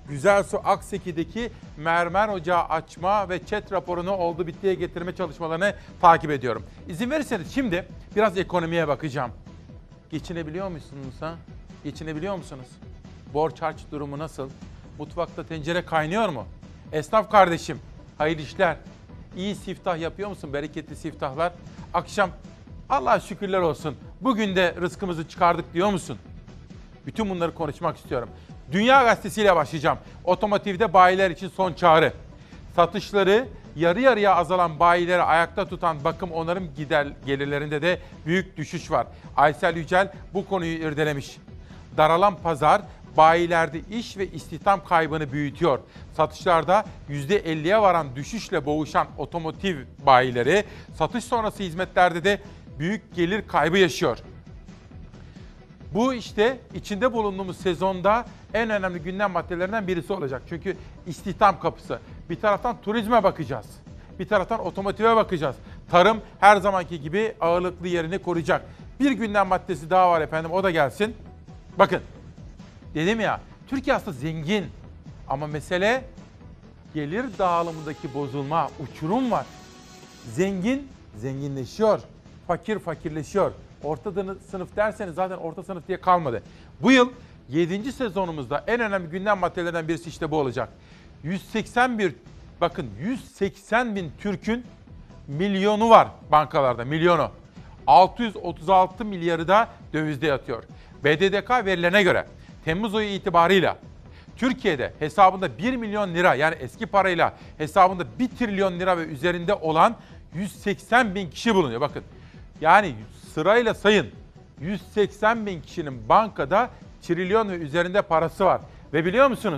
[SPEAKER 1] Güzelsu Akseki'deki mermer ocağı açma ve ÇED raporunu oldu bittiye getirme çalışmalarını takip ediyorum. İzin verirseniz şimdi biraz ekonomiye bakacağım. Geçinebiliyor musunuz ha? Geçinebiliyor musunuz? Borç harç durumu nasıl? Mutfakta tencere kaynıyor mu? Esnaf kardeşim, hayırlı işler. İyi siftah yapıyor musun? Bereketli siftahlar. Akşam Allah'a şükürler olsun. Bugün de rızkımızı çıkardık diyor musun? Bütün bunları konuşmak istiyorum. Dünya Gazetesi ile başlayacağım. Otomotivde bayiler için son çağrı. Satışları yarı yarıya azalan bayileri ayakta tutan bakım onarım gider gelirlerinde de büyük düşüş var. Aysel Yücel bu konuyu irdelemiş. Daralan pazar bayilerde iş ve istihdam kaybını büyütüyor. Satışlarda yüzde elliye varan düşüşle boğuşan otomotiv bayileri satış sonrası hizmetlerde de büyük gelir kaybı yaşıyor. Bu işte içinde bulunduğumuz sezonda en önemli gündem maddelerinden birisi olacak. Çünkü istihdam kapısı. Bir taraftan turizme bakacağız. Bir taraftan otomotive bakacağız. Tarım her zamanki gibi ağırlıklı yerini koruyacak. Bir gündem maddesi daha var efendim, o da gelsin. Bakın, dedim ya, Türkiye aslında zengin. Ama mesele gelir dağılımındaki bozulma, uçurum var. Zengin zenginleşiyor, fakir fakirleşiyor. Orta sınıf derseniz zaten orta sınıf diye kalmadı. Bu yıl yedinci sezonumuzda en önemli gündem maddelerinden birisi işte bu olacak. yüz seksen bir, bakın yüz seksen bin Türk'ün milyonu var bankalarda, milyonu. altı yüz otuz altı milyarı da dövizde yatıyor. B D D K verilerine göre Temmuz ayı itibarıyla Türkiye'de hesabında bir milyon lira, yani eski parayla hesabında bir trilyon lira ve üzerinde olan yüz seksen bin kişi bulunuyor. Bakın, yani sırayla sayın, yüz seksen bin kişinin bankada trilyon ve üzerinde parası var. Ve biliyor musunuz?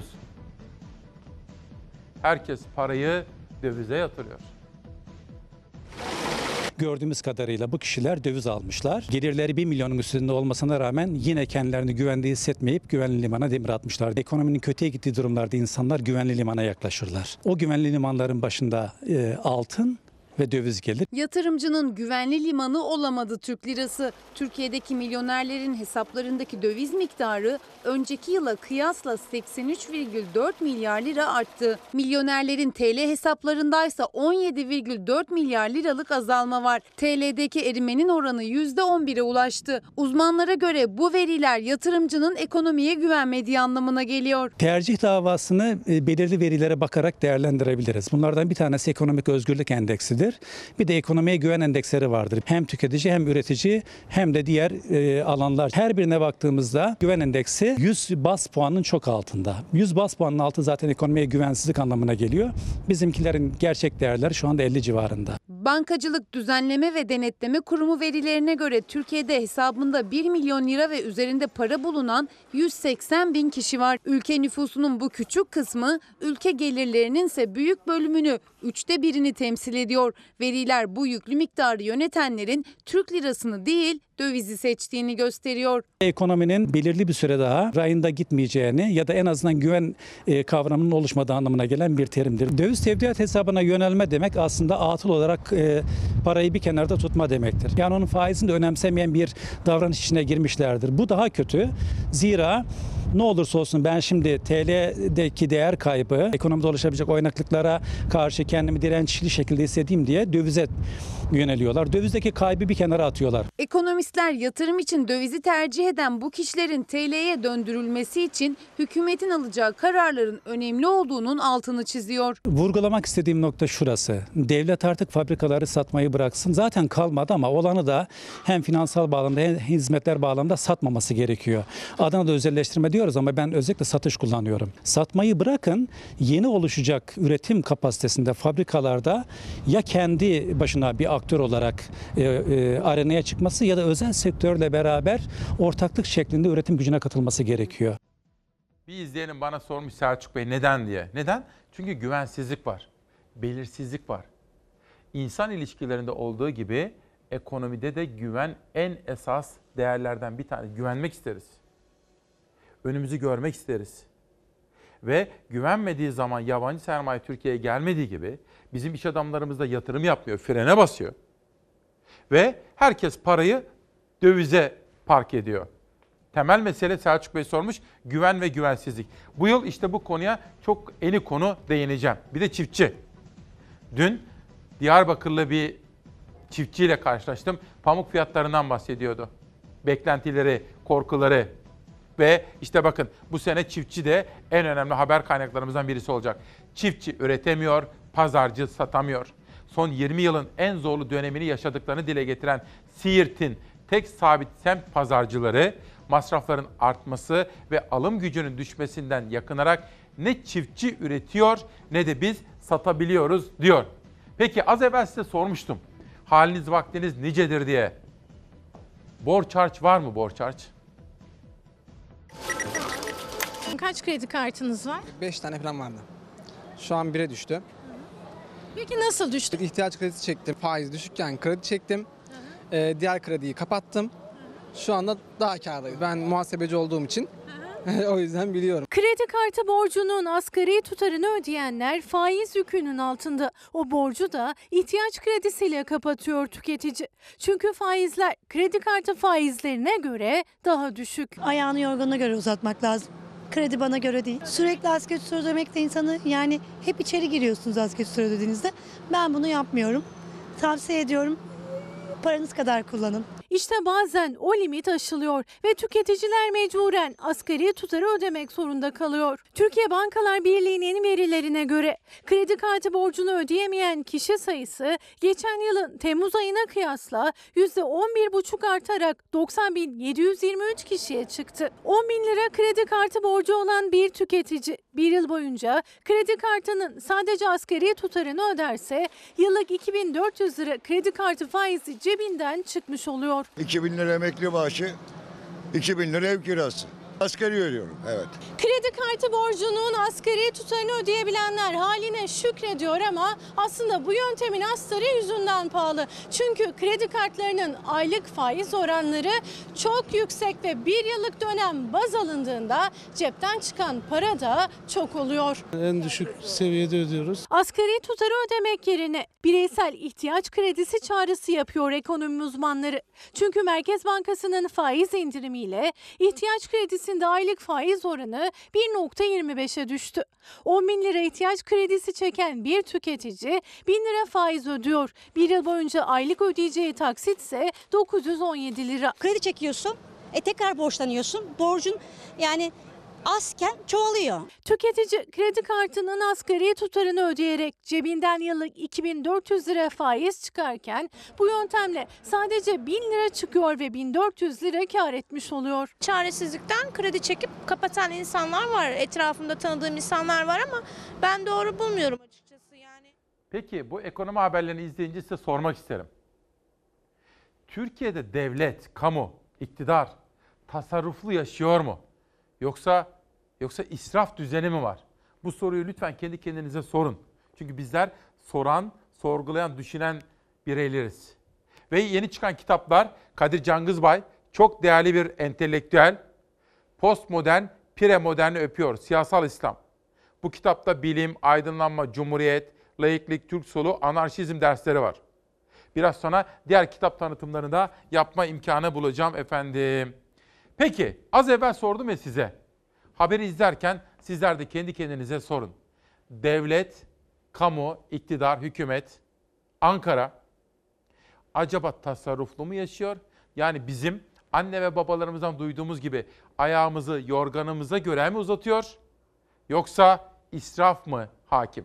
[SPEAKER 1] Herkes parayı dövize yatırıyor.
[SPEAKER 15] Gördüğümüz kadarıyla bu kişiler döviz almışlar. Gelirleri bir milyonun üstünde olmasına rağmen yine kendilerini güvende hissetmeyip güvenli limana demir atmışlar. Ekonominin kötüye gittiği durumlarda insanlar güvenli limana yaklaşırlar. O güvenli limanların başında e, altın ve döviz gelir.
[SPEAKER 17] Yatırımcının güvenli limanı olamadı Türk lirası. Türkiye'deki milyonerlerin hesaplarındaki döviz miktarı önceki yıla kıyasla seksen üç virgül dört milyar lira arttı. Milyonerlerin T L hesaplarındaysa on yedi virgül dört milyar liralık azalma var. T L'deki erimenin oranı yüzde on bire ulaştı. Uzmanlara göre bu veriler yatırımcının ekonomiye güvenmediği anlamına geliyor.
[SPEAKER 15] Tercih davasını belirli verilere bakarak değerlendirebiliriz. Bunlardan bir tanesi ekonomik özgürlük endeksidir. Bir de ekonomiye güven endeksleri vardır. Hem tüketici hem üretici hem de diğer e, alanlar. Her birine baktığımızda güven endeksi yüz baz puanın çok altında. yüz baz puanın altı zaten ekonomiye güvensizlik anlamına geliyor. Bizimkilerin gerçek değerleri şu anda elli civarında.
[SPEAKER 17] Bankacılık Düzenleme ve Denetleme Kurumu verilerine göre Türkiye'de hesabında bir milyon lira ve üzerinde para bulunan yüz seksen bin kişi var. Ülke nüfusunun bu küçük kısmı ülke gelirlerinin ise büyük bölümünü, üçte birini temsil ediyor. Veriler bu yüklü miktarı yönetenlerin Türk lirasını değil dövizi seçtiğini gösteriyor.
[SPEAKER 15] Ekonominin belirli bir süre daha rayında gitmeyeceğini ya da en azından güven e, kavramının oluşmadığı anlamına gelen bir terimdir. Döviz tevdiat hesabına yönelme demek aslında atıl olarak e, parayı bir kenarda tutma demektir. Yani onun faizini de önemsemeyen bir davranış içine girmişlerdir. Bu daha kötü. Zira ne olursa olsun ben şimdi T L'deki değer kaybı, ekonomide oluşabilecek oynaklıklara karşı kendimi dirençli şekilde hissedeyim diye dövize yöneliyorlar. Dövizdeki kaybı bir kenara atıyorlar.
[SPEAKER 17] Ekonomistler yatırım için dövizi tercih eden bu kişilerin T L'ye döndürülmesi için hükümetin alacağı kararların önemli olduğunun altını çiziyor.
[SPEAKER 15] Vurgulamak istediğim nokta şurası. Devlet artık fabrikaları satmayı bıraksın. Zaten kalmadı ama olanı da hem finansal bağlamda hem hizmetler bağlamında satmaması gerekiyor. Adına da özelleştirme diyoruz ama ben özellikle satış kullanıyorum. Satmayı bırakın, yeni oluşacak üretim kapasitesinde fabrikalarda ya kendi başına bir aktör olarak e, e, arenaya çıkması ya da özel sektörle beraber ortaklık şeklinde üretim gücüne katılması gerekiyor.
[SPEAKER 1] Bir izleyenim bana sormuş Selçuk Bey neden diye. Neden? Çünkü güvensizlik var, belirsizlik var. İnsan ilişkilerinde olduğu gibi ekonomide de güven en esas değerlerden bir tane. Güvenmek isteriz. Önümüzü görmek isteriz. Ve güvenmediği zaman yabancı sermaye Türkiye'ye gelmediği gibi bizim iş adamlarımız da yatırım yapmıyor, frene basıyor. Ve herkes parayı dövize park ediyor. Temel mesele Selçuk Bey sormuş, güven ve güvensizlik. Bu yıl işte bu konuya çok eni konu değineceğim. Bir de çiftçi. Dün Diyarbakırlı bir çiftçiyle karşılaştım. Pamuk fiyatlarından bahsediyordu. Beklentileri, korkuları ve işte bakın bu sene çiftçi de en önemli haber kaynaklarımızdan birisi olacak. Çiftçi üretemiyor, pazarcı satamıyor. Son yirmi yılın en zorlu dönemini yaşadıklarını dile getiren Siirt'in tek sabit semt pazarcıları masrafların artması ve alım gücünün düşmesinden yakınarak ne çiftçi üretiyor ne de biz satabiliyoruz diyor. Peki az evvel size sormuştum. Haliniz vaktiniz nicedir diye. Borç harç var mı borç harç?
[SPEAKER 10] Kaç kredi kartınız var?
[SPEAKER 7] beş tane falan vardı. Şu an bire düştü.
[SPEAKER 10] Peki nasıl düştü?
[SPEAKER 7] İhtiyaç kredisi çektim. Faiz düşükken kredi çektim. Ee, diğer krediyi kapattım. Şu anda daha kârdayım. Ben muhasebeci olduğum için o yüzden biliyorum.
[SPEAKER 10] Kredi kartı borcunun asgari tutarını ödeyenler faiz yükünün altında. O borcu da ihtiyaç kredisiyle kapatıyor tüketici. Çünkü faizler kredi kartı faizlerine göre daha düşük.
[SPEAKER 19] Ayağını yorganına göre uzatmak lazım. Kredi bana göre değil. Sürekli asgari tutar ödemek de insanı, yani hep içeri giriyorsunuz asgari tutar ödediğinizde. Ben bunu yapmıyorum. Tavsiye ediyorum. Paranız kadar kullanın.
[SPEAKER 10] İşte bazen o limit aşılıyor ve tüketiciler mecburen asgari tutarı ödemek zorunda kalıyor. Türkiye Bankalar Birliği'nin verilerine göre kredi kartı borcunu ödeyemeyen kişi sayısı geçen yılın Temmuz ayına kıyasla yüzde on bir buçuk artarak doksan bin yedi yüz yirmi üç kişiye çıktı. on bin lira kredi kartı borcu olan bir tüketici bir yıl boyunca kredi kartının sadece asgari tutarını öderse yıllık iki bin dört yüz lira kredi kartı faizi cebinden çıkmış oluyor.
[SPEAKER 22] iki bin lira emekli maaşı, iki bin lira ev kirası. Asgari ödüyorum, evet.
[SPEAKER 10] Kredi kartı borcunun asgari tutarını ödeyebilenler haline şükrediyor ama aslında bu yöntemin astarı yüzünden pahalı. Çünkü kredi kartlarının aylık faiz oranları çok yüksek ve bir yıllık dönem baz alındığında cepten çıkan para da çok oluyor.
[SPEAKER 24] En düşük seviyede ödüyoruz.
[SPEAKER 10] Asgari tutarı ödemek yerine bireysel ihtiyaç kredisi çağrısı yapıyor ekonomi uzmanları. Çünkü Merkez Bankası'nın faiz indirimiyle ihtiyaç kredisi aylık faiz oranı bir nokta yirmi beşe düştü. on bin lira ihtiyaç kredisi çeken bir tüketici bin lira faiz ödüyor. Bir yıl boyunca aylık ödeyeceği taksit ise dokuz yüz on yedi lira.
[SPEAKER 25] Kredi çekiyorsun, e tekrar borçlanıyorsun. Borcun yani azken çoğalıyor.
[SPEAKER 10] Tüketici kredi kartının asgari tutarını ödeyerek cebinden yıllık iki bin dört yüz lira faiz çıkarken bu yöntemle sadece bin lira çıkıyor ve bin dört yüz lira kar etmiş oluyor.
[SPEAKER 26] Çaresizlikten kredi çekip kapatan insanlar var. Etrafımda tanıdığım insanlar var ama ben doğru bulmuyorum açıkçası yani.
[SPEAKER 1] Peki bu ekonomi haberlerini izleyince size sormak isterim. Türkiye'de devlet, kamu, iktidar tasarruflu yaşıyor mu? Yoksa yoksa israf düzeni mi var? Bu soruyu lütfen kendi kendinize sorun. Çünkü bizler soran, sorgulayan, düşünen bireyleriz. Ve yeni çıkan kitaplar Kadir Cangızbay çok değerli bir entelektüel, postmodern, premoderni öpüyor. Siyasal İslam. Bu kitapta bilim, aydınlanma, cumhuriyet, laiklik, Türk solu, anarşizm dersleri var. Biraz sonra diğer kitap tanıtımlarını da yapma imkanı bulacağım efendim. Peki, az evvel sordum ya size. Haberi izlerken sizler de kendi kendinize sorun. Devlet, kamu, iktidar, hükümet, Ankara acaba tasarruflu mu yaşıyor? Yani bizim anne ve babalarımızdan duyduğumuz gibi ayağımızı yorganımıza göre mi uzatıyor? Yoksa israf mı hakim?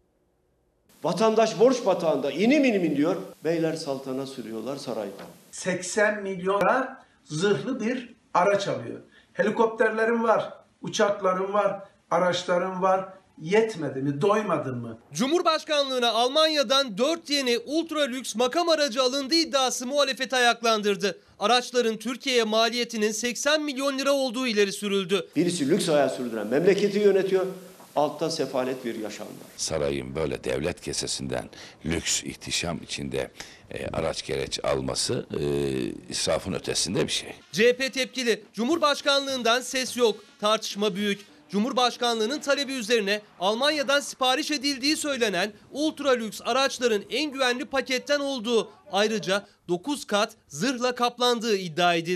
[SPEAKER 23] Vatandaş borç batağında inim inim iniyor. Beyler saltana sürüyorlar sarayda.
[SPEAKER 12] seksen milyona zırhlı bir araç alıyor. Helikopterlerin var, uçakların var, araçların var. Yetmedi mi, doymadın mı?
[SPEAKER 11] Cumhurbaşkanlığına Almanya'dan dört yeni ultra lüks makam aracı alındığı iddiası muhalefeti ayaklandırdı. Araçların Türkiye'ye maliyetinin seksen milyon lira olduğu ileri sürüldü.
[SPEAKER 23] Birisi lüks hayat sürdüren memleketi yönetiyor. Altta sefalet bir yaşam var.
[SPEAKER 27] Sarayın böyle devlet kesesinden lüks, ihtişam içinde e, araç gereç alması e, israfın ötesinde bir şey.
[SPEAKER 11] C H P tepkili. Cumhurbaşkanlığından ses yok. Tartışma büyük. Cumhurbaşkanlığının talebi üzerine Almanya'dan sipariş edildiği söylenen ultra lüks araçların en güvenli paketten olduğu, ayrıca dokuz kat zırhla kaplandığı iddia edildi.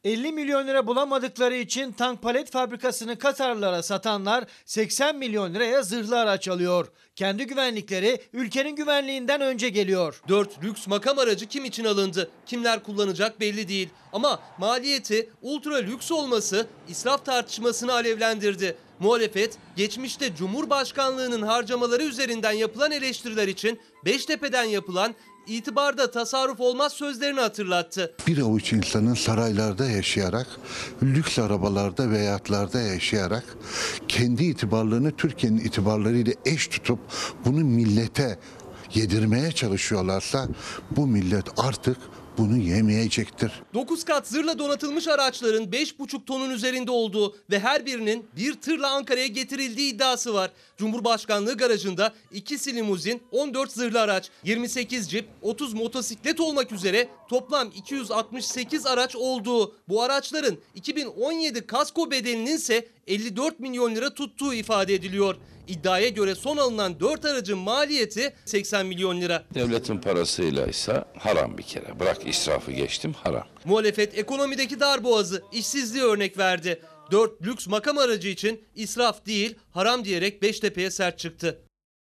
[SPEAKER 2] elli milyon lira bulamadıkları için tank palet fabrikasını Katarlılara satanlar seksen milyon liraya zırhlı araç alıyor. Kendi güvenlikleri ülkenin güvenliğinden önce geliyor.
[SPEAKER 11] Dört lüks makam aracı kim için alındı? Kimler kullanacak belli değil. Ama maliyeti ultra lüks olması israf tartışmasını alevlendirdi. Muhalefet geçmişte Cumhurbaşkanlığının harcamaları üzerinden yapılan eleştiriler için Beştepe'den yapılan itibarda tasarruf olmaz sözlerini hatırlattı.
[SPEAKER 3] Bir avuç insanın saraylarda yaşayarak, lüks arabalarda ve yatlarda yaşayarak kendi itibarlarını Türkiye'nin itibarlarıyla eş tutup bunu millete yedirmeye çalışıyorlarsa bu millet artık bunu yemeyecektir.
[SPEAKER 11] dokuz kat zırhla donatılmış araçların beş buçuk tonun üzerinde olduğu ve her birinin bir tırla Ankara'ya getirildiği iddiası var. Cumhurbaşkanlığı garajında ikisi limuzin, on dört zırhlı araç, yirmi sekiz cip, otuz motosiklet olmak üzere toplam iki yüz altmış sekiz araç olduğu, bu araçların iki bin on yedi kasko bedelinin ise elli dört milyon lira tuttuğu ifade ediliyor. İddiaya göre son alınan dört aracın maliyeti seksen milyon lira.
[SPEAKER 27] Devletin parasıyla ise haram bir kere. Bırak israfı geçtim, haram.
[SPEAKER 11] Muhalefet ekonomideki darboğazı, işsizliği örnek verdi. Dört lüks makam aracı için israf değil haram diyerek Beştepe'ye sert çıktı.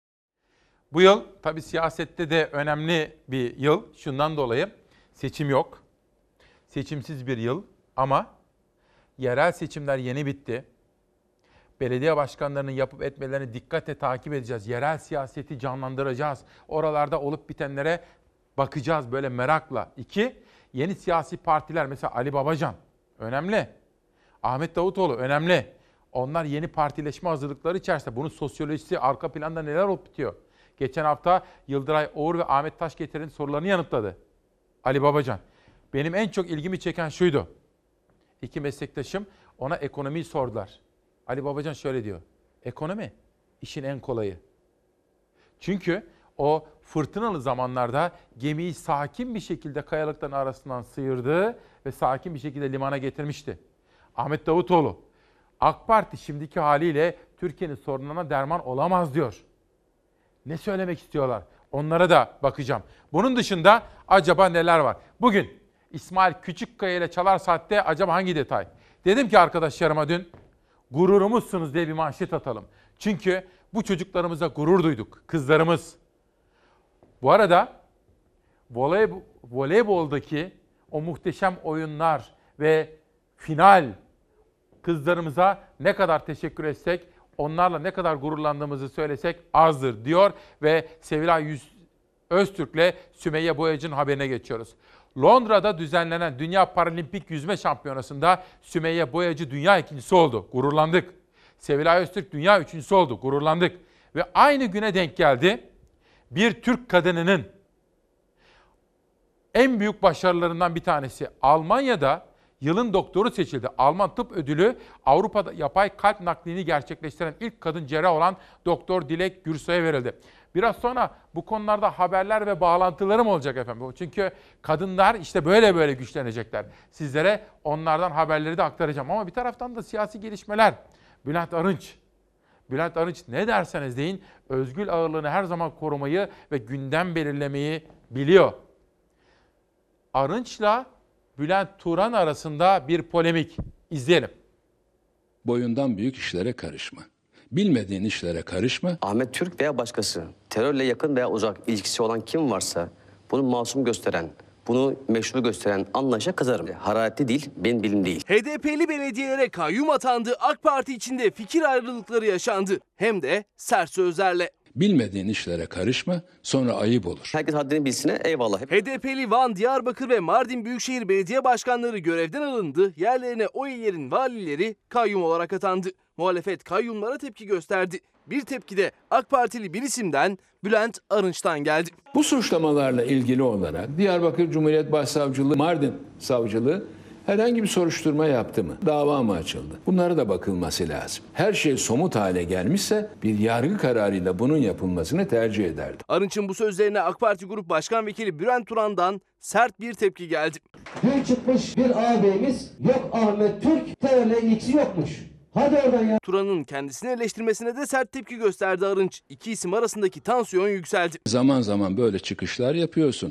[SPEAKER 1] Bu yıl tabii siyasette de önemli bir yıl. Şundan dolayı seçim yok. Seçimsiz bir yıl ama yerel seçimler yeni bitti. Belediye başkanlarının yapıp etmelerini dikkatle takip edeceğiz. Yerel siyaseti canlandıracağız. Oralarda olup bitenlere bakacağız böyle merakla. İki, yeni siyasi partiler mesela Ali Babacan önemli. Ahmet Davutoğlu önemli. Onlar yeni partileşme hazırlıkları içerisinde. Bunun sosyolojisi, arka planda neler olup bitiyor? Geçen hafta Yıldıray Oğur ve Ahmet Taşgetir'in sorularını yanıtladı Ali Babacan. Benim en çok ilgimi çeken şuydu. İki meslektaşım ona ekonomiyi sordular. Ali Babacan şöyle diyor. Ekonomi işin en kolayı. Çünkü o fırtınalı zamanlarda gemiyi sakin bir şekilde kayalıkların arasından sıyırdı ve sakin bir şekilde limana getirmişti. Ahmet Davutoğlu, AK Parti şimdiki haliyle Türkiye'nin sorunlarına derman olamaz diyor. Ne söylemek istiyorlar? Onlara da bakacağım. Bunun dışında acaba neler var? Bugün İsmail Küçükkaya ile Çalar Saat'te acaba hangi detay? Dedim ki arkadaşlarıma dün, gururumuzsunuz diye bir manşet atalım. Çünkü bu çocuklarımıza gurur duyduk. Kızlarımız. Bu arada voley, voleyboldaki o muhteşem oyunlar ve final, kızlarımıza ne kadar teşekkür etsek, onlarla ne kadar gururlandığımızı söylesek azdır diyor ve Sevilay Öztürk'le Sümeyye Boyacı'nın haberine geçiyoruz. Londra'da düzenlenen Dünya Paralimpik Yüzme Şampiyonası'nda Sümeyye Boyacı dünya ikincisi oldu. Gururlandık. Sevilay Öztürk dünya üçüncüsü oldu. Gururlandık. Ve aynı güne denk geldi. Bir Türk kadınının en büyük başarılarından bir tanesi Almanya'da yılın doktoru seçildi. Alman Tıp Ödülü Avrupa'da yapay kalp naklini gerçekleştiren ilk kadın cerrah olan Doktor Dilek Gürsoy'a verildi. Biraz sonra bu konularda haberler ve bağlantılarım olacak efendim. Çünkü kadınlar işte böyle böyle güçlenecekler. Sizlere onlardan haberleri de aktaracağım. Ama bir taraftan da siyasi gelişmeler. Bülent Arınç. Bülent Arınç ne derseniz deyin özgül ağırlığını her zaman korumayı ve gündem belirlemeyi biliyor. Arınç'la Bülent Turan arasında bir polemik. İzleyelim.
[SPEAKER 4] Boyundan büyük işlere karışma. Bilmediğin işlere karışma.
[SPEAKER 5] Ahmet Türk veya başkası, terörle yakın veya uzak ilişkisi olan kim varsa bunu masum gösteren, bunu meşru gösteren anlayışa kızarım. Hararetli değil, benim bilim değil.
[SPEAKER 8] H D P'li belediyelere kayyum atandı, AK Parti içinde fikir ayrılıkları yaşandı. Hem de sert sözlerle.
[SPEAKER 4] Bilmediğin işlere karışma, sonra ayıp olur.
[SPEAKER 5] Herkes haddini bilsine eyvallah.
[SPEAKER 8] H D P'li Van, Diyarbakır ve Mardin Büyükşehir Belediye Başkanları görevden alındı. Yerlerine o illerin valileri kayyum olarak atandı. Muhalefet kayyumlara tepki gösterdi. Bir tepki de AK Partili bir isimden Bülent Arınç'tan geldi.
[SPEAKER 4] Bu suçlamalarla ilgili olarak Diyarbakır Cumhuriyet Başsavcılığı, Mardin Savcılığı herhangi bir soruşturma yaptı mı? Dava mı açıldı? Bunlara da bakılması lazım. Her şey somut hale gelmişse bir yargı kararıyla bunun yapılmasını tercih ederdim.
[SPEAKER 8] Arınç'ın bu sözlerine AK Parti Grup Başkan Vekili Bülent Turan'dan sert bir tepki geldi.
[SPEAKER 6] Dün çıkmış bir ağabeyimiz yok Ahmet Türk terörle ilgisi yokmuş. Hadi oradan ya.
[SPEAKER 8] Turan'ın kendisini eleştirmesine de sert tepki gösterdi Arınç. İki isim arasındaki tansiyon yükseldi.
[SPEAKER 4] Zaman zaman böyle çıkışlar yapıyorsun.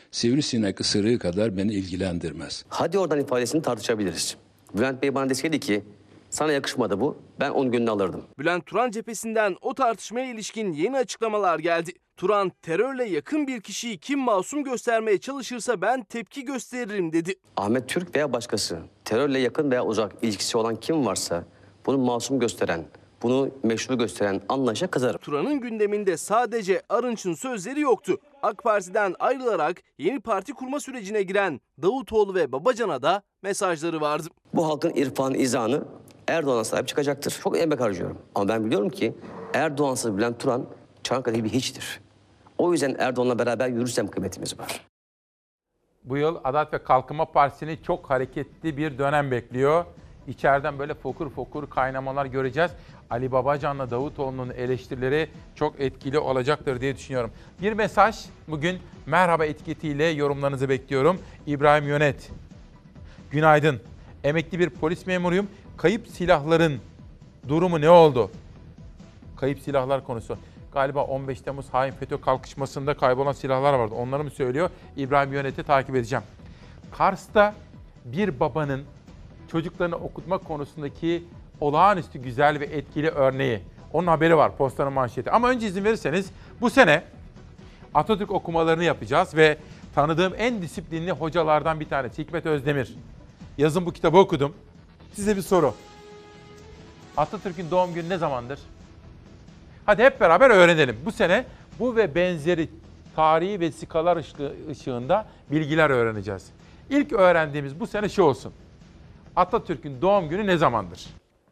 [SPEAKER 4] sivrisinek ısırığı kadar beni ilgilendirmez.
[SPEAKER 5] Hadi oradan ifadesini tartışabiliriz. Bülent Bey bana deseydi ki sana yakışmadı bu, ben onun gönlünü alırdım.
[SPEAKER 8] Bülent Turan cephesinden o tartışmaya ilişkin yeni açıklamalar geldi. Turan, terörle yakın bir kişiyi kim masum göstermeye çalışırsa ben tepki gösteririm dedi.
[SPEAKER 5] Ahmet Türk veya başkası, terörle yakın veya uzak ilişkisi olan kim varsa bunu masum gösteren, bunu meşru gösteren anlayışa kızarım.
[SPEAKER 8] Turan'ın gündeminde sadece Arınç'ın sözleri yoktu. AK Parti'den ayrılarak yeni parti kurma sürecine giren Davutoğlu ve Babacan'a da mesajları vardı.
[SPEAKER 5] Bu halkın irfanı, izanı Erdoğan'a sahip çıkacaktır. Çok emek harcıyorum. Ama ben biliyorum ki Erdoğansız Bülent Turan Çanakkale bir hiçtir. O yüzden Erdoğan'la beraber yürürsem kıymetimiz var.
[SPEAKER 1] Bu yıl Adalet ve Kalkınma Partisi'ni çok hareketli bir dönem bekliyor. İçeriden böyle fokur fokur kaynamalar göreceğiz. Ali Babacan'la Davutoğlu'nun eleştirileri çok etkili olacaktır diye düşünüyorum. Bir mesaj bugün merhaba etiketiyle yorumlarınızı bekliyorum. İbrahim Yönet. Günaydın. Emekli bir polis memuruyum. Kayıp silahların durumu ne oldu? Kayıp silahlar konusu. Galiba on beş Temmuz hain FETÖ kalkışmasında kaybolan silahlar vardı. Onları mı söylüyor? İbrahim Yönet'i takip edeceğim. Kars'ta bir babanın çocuklarını okutma konusundaki olağanüstü güzel ve etkili örneği. Onun haberi var, Posta'nın manşeti. Ama önce izin verirseniz bu sene Atatürk okumalarını yapacağız ve tanıdığım en disiplinli hocalardan bir tanesi Hikmet Özdemir. Yazın bu kitabı okudum. Size bir soru. Atatürk'ün doğum günü ne zamandır? Hadi hep beraber öğrenelim. Bu sene bu ve benzeri tarihi vesikalar ışığında bilgiler öğreneceğiz. İlk öğrendiğimiz bu sene şu olsun. Atatürk'ün doğum günü ne zamandır?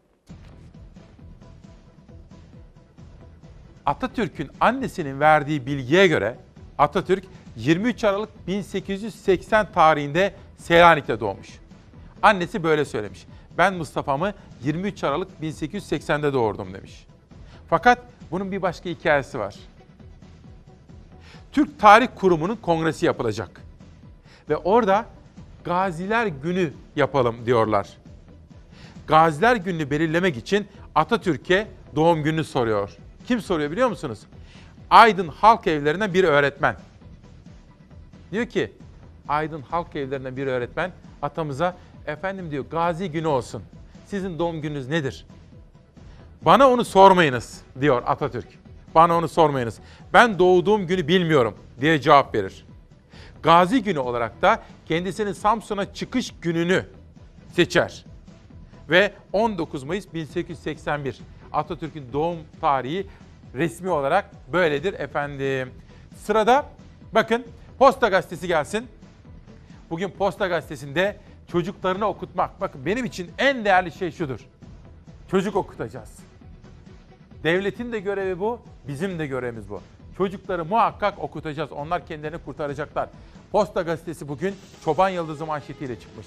[SPEAKER 1] Atatürk'ün annesinin verdiği bilgiye göre Atatürk yirmi üç Aralık bin sekiz yüz seksen tarihinde Selanik'te doğmuş. Annesi böyle söylemiş. Ben Mustafa'mı yirmi üç Aralık bin sekiz yüz seksende doğurdum demiş. Fakat bunun bir başka hikayesi var. Türk Tarih Kurumu'nun kongresi yapılacak. Ve orada Gaziler Günü yapalım diyorlar. Gaziler Günü'nü belirlemek için Atatürk'e doğum gününü soruyor. Kim soruyor biliyor musunuz? Aydın Halk Evleri'nden bir öğretmen. Diyor ki, Aydın Halk Evleri'nden bir öğretmen atamıza, efendim diyor, Gazi Günü olsun. Sizin doğum gününüz nedir? Bana onu sormayınız diyor Atatürk. Bana onu sormayınız. Ben doğduğum günü bilmiyorum diye cevap verir. Gazi Günü olarak da kendisinin Samsun'a çıkış gününü seçer. Ve on dokuz Mayıs bin sekiz yüz seksen bir Atatürk'ün doğum tarihi resmi olarak böyledir efendim. Sırada bakın Posta Gazetesi gelsin. Bugün Posta Gazetesi'nde çocuklarını okutmak. Bakın benim için en değerli şey şudur. Çocuk okutacağız. Devletin de görevi bu, bizim de görevimiz bu. Çocukları muhakkak okutacağız. Onlar kendilerini kurtaracaklar. Posta Gazetesi bugün Çoban Yıldızı manşetiyle çıkmış.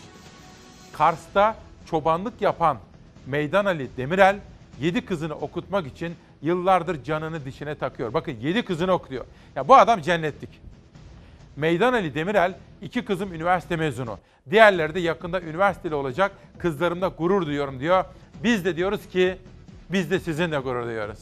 [SPEAKER 1] Kars'ta çobanlık yapan Meydan Ali Demirel yedi kızını okutmak için yıllardır canını dişine takıyor. Bakın yedi kızını okuyor. Ya bu adam cennetlik. Meydan Ali Demirel, iki kızım üniversite mezunu. Diğerleri de yakında üniversiteli olacak. Kızlarımda gurur duyuyorum diyor. Biz de diyoruz ki biz de sizinle gurur duyuyoruz.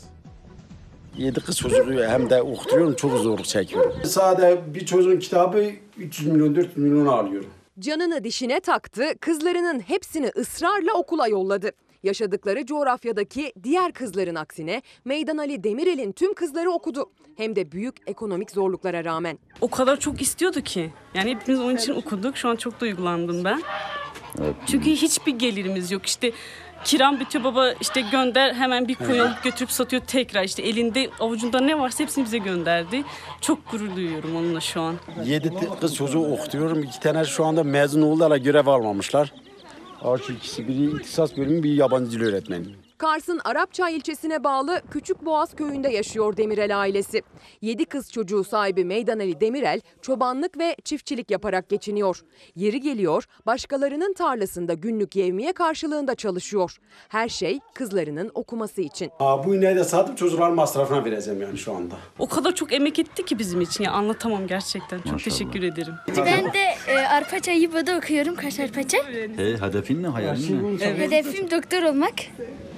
[SPEAKER 9] Yedi kız çocuğu hem de okutuyorum, çok zorluk çekiyorum. Sadece bir çocuğun kitabı üç yüz milyon dört yüz milyon alıyorum.
[SPEAKER 13] Canını dişine taktı, kızlarının hepsini ısrarla okula yolladı. Yaşadıkları coğrafyadaki diğer kızların aksine Meydan Ali Demirel'in tüm kızları okudu. Hem de büyük ekonomik zorluklara rağmen.
[SPEAKER 14] O kadar çok istiyordu ki. Yani hepimiz onun için okuduk. Şu an çok duygulandım ben. Evet. Çünkü hiçbir gelirimiz yok. İşte kiram bitiyor, baba işte gönder, hemen bir koyun alıp götürüp satıyor tekrar. İşte elinde avucunda ne varsa hepsini bize gönderdi. Çok gurur duyuyorum onunla şu an.
[SPEAKER 9] Yedi kız çocuğu okutuyorum. İki tane şu anda mezun oldular, görev almamışlar. Artı ikisi, biri iktisas bölümü, bir yabancı dil öğretmeni.
[SPEAKER 13] Kars'ın Arapçay ilçesine bağlı Küçükboğaz köyünde yaşıyor Demirel ailesi. Yedi kız çocuğu sahibi Meydan Ali Demirel çobanlık ve çiftçilik yaparak geçiniyor. Yeri geliyor başkalarının tarlasında günlük yevmiye karşılığında çalışıyor. Her şey kızlarının okuması için.
[SPEAKER 9] Aa, bu ineği de satıp çocukların masrafına vereceğim yani şu anda.
[SPEAKER 14] O kadar çok emek etti ki bizim için, ya anlatamam gerçekten. Çok Maşallah. Teşekkür ederim.
[SPEAKER 16] Ben de e, Arpaçay İBO'da okuyorum, Kaş Arpaçay.
[SPEAKER 18] He, hedefin ne, hayalin ne?
[SPEAKER 16] Evet. Hedefim doktor olmak.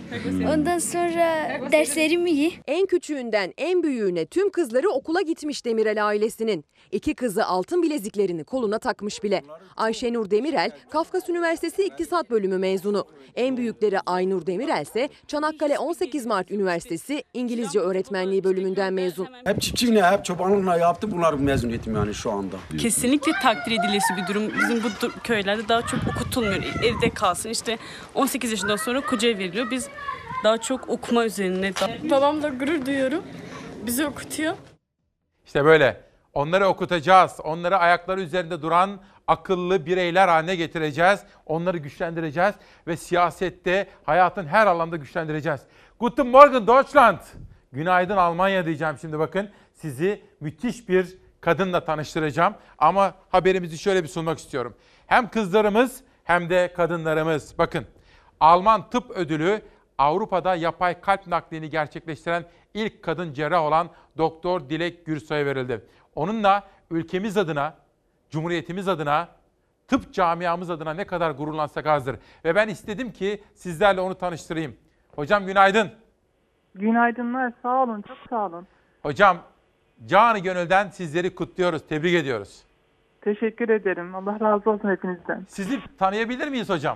[SPEAKER 16] Ondan sonra derslerim iyi.
[SPEAKER 13] En küçüğünden en büyüğüne tüm kızları okula gitmiş Demirel ailesinin. İki kızı altın bileziklerini koluna takmış bile. Ayşenur Demirel, Kafkas Üniversitesi İktisat Bölümü mezunu. En büyükleri Aynur Demirel ise Çanakkale on sekiz Mart Üniversitesi İngilizce Öğretmenliği bölümünden mezun.
[SPEAKER 9] Hep çiftçiliğine, hep çobanlıkla yaptı. Bunlar mezuniyetim yani şu anda.
[SPEAKER 14] Kesinlikle takdir edilesi bir durum. Bizim bu köylerde daha çok okutulmuyor. Evde kalsın işte on sekiz yaşından sonra kocaya veriliyor. Biz daha çok okuma üzerine. Babamla gurur duyuyorum. Bizi okutuyor.
[SPEAKER 1] İşte böyle. Onları okutacağız. Onları ayakları üzerinde duran akıllı bireyler haline getireceğiz. Onları güçlendireceğiz ve siyasette, hayatın her alanda güçlendireceğiz. Guten Morgen Deutschland. Günaydın Almanya diyeceğim şimdi bakın. Sizi müthiş bir kadınla tanıştıracağım. Ama haberimizi şöyle bir sunmak istiyorum. Hem kızlarımız hem de kadınlarımız. Bakın, Alman tıp ödülü Avrupa'da yapay kalp naklini gerçekleştiren ilk kadın cerrah olan Doktor Dilek Gürsoy'a verildi. Onunla ülkemiz adına, Cumhuriyetimiz adına, tıp camiamız adına ne kadar gururlansak azdır. Ve ben istedim ki sizlerle onu tanıştırayım. Hocam günaydın.
[SPEAKER 7] Günaydınlar, sağ olun, çok sağ olun.
[SPEAKER 1] Hocam, canı gönülden sizleri kutluyoruz, tebrik ediyoruz.
[SPEAKER 7] Teşekkür ederim, Allah razı olsun hepinizden.
[SPEAKER 1] Sizi tanıyabilir miyiz hocam?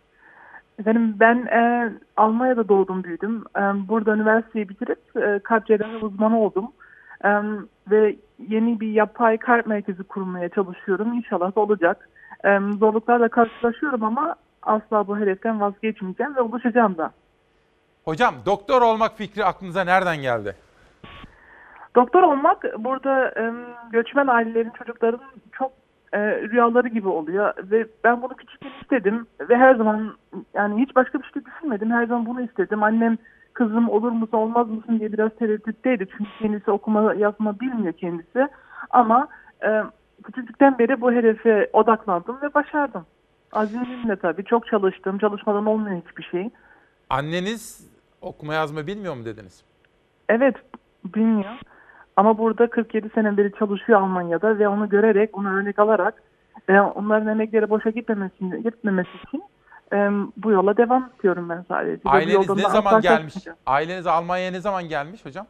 [SPEAKER 7] Efendim ben e, Almanya'da doğdum, büyüdüm. E, burada üniversiteyi bitirip e, kalp cerrahi uzmanı oldum. E, ve yeni bir yapay kalp merkezi kurmaya çalışıyorum. İnşallah da olacak. E, zorluklarla karşılaşıyorum ama asla bu hedeften vazgeçmeyeceğim ve ulaşacağım da.
[SPEAKER 1] Hocam, doktor olmak fikri aklınıza nereden geldi?
[SPEAKER 7] Doktor olmak burada e, göçmen ailelerin, çocukların çok e, rüyaları gibi oluyor ve ben bunu küçükken istedim ve her zaman, yani hiç başka bir şey düşünmedim, her zaman bunu istedim. Annem kızım olur musun olmaz mısın diye biraz tereddütteydi çünkü kendisi okuma yazma bilmiyor kendisi, ama e, küçüklükten beri bu hedefe odaklandım ve başardım. Azimimle tabii, çok çalıştım, çalışmadan olmuyor hiçbir şey.
[SPEAKER 1] Anneniz okuma yazma bilmiyor mu dediniz?
[SPEAKER 7] Evet, bilmiyor. Ama burada kırk yedi sene beri çalışıyor Almanya'da ve onu görerek, onu örnek alarak e, onların emekleri boşa gitmemesi, gitmemesi için e, bu yola devam ediyorum ben sadece.
[SPEAKER 1] Aileniz ne zaman gelmiş? Aileniz Almanya'ya ne zaman gelmiş hocam?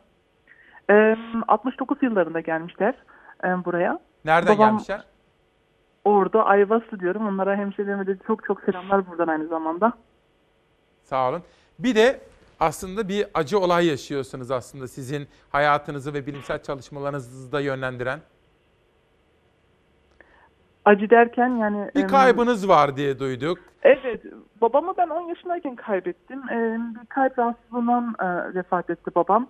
[SPEAKER 7] E, altmış dokuz yıllarında gelmişler e, buraya.
[SPEAKER 1] Nereden
[SPEAKER 7] Babam,
[SPEAKER 1] gelmişler?
[SPEAKER 7] Orada Ayvaslı diyorum. Onlara, hemşehrilerime de çok çok selamlar buradan aynı zamanda.
[SPEAKER 1] Sağ olun. Bir de aslında bir acı olay yaşıyorsunuz aslında sizin hayatınızı ve bilimsel çalışmalarınızı da yönlendiren.
[SPEAKER 7] Acı derken yani...
[SPEAKER 1] Bir kaybınız var diye duyduk.
[SPEAKER 7] Evet, babamı ben on yaşındayken kaybettim. Bir kalp rahatsızlığından vefat etti babam.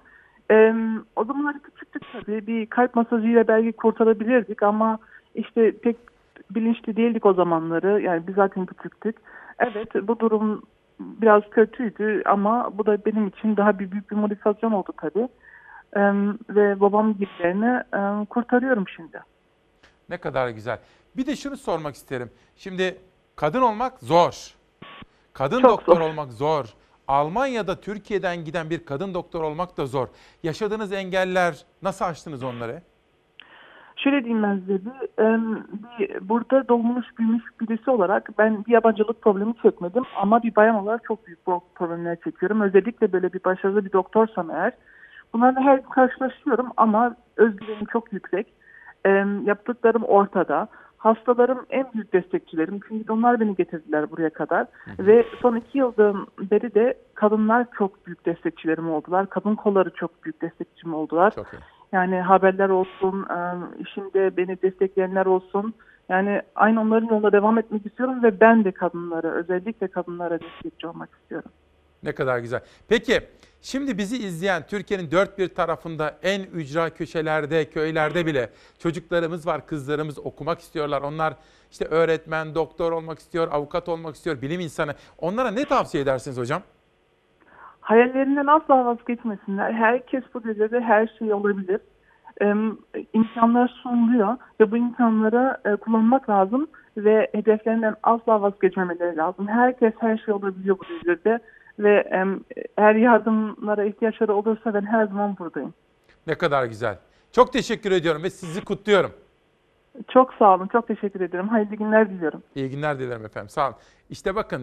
[SPEAKER 7] O zamanlar küçüktük tabii, bir kalp masajıyla belki kurtarabilirdik ama işte pek bilinçli değildik o zamanları, yani biz zaten küçüktük. Evet, bu durum biraz kötüydü ama bu da benim için daha bir büyük bir motivasyon oldu tabii. Ee, ve babam gibilerini e, kurtarıyorum şimdi.
[SPEAKER 1] Ne kadar güzel. Bir de şunu sormak isterim. Şimdi kadın olmak zor. Kadın
[SPEAKER 7] Çok
[SPEAKER 1] doktor
[SPEAKER 7] zor.
[SPEAKER 1] olmak zor. Almanya'da Türkiye'den giden bir kadın doktor olmak da zor. Yaşadığınız engeller, nasıl aştınız onları?
[SPEAKER 7] Şöyle diyeyim ben size, bir, e, bir, burada doğmuş büyümüş birisi olarak ben bir yabancılık problemi çekmedim ama bir bayan olarak çok büyük problemler çekiyorum. Özellikle böyle bir başarılı bir doktorsam eğer, bunlarla her gün karşılaşıyorum ama özgüvenim çok yüksek. E, yaptıklarım ortada. Hastalarım en büyük destekçilerim çünkü onlar beni getirdiler buraya kadar. Hı hı. Ve son iki yıldan beri de kadınlar çok büyük destekçilerim oldular. Kadın kolları çok büyük destekçim oldular. Çok iyi. Yani haberler olsun, işimde beni destekleyenler olsun. Yani aynı onların yolunda devam etmek istiyorum ve ben de kadınlara, özellikle kadınlara destekçi olmak istiyorum.
[SPEAKER 1] Ne kadar güzel. Peki, şimdi bizi izleyen Türkiye'nin dört bir tarafında en ücra köşelerde, köylerde bile çocuklarımız var, kızlarımız okumak istiyorlar. Onlar işte öğretmen, doktor olmak istiyor, avukat olmak istiyor, bilim insanı. Onlara ne tavsiye edersiniz hocam?
[SPEAKER 7] Hayallerinden asla vazgeçmesinler. Herkes bu devirde her şey olabilir. Ee, imkanlar sunuluyor ve bu imkanları e, kullanmak lazım ve hedeflerinden asla vazgeçmemeleri lazım. Herkes her şey olabiliyor bu devirde ve e, eğer yardımlara ihtiyaçları olursa ben her zaman buradayım.
[SPEAKER 1] Ne kadar güzel. Çok teşekkür ediyorum ve sizi kutluyorum.
[SPEAKER 7] Çok sağ olun, çok teşekkür ederim. Hayırlı günler diliyorum.
[SPEAKER 1] İyi günler dilerim efendim, sağ olun. İşte bakın,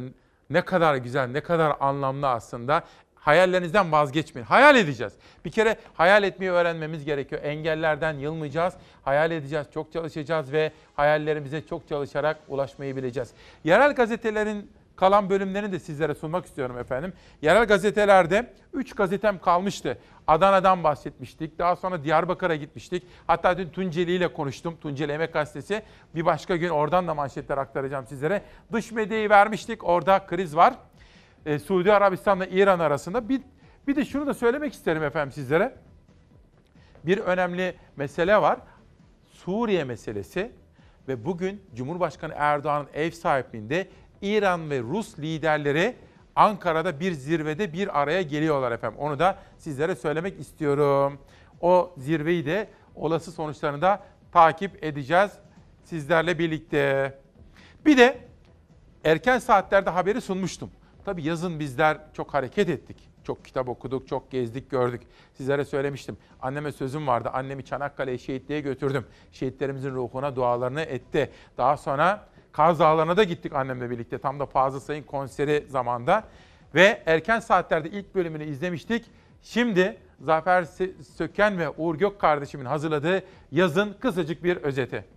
[SPEAKER 1] Ne kadar güzel, ne kadar anlamlı aslında. Hayallerinizden vazgeçmeyin. Hayal edeceğiz. Bir kere hayal etmeyi öğrenmemiz gerekiyor. Engellerden yılmayacağız. Hayal edeceğiz, çok çalışacağız ve hayallerimize çok çalışarak ulaşmayı bileceğiz. Yerel gazetelerin kalan bölümlerini de sizlere sunmak istiyorum efendim. Yerel gazetelerde üç gazetem kalmıştı. Adana'dan bahsetmiştik. Daha sonra Diyarbakır'a gitmiştik. Hatta dün Tunceli ile konuştum. Tunceli Emek Gazetesi. Bir başka gün oradan da manşetler aktaracağım sizlere. Dış medyayı vermiştik. Orada kriz var. Ee, Suudi Arabistan'la İran arasında. Bir, bir de şunu da söylemek isterim efendim sizlere. Bir önemli mesele var. Suriye meselesi. Ve bugün Cumhurbaşkanı Erdoğan'ın ev sahipliğinde İran ve Rus liderleri Ankara'da bir zirvede bir araya geliyorlar efendim. Onu da sizlere söylemek istiyorum. O zirveyi de olası sonuçlarını da takip edeceğiz sizlerle birlikte. Bir de erken saatlerde haberi sunmuştum. Tabii yazın bizler çok hareket ettik. Çok kitap okuduk, çok gezdik, gördük. Sizlere söylemiştim. Anneme sözüm vardı. Annemi Çanakkale'ye şehitliğe götürdüm. Şehitlerimizin ruhuna dualarını etti. Daha sonra Kaz Dağları'na da gittik annemle birlikte. Tam da Fazıl Say'ın konseri zamanında. Ve erken saatlerde ilk bölümünü izlemiştik. Şimdi Zafer Söken ve Uğur Gök kardeşimin hazırladığı yazın kısacık bir özeti.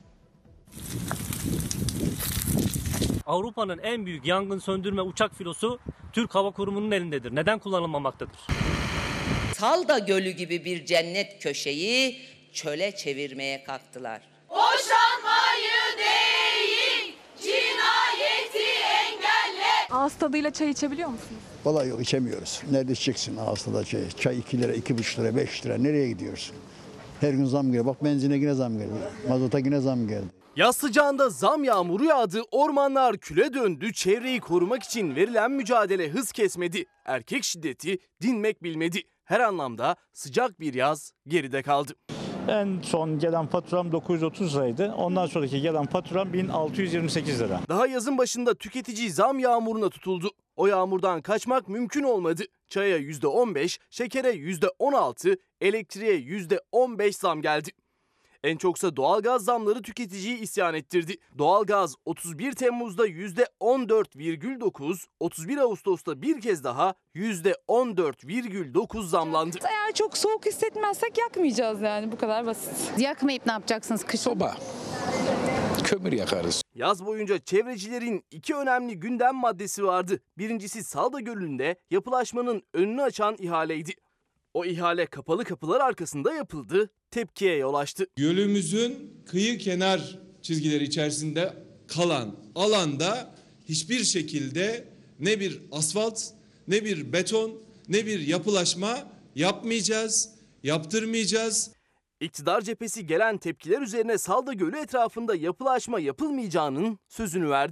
[SPEAKER 15] Avrupa'nın en büyük yangın söndürme uçak filosu Türk Hava Kurumu'nun elindedir. Neden kullanılmamaktadır?
[SPEAKER 17] Talda Gölü gibi bir cennet köşeyi çöle çevirmeye kalktılar.
[SPEAKER 18] Boşanmayı değil, cinayeti engelle.
[SPEAKER 19] Ağız tadıyla çay içebiliyor musunuz?
[SPEAKER 20] Vallahi yok, içemiyoruz. Nerede içeceksin ağız tadı çay? Çay iki lira, iki buçuk lira, beş lira. Nereye gidiyoruz? Her gün zam geliyor. Bak benzine yine zam geldi. Mazota yine zam geldi.
[SPEAKER 8] Yaz sıcağında zam yağmuru yağdı, ormanlar küle döndü, çevreyi korumak için verilen mücadele hız kesmedi. Erkek şiddeti dinmek bilmedi. Her anlamda sıcak bir yaz geride kaldı.
[SPEAKER 21] En son gelen faturam dokuz yüz otuz liraydı. Ondan sonraki gelen faturam bin altı yüz yirmi sekiz lira.
[SPEAKER 8] Daha yazın başında tüketici zam yağmuruna tutuldu. O yağmurdan kaçmak mümkün olmadı. Çaya yüzde on beş, şekere yüzde on altı, elektriğe yüzde on beş zam geldi. En çoksa doğalgaz zamları tüketiciyi isyan ettirdi. Doğalgaz otuz bir Temmuz'da yüzde on dört virgül dokuz, otuz bir Ağustos'ta bir kez daha yüzde on dört virgül dokuz zamlandı.
[SPEAKER 19] Eğer çok soğuk hissetmezsek yakmayacağız yani, bu kadar basit. Yakmayıp ne yapacaksınız kış?
[SPEAKER 27] Soba, kömür yakarız.
[SPEAKER 8] Yaz boyunca çevrecilerin iki önemli gündem maddesi vardı. Birincisi Salda Gölü'nde yapılaşmanın önünü açan ihaleydi. O ihale kapalı kapılar arkasında yapıldı, tepkiye yol açtı.
[SPEAKER 22] Gölümüzün kıyı kenar çizgileri içerisinde kalan alanda hiçbir şekilde ne bir asfalt, ne bir beton, ne bir yapılaşma yapmayacağız, yaptırmayacağız.
[SPEAKER 8] İktidar cephesi gelen tepkiler üzerine Salda Gölü etrafında yapılaşma yapılmayacağının sözünü verdi.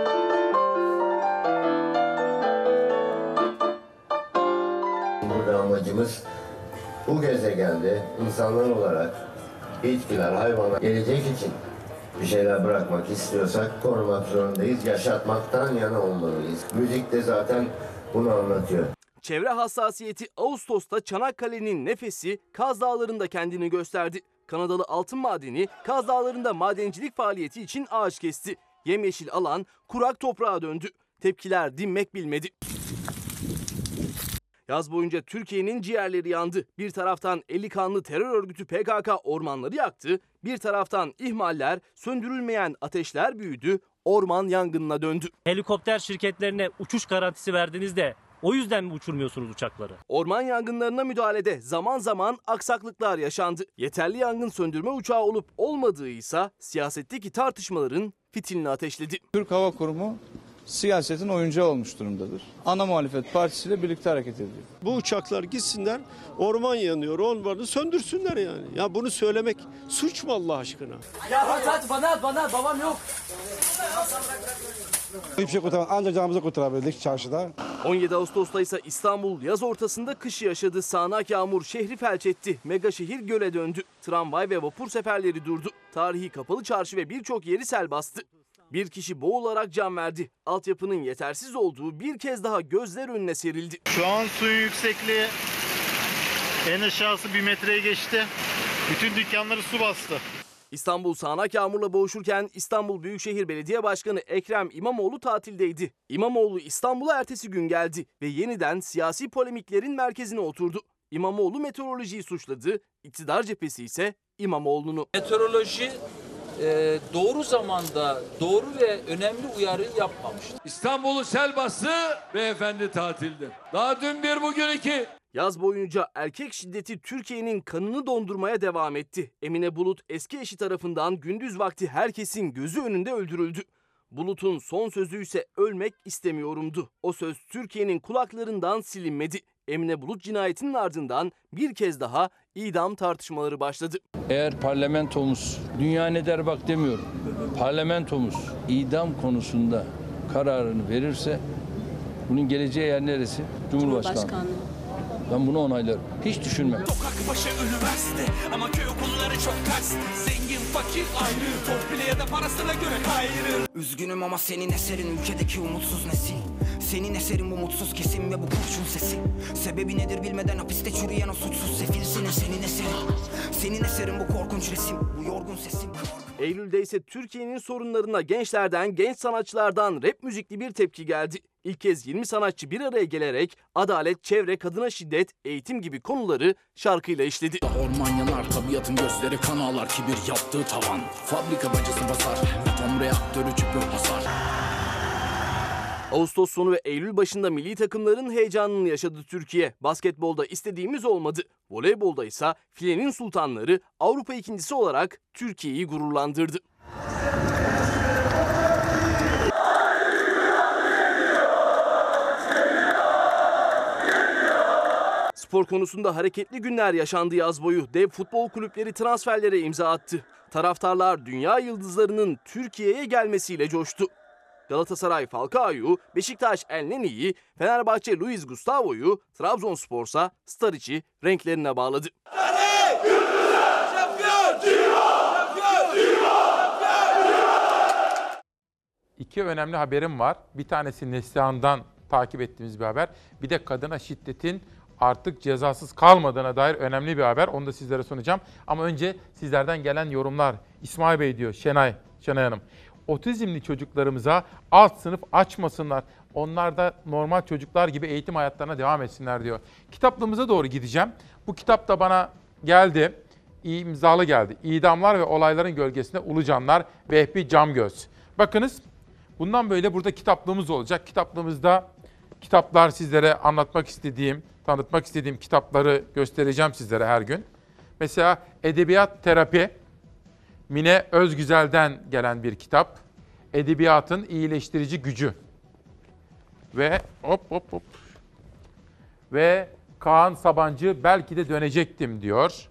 [SPEAKER 28] Burada amacımız bu gezegende insanlar olarak bitkiler, hayvanlar gelecek için bir şeyler bırakmak istiyorsak korumak zorundayız. Yaşatmaktan yana olmalıyız. Müzik de zaten bunu anlatıyor.
[SPEAKER 8] Çevre hassasiyeti Ağustos'ta Çanakkale'nin nefesi Kaz Dağları'nda kendini gösterdi. Kanadalı altın madeni Kaz Dağları'nda madencilik faaliyeti için ağaç kesti. Yemyeşil alan kurak toprağa döndü. Tepkiler dinmek bilmedi. Yaz boyunca Türkiye'nin ciğerleri yandı. Bir taraftan eli kanlı terör örgütü P K K ormanları yaktı. Bir taraftan ihmaller, söndürülmeyen ateşler büyüdü. Orman yangınına döndü.
[SPEAKER 15] Helikopter şirketlerine uçuş garantisi verdiniz de o yüzden mi uçurmuyorsunuz uçakları?
[SPEAKER 8] Orman yangınlarına müdahalede zaman zaman aksaklıklar yaşandı. Yeterli yangın söndürme uçağı olup olmadığı ise siyasetteki tartışmaların fitilini ateşledi.
[SPEAKER 29] Türk Hava Kurumu siyasetin oyuncağı olmuş durumdadır. Ana muhalefet partisiyle birlikte hareket ediyor.
[SPEAKER 23] Bu uçaklar gitsinler, orman yanıyor, ormanı söndürsünler yani. Ya bunu söylemek suç mu Allah aşkına?
[SPEAKER 18] Ya hadi hadi bana at bana at, babam yok.
[SPEAKER 29] Hiçbir şey kurtaramadık. Ancak canımızı kurtarabildik çarşıda.
[SPEAKER 8] on yedi Ağustos'ta ise İstanbul yaz ortasında kışı yaşadı. Sağanak yağmur şehri felç etti. Mega şehir göle döndü. Tramvay ve vapur seferleri durdu. Tarihi kapalı çarşı ve birçok yeri sel bastı. Bir kişi boğularak can verdi. Altyapının yetersiz olduğu bir kez daha gözler önüne serildi.
[SPEAKER 30] Şu an suyun yüksekliği en aşağısı bir metreye geçti. Bütün dükkanları su bastı.
[SPEAKER 8] İstanbul sağanak yağmurla boğuşurken İstanbul Büyükşehir Belediye Başkanı Ekrem İmamoğlu tatildeydi. İmamoğlu İstanbul'a ertesi gün geldi ve yeniden siyasi polemiklerin merkezine oturdu. İmamoğlu meteorolojiyi suçladı, iktidar cephesi ise İmamoğlu'nu.
[SPEAKER 2] Meteoroloji e, doğru zamanda doğru ve önemli uyarı yapmamıştı.
[SPEAKER 3] İstanbul'u sel bastı, beyefendi tatilde. Daha dün bir, bugün iki.
[SPEAKER 8] Yaz boyunca erkek şiddeti Türkiye'nin kanını dondurmaya devam etti. Emine Bulut eski eşi tarafından gündüz vakti herkesin gözü önünde öldürüldü. Bulut'un son sözü ise ölmek istemiyorumdu. O söz Türkiye'nin kulaklarından silinmedi. Emine Bulut cinayetinin ardından bir kez daha idam tartışmaları başladı.
[SPEAKER 2] Eğer parlamentomuz, dünya ne der bak demiyorum, parlamentomuz idam konusunda kararını verirse bunun geleceği yer neresi? Cumhurbaşkanlığı. Cumhurbaşkanlığı. Ben bunu onaylarım. Hiç düşünmem.
[SPEAKER 18] Sokak başı üniversite ama köy okulları çok ters. Zengin fakir ayrı, torpile ya da parasına göre kayırır. Üzgünüm ama senin eserin ülkedeki umutsuz nesil. Senin eserin bu mutsuz kesim ve bu kurşun sesi. Sebebi nedir bilmeden hapiste çürüyen o suçsuz sefilsin. Senin eserin, senin eserin bu korkunç resim, bu yorgun sesim.
[SPEAKER 8] Eylül'de ise Türkiye'nin sorunlarına gençlerden, genç sanatçılardan rap müzikli bir tepki geldi. İlk kez yirmi sanatçı bir araya gelerek adalet, çevre, kadına şiddet, eğitim gibi konuları şarkıyla işledi.
[SPEAKER 4] Orman yanar, tabiatın gözleri kan ağlar, kibir yaptığı tavan. Fabrika bacası basar, atom reaktörü çöpü hasar.
[SPEAKER 8] Ağustos sonu ve Eylül başında milli takımların heyecanını yaşadı Türkiye. Basketbolda istediğimiz olmadı. Voleybolda ise filenin sultanları Avrupa ikincisi olarak Türkiye'yi gururlandırdı. Spor konusunda hareketli günler yaşandı yaz boyu. Dev futbol kulüpleri transferlere imza attı. Taraftarlar dünya yıldızlarının Türkiye'ye gelmesiyle coştu. Galatasaray Falcao'yu, Beşiktaş El Neni'yi, Fenerbahçe Luis Gustavo'yu, Trabzonspor'sa Staric'i renklerine bağladı.
[SPEAKER 1] İki önemli haberim var. Bir tanesi Neslihan'dan takip ettiğimiz bir haber. Bir de kadına şiddetin artık cezasız kalmadığına dair önemli bir haber. Onu da sizlere sunacağım. Ama önce sizlerden gelen yorumlar. İsmail Bey diyor, Şenay, Şenay Hanım. Otizmli çocuklarımıza alt sınıf açmasınlar. Onlar da normal çocuklar gibi eğitim hayatlarına devam etsinler diyor. Kitaplığımıza doğru gideceğim. Bu kitap da bana geldi. İmzalı geldi. İdamlar ve olayların gölgesinde Ulucanlar, Vehbi Camgöz. Bakınız, bundan böyle burada kitaplığımız olacak. Kitaplığımızda kitaplar, sizlere anlatmak istediğim, tanıtmak istediğim kitapları göstereceğim sizlere her gün. Mesela Edebiyat Terapi, Mine Özgüzel'den gelen bir kitap. Edebiyatın iyileştirici gücü. Ve hop hop hop. Ve Kaan Sabancı belki de dönecektim diyor.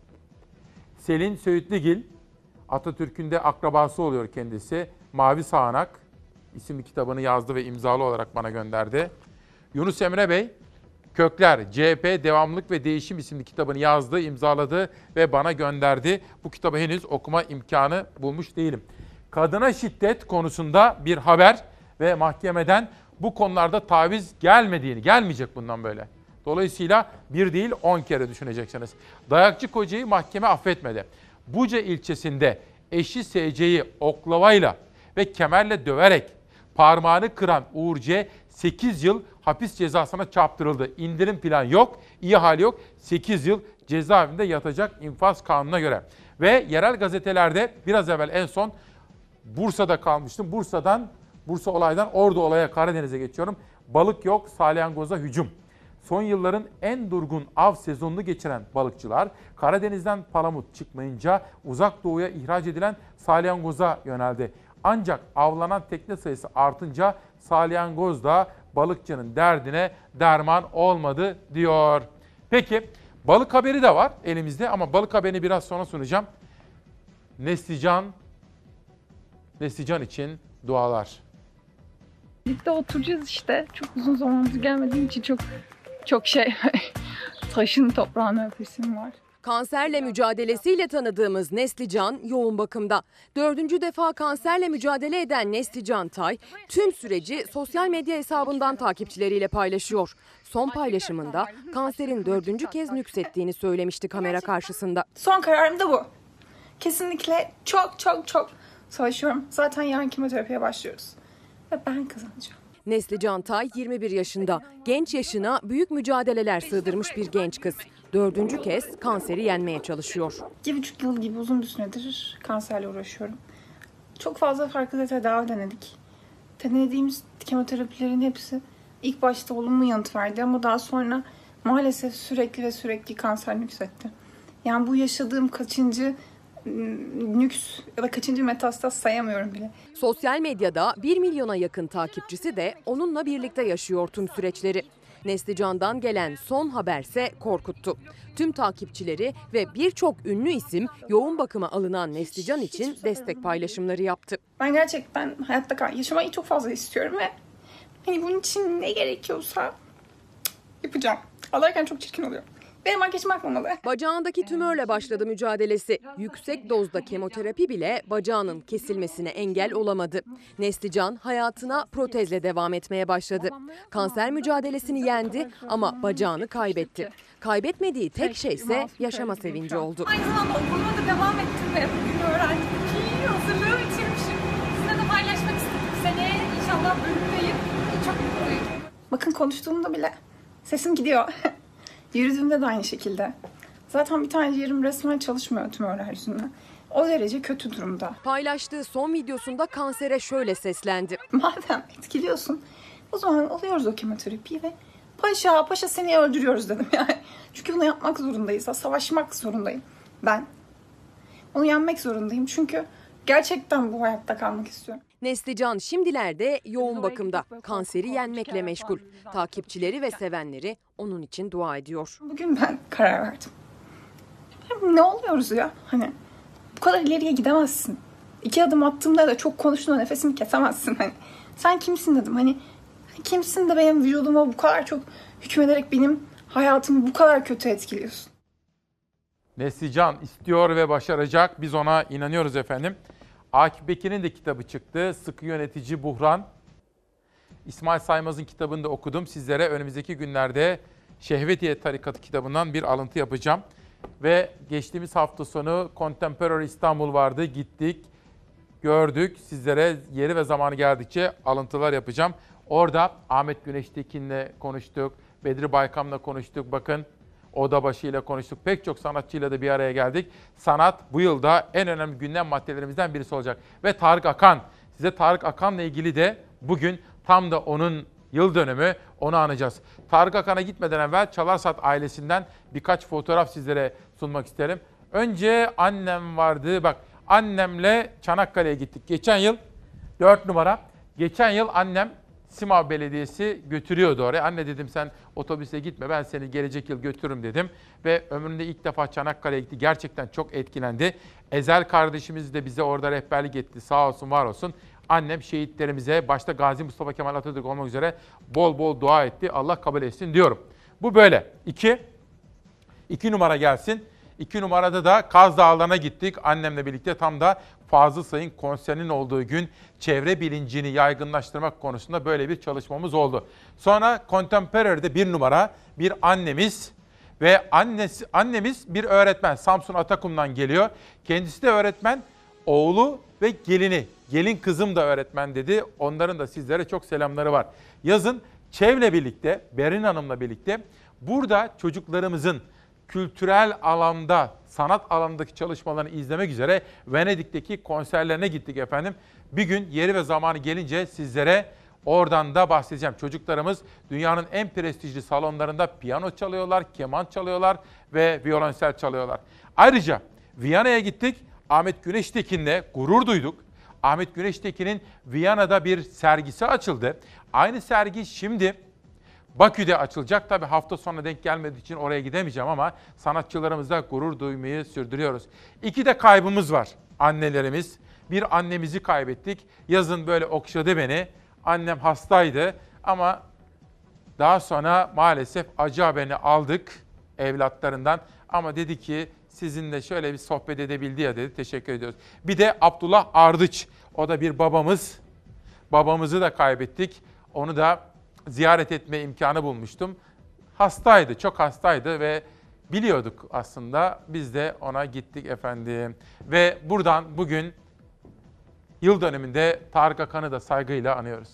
[SPEAKER 1] Selin Söğütlügil, Atatürk'ün de akrabası oluyor kendisi. Mavi Sağanak isimli kitabını yazdı ve imzalı olarak bana gönderdi. Yunus Emre Bey, Kökler, C H P Devamlılık ve Değişim isimli kitabını yazdı, imzaladı ve bana gönderdi. Bu kitabı henüz okuma imkanı bulmuş değilim. Kadına şiddet konusunda bir haber ve mahkemeden bu konularda taviz gelmediğini, gelmeyecek bundan böyle. Dolayısıyla bir değil on kere düşüneceksiniz. Dayakçı kocayı mahkeme affetmedi. Buca ilçesinde eşi S C'yi oklavayla ve kemerle döverek parmağını kıran Uğur C sekiz yıl hapis cezasına çarptırıldı. İndirim falan yok, iyi hali yok. sekiz yıl cezaevinde yatacak infaz kanununa göre. Ve yerel gazetelerde biraz evvel en son Bursa'da kalmıştım. Bursa'dan, Bursa olaydan Ordu olaya, Karadeniz'e geçiyorum. Balık yok, salyangoza hücum. Son yılların en durgun av sezonunu geçiren balıkçılar Karadeniz'den palamut çıkmayınca uzak doğuya ihraç edilen salyangoza yöneldi. Ancak avlanan tekne sayısı artınca salyangoz da balıkçının derdine derman olmadı diyor. Peki balık haberi de var elimizde ama balık haberini biraz sonra sunacağım. Neslican, Neslican için dualar.
[SPEAKER 19] Birlikte oturacağız işte. Çok uzun zamandır gelmediğim için çok çok şey taşın toprağını öpesim var.
[SPEAKER 13] Kanserle mücadelesiyle tanıdığımız Neslican yoğun bakımda. Dördüncü defa kanserle mücadele eden Neslican Tay tüm süreci sosyal medya hesabından takipçileriyle paylaşıyor. Son paylaşımında kanserin dördüncü kez nüksettiğini söylemişti kamera karşısında.
[SPEAKER 6] Son kararım da bu.
[SPEAKER 19] Kesinlikle çok çok çok savaşıyorum. Zaten yarın kemoterapiye başlıyoruz. Ve ben kazanacağım.
[SPEAKER 13] Neslican Tay yirmi bir yaşında. Genç yaşına büyük mücadeleler sığdırmış bir genç kız. Dördüncü kez kanseri yenmeye çalışıyor.
[SPEAKER 19] İki buçuk yıl gibi uzun bir süredir kanserle uğraşıyorum. Çok fazla farklı tedavi denedik. Denediğimiz kemoterapilerin hepsi ilk başta olumlu yanıt verdi ama daha sonra maalesef sürekli ve sürekli kanser nüksetti. Yani bu yaşadığım kaçıncı nüks ya da kaçıncı metastaz sayamıyorum bile.
[SPEAKER 13] Sosyal medyada bir milyona yakın takipçisi de onunla birlikte yaşıyor tüm süreçleri. Neslican'dan gelen son haberse korkuttu. Tüm takipçileri ve birçok ünlü isim yoğun bakıma alınan Neslican için destek paylaşımları yaptı.
[SPEAKER 19] Ben gerçekten hayatta kal- yaşamayı çok fazla istiyorum ve hani bunun için ne gerekiyorsa yapacağım. Alarken çok çirkin oluyor. Benim makyajım akmamalı.
[SPEAKER 13] Bacağındaki tümörle başladı mücadelesi. Yüksek dozda kemoterapi bile bacağının kesilmesine engel olamadı. Neslican hayatına protezle devam etmeye başladı. Kanser mücadelesini yendi ama bacağını kaybetti. Kaybetmediği tek şey ise yaşama sevinci oldu.
[SPEAKER 19] Aynı zamanda okuluma da devam ettim ve bugün öğrendim ki hazırlığı bitirmişim. Sizinle de paylaşmak istedim. Seneye inşallah bölümdeyim. Çok mutluyum. Bakın konuştuğumda bile sesim gidiyor. Yürüdüğümde de aynı şekilde. Zaten bir tane yerim resmen çalışmıyor tümörler yüzünden. O derece kötü durumda.
[SPEAKER 13] Paylaştığı son videosunda kansere şöyle seslendi.
[SPEAKER 19] Madem etkiliyorsun o zaman alıyoruz o kemoterapiyi ve paşa paşa seni öldürüyoruz dedim yani. Çünkü bunu yapmak zorundayız. Savaşmak zorundayım ben. Onu yenmek zorundayım çünkü gerçekten bu hayatta kalmak istiyorum.
[SPEAKER 13] Neslican şimdilerde yoğun bakımda kanseri yenmekle meşgul. Takipçileri ve sevenleri onun için dua ediyor.
[SPEAKER 19] Bugün ben karar verdim. Ne oluyoruz ya? Hani bu kadar ileriye gidemezsin. İki adım attığımda da çok konuştuğunda nefesimi kesemezsin. Hani sen kimsin dedim. Hani kimsin de benim vücuduma bu kadar çok hükmederek benim hayatımı bu kadar kötü etkiliyorsun.
[SPEAKER 1] Neslican istiyor ve başaracak. Biz ona inanıyoruz efendim. Akif Bekir'in de kitabı çıktı. Sıkı Yönetici Buhran. İsmail Saymaz'ın kitabını da okudum. Sizlere önümüzdeki günlerde Şehvetiye Tarikatı kitabından bir alıntı yapacağım. Ve geçtiğimiz hafta sonu Contemporary İstanbul vardı. Gittik, gördük. Sizlere yeri ve zamanı geldikçe alıntılar yapacağım. Orada Ahmet Güneştekin'le konuştuk. Bedri Baykam'la konuştuk. Bakın Odabaşı ile konuştuk. Pek çok sanatçıyla da bir araya geldik. Sanat bu yılda en önemli gündem maddelerimizden birisi olacak. Ve Tarık Akan. Size Tarık Akan'la ilgili de bugün tam da onun yıl dönümü, onu anacağız. Tarık Akan'a gitmeden evvel Çalarsat ailesinden birkaç fotoğraf sizlere sunmak isterim. Önce annem vardı. Bak annemle Çanakkale'ye gittik. Geçen yıl dört numara. Geçen yıl annem Simav Belediyesi götürüyordu oraya. Anne dedim sen otobüse gitme, ben seni gelecek yıl götürürüm dedim. Ve ömründe ilk defa Çanakkale'ye gitti. Gerçekten çok etkilendi. Ezel kardeşimiz de bize orada rehberlik etti. Sağ olsun, var olsun. Annem şehitlerimize, başta Gazi Mustafa Kemal Atatürk olmak üzere bol bol dua etti. Allah kabul etsin diyorum. Bu böyle. İki, iki numara gelsin. İki numarada da Kaz Dağları'na gittik. Annemle birlikte tam da Fazıl Say'ın konserinin olduğu gün çevre bilincini yaygınlaştırmak konusunda böyle bir çalışmamız oldu. Sonra Contemporary'de bir numara bir annemiz ve annesi, annemiz bir öğretmen. Samsun Atakum'dan geliyor. Kendisi de öğretmen, oğlu ve gelini. Gelin kızım da öğretmen dedi. Onların da sizlere çok selamları var. Yazın Çev'le birlikte, Berin Hanım'la birlikte burada çocuklarımızın kültürel alanda, sanat alanındaki çalışmalarını izlemek üzere Venedik'teki konserlerine gittik efendim. Bir gün yeri ve zamanı gelince sizlere oradan da bahsedeceğim. Çocuklarımız dünyanın en prestijli salonlarında piyano çalıyorlar, keman çalıyorlar ve violonsel çalıyorlar. Ayrıca Viyana'ya gittik. Ahmet Güneştekin'le gurur duyduk. Ahmet Güneştekin'in Viyana'da bir sergisi açıldı. Aynı sergi şimdi Bakü'de açılacak. Tabii hafta sonuna denk gelmediği için oraya gidemeyeceğim ama sanatçılarımızla gurur duymayı sürdürüyoruz. İki de kaybımız var annelerimiz. Bir annemizi kaybettik. Yazın böyle okşadı beni. Annem hastaydı ama daha sonra maalesef acı haberini aldık evlatlarından. Ama dedi ki sizinle şöyle bir sohbet edebildi ya dedi. Teşekkür ediyoruz. Bir de Abdullah Ardıç. O da bir babamız. Babamızı da kaybettik. Onu da ziyaret etme imkanı bulmuştum. Hastaydı, çok hastaydı ve biliyorduk aslında. Biz de ona gittik efendim. Ve buradan bugün yıl dönümünde Tarık Akan'ı da saygıyla anıyoruz.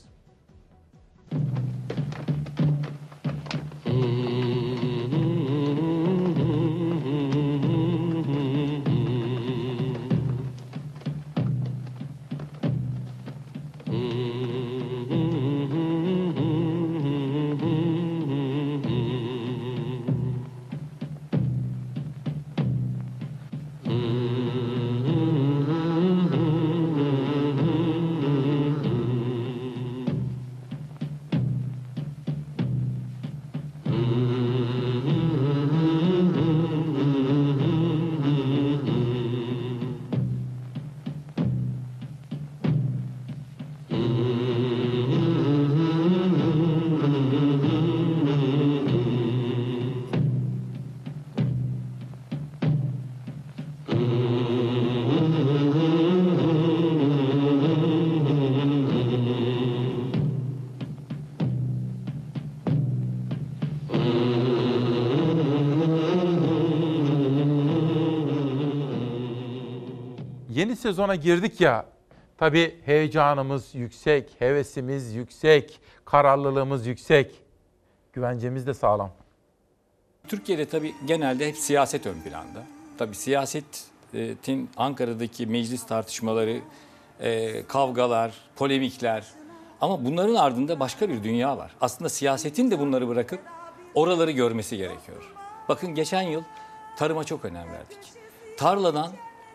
[SPEAKER 1] Yeni sezona girdik ya, tabii heyecanımız yüksek, hevesimiz yüksek, kararlılığımız yüksek, güvencemiz de sağlam.
[SPEAKER 5] Türkiye'de tabii genelde hep siyaset ön planda. Tabii siyasetin Ankara'daki meclis tartışmaları, kavgalar, polemikler, ama bunların ardında başka bir dünya var. Aslında siyasetin de bunları bırakıp oraları görmesi gerekiyor. Bakın geçen yıl tarıma çok önem verdik. Tarladan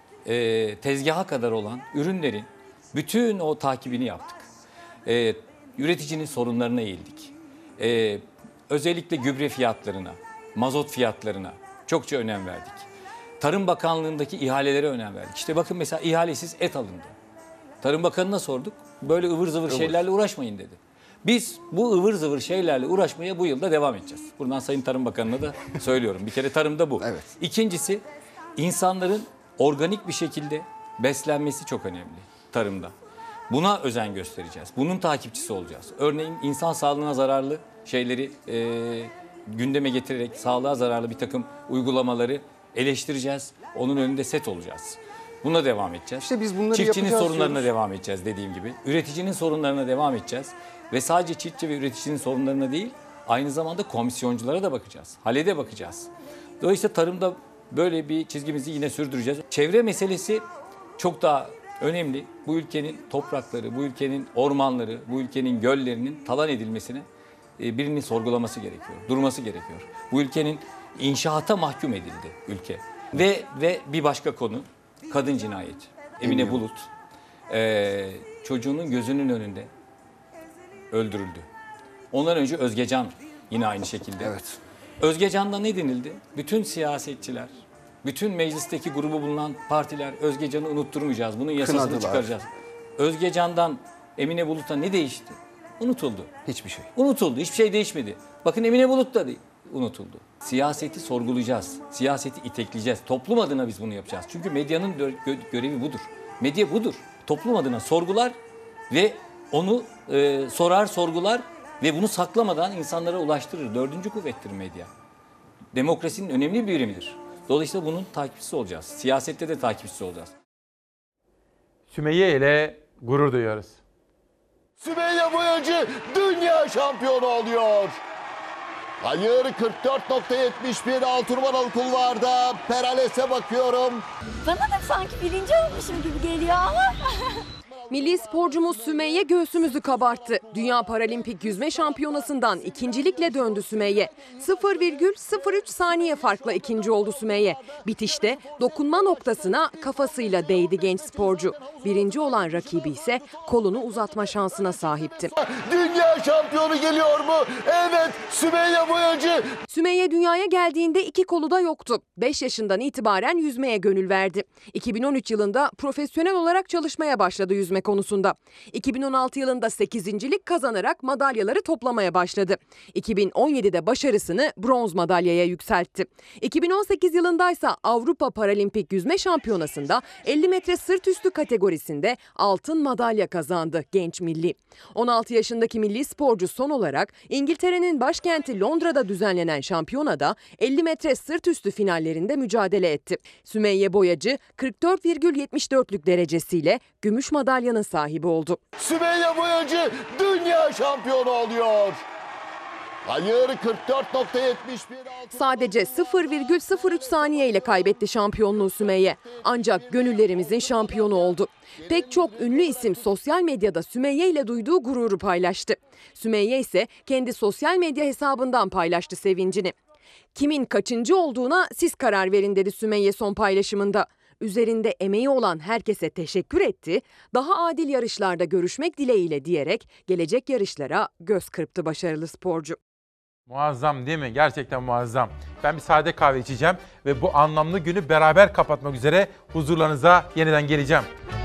[SPEAKER 5] E, tezgaha kadar olan ürünlerin bütün o takibini yaptık. E, üreticinin sorunlarına eğildik. E, özellikle gübre fiyatlarına, mazot fiyatlarına çokça önem verdik. Tarım Bakanlığı'ndaki ihalelere önem verdik. İşte bakın mesela ihalesiz et alındı. Tarım Bakanı'na sorduk. Böyle ıvır zıvır şeylerle uğraşmayın dedi. Biz bu ıvır zıvır şeylerle uğraşmaya bu yılda devam edeceğiz. Buradan Sayın Tarım Bakanı'na da söylüyorum. Bir kere tarımda bu. Evet. İkincisi, insanların organik bir şekilde beslenmesi çok önemli tarımda. Buna özen göstereceğiz. Bunun takipçisi olacağız. Örneğin insan sağlığına zararlı şeyleri e, gündeme getirerek sağlığa zararlı bir takım uygulamaları eleştireceğiz. Onun önünde set olacağız. Buna devam edeceğiz. İşte biz bunları Çiftçinin sorunlarına diyoruz. devam edeceğiz dediğim gibi. Üreticinin sorunlarına devam edeceğiz. Ve sadece çiftçi ve üreticinin sorunlarına değil, aynı zamanda komisyonculara da bakacağız. Hale de bakacağız. Dolayısıyla tarımda böyle bir çizgimizi yine sürdüreceğiz. Çevre meselesi çok daha önemli. Bu ülkenin toprakları, bu ülkenin ormanları, bu ülkenin göllerinin talan edilmesine birinin sorgulaması gerekiyor, durması gerekiyor. Bu ülkenin inşaata mahkum edildi ülke. Ve ve bir başka konu, kadın cinayeti. Emine Bulut e, çocuğunun gözünün önünde öldürüldü. Ondan önce Özgecan yine aynı şekilde. Evet. Özgecan'da ne denildi? Bütün siyasetçiler, bütün meclisteki grubu bulunan partiler Özgecan'ı unutturmayacağız. Bunun yasasını Kınadılar. çıkaracağız. Özgecan'dan Emine Bulut'a ne değişti? Unutuldu. Hiçbir şey. Unutuldu. Hiçbir şey değişmedi. Bakın Emine Bulut da değil. Unutuldu. Siyaseti sorgulayacağız. Siyaseti itekleyeceğiz. Toplum adına biz bunu yapacağız. Çünkü medyanın gö- görevi budur. Medya budur. Toplum adına sorgular ve onu e, sorar, sorgular ve bunu saklamadan insanlara ulaştırır. Dördüncü kuvvettir medya. Demokrasinin önemli bir birimidir. Dolayısıyla bunun takipçisi olacağız. Siyasette de takipçisi olacağız.
[SPEAKER 1] Sümeyye ile gurur duyuyoruz.
[SPEAKER 6] Sümeyye Boyacı dünya şampiyonu oluyor. Hayır, kırk dört nokta yetmiş bir altı numaralı kulvarda Perales'e bakıyorum.
[SPEAKER 9] Bana da sanki birinci olmuşum gibi geliyor ama.
[SPEAKER 13] Milli sporcumuz Sümeyye göğsümüzü kabarttı. Dünya Paralimpik Yüzme Şampiyonası'ndan ikincilikle döndü Sümeyye. sıfır virgül sıfır üç saniye farkla ikinci oldu Sümeyye. Bitişte dokunma noktasına kafasıyla değdi genç sporcu. Birinci olan rakibi ise kolunu uzatma şansına sahipti.
[SPEAKER 6] Dünya şampiyonu geliyor mu? Evet, Sümeyye Boyacı.
[SPEAKER 13] Sümeyye dünyaya geldiğinde iki kolu da yoktu. beş yaşından itibaren yüzmeye gönül verdi. iki bin on üç yılında profesyonel olarak çalışmaya başladı yüzme konusunda. iki bin on altı yılında sekizincilik kazanarak madalyaları toplamaya başladı. iki bin on yedide başarısını bronz madalyaya yükseltti. iki bin on sekiz yılındaysa Avrupa Paralimpik Yüzme Şampiyonası'nda elli metre sırt üstü kategorisinde altın madalya kazandı genç milli. on altı yaşındaki milli sporcu son olarak İngiltere'nin başkenti Londra'da düzenlenen şampiyonada elli metre sırt üstü finallerinde mücadele etti. Sümeyye Boyacı kırk dört virgül yetmiş dörtlük derecesiyle gümüş madalyanın sahibi oldu.
[SPEAKER 6] Sümeyye Boyacı dünya şampiyonu oluyor. Hayır, kırk dört nokta yetmiş bir.
[SPEAKER 13] Sadece sıfır virgül sıfır üç saniye ile kaybetti şampiyonluğu Sümeyye. Ancak gönüllerimizin şampiyonu oldu. Pek çok ünlü isim sosyal medyada Sümeyye ile duyduğu gururu paylaştı. Sümeyye ise kendi sosyal medya hesabından paylaştı sevincini. Kimin kaçıncı olduğuna siz karar verin dedi Sümeyye son paylaşımında. Üzerinde emeği olan herkese teşekkür etti. Daha adil yarışlarda görüşmek dileğiyle diyerek gelecek yarışlara göz kırptı başarılı sporcu.
[SPEAKER 1] Muazzam değil mi? Gerçekten muazzam. Ben bir sade kahve içeceğim ve bu anlamlı günü beraber kapatmak üzere huzurlarınıza yeniden geleceğim.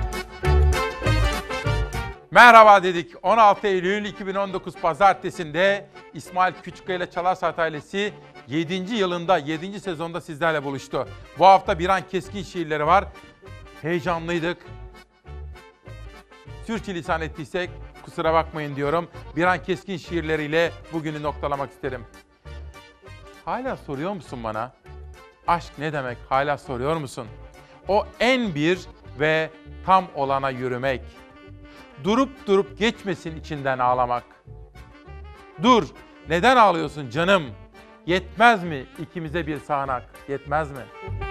[SPEAKER 1] Merhaba dedik. on altı Eylül iki bin on dokuz Pazartesi'nde İsmail Küçükkaya ile Çalar Saat ailesi yedinci yılında, yedinci sezonda sizlerle buluştu. Bu hafta Biran Keskin şiirleri var. Heyecanlıydık. Sürçülisan ettiysek kusura bakmayın diyorum. Biran Keskin şiirleriyle bugünü noktalamak isterim. Hala soruyor musun bana? Aşk ne demek? Hala soruyor musun? O en bir ve tam olana yürümek. Durup durup geçmesin içinden ağlamak. Dur, neden ağlıyorsun canım? Yetmez mi ikimize bir sağanak? Yetmez mi?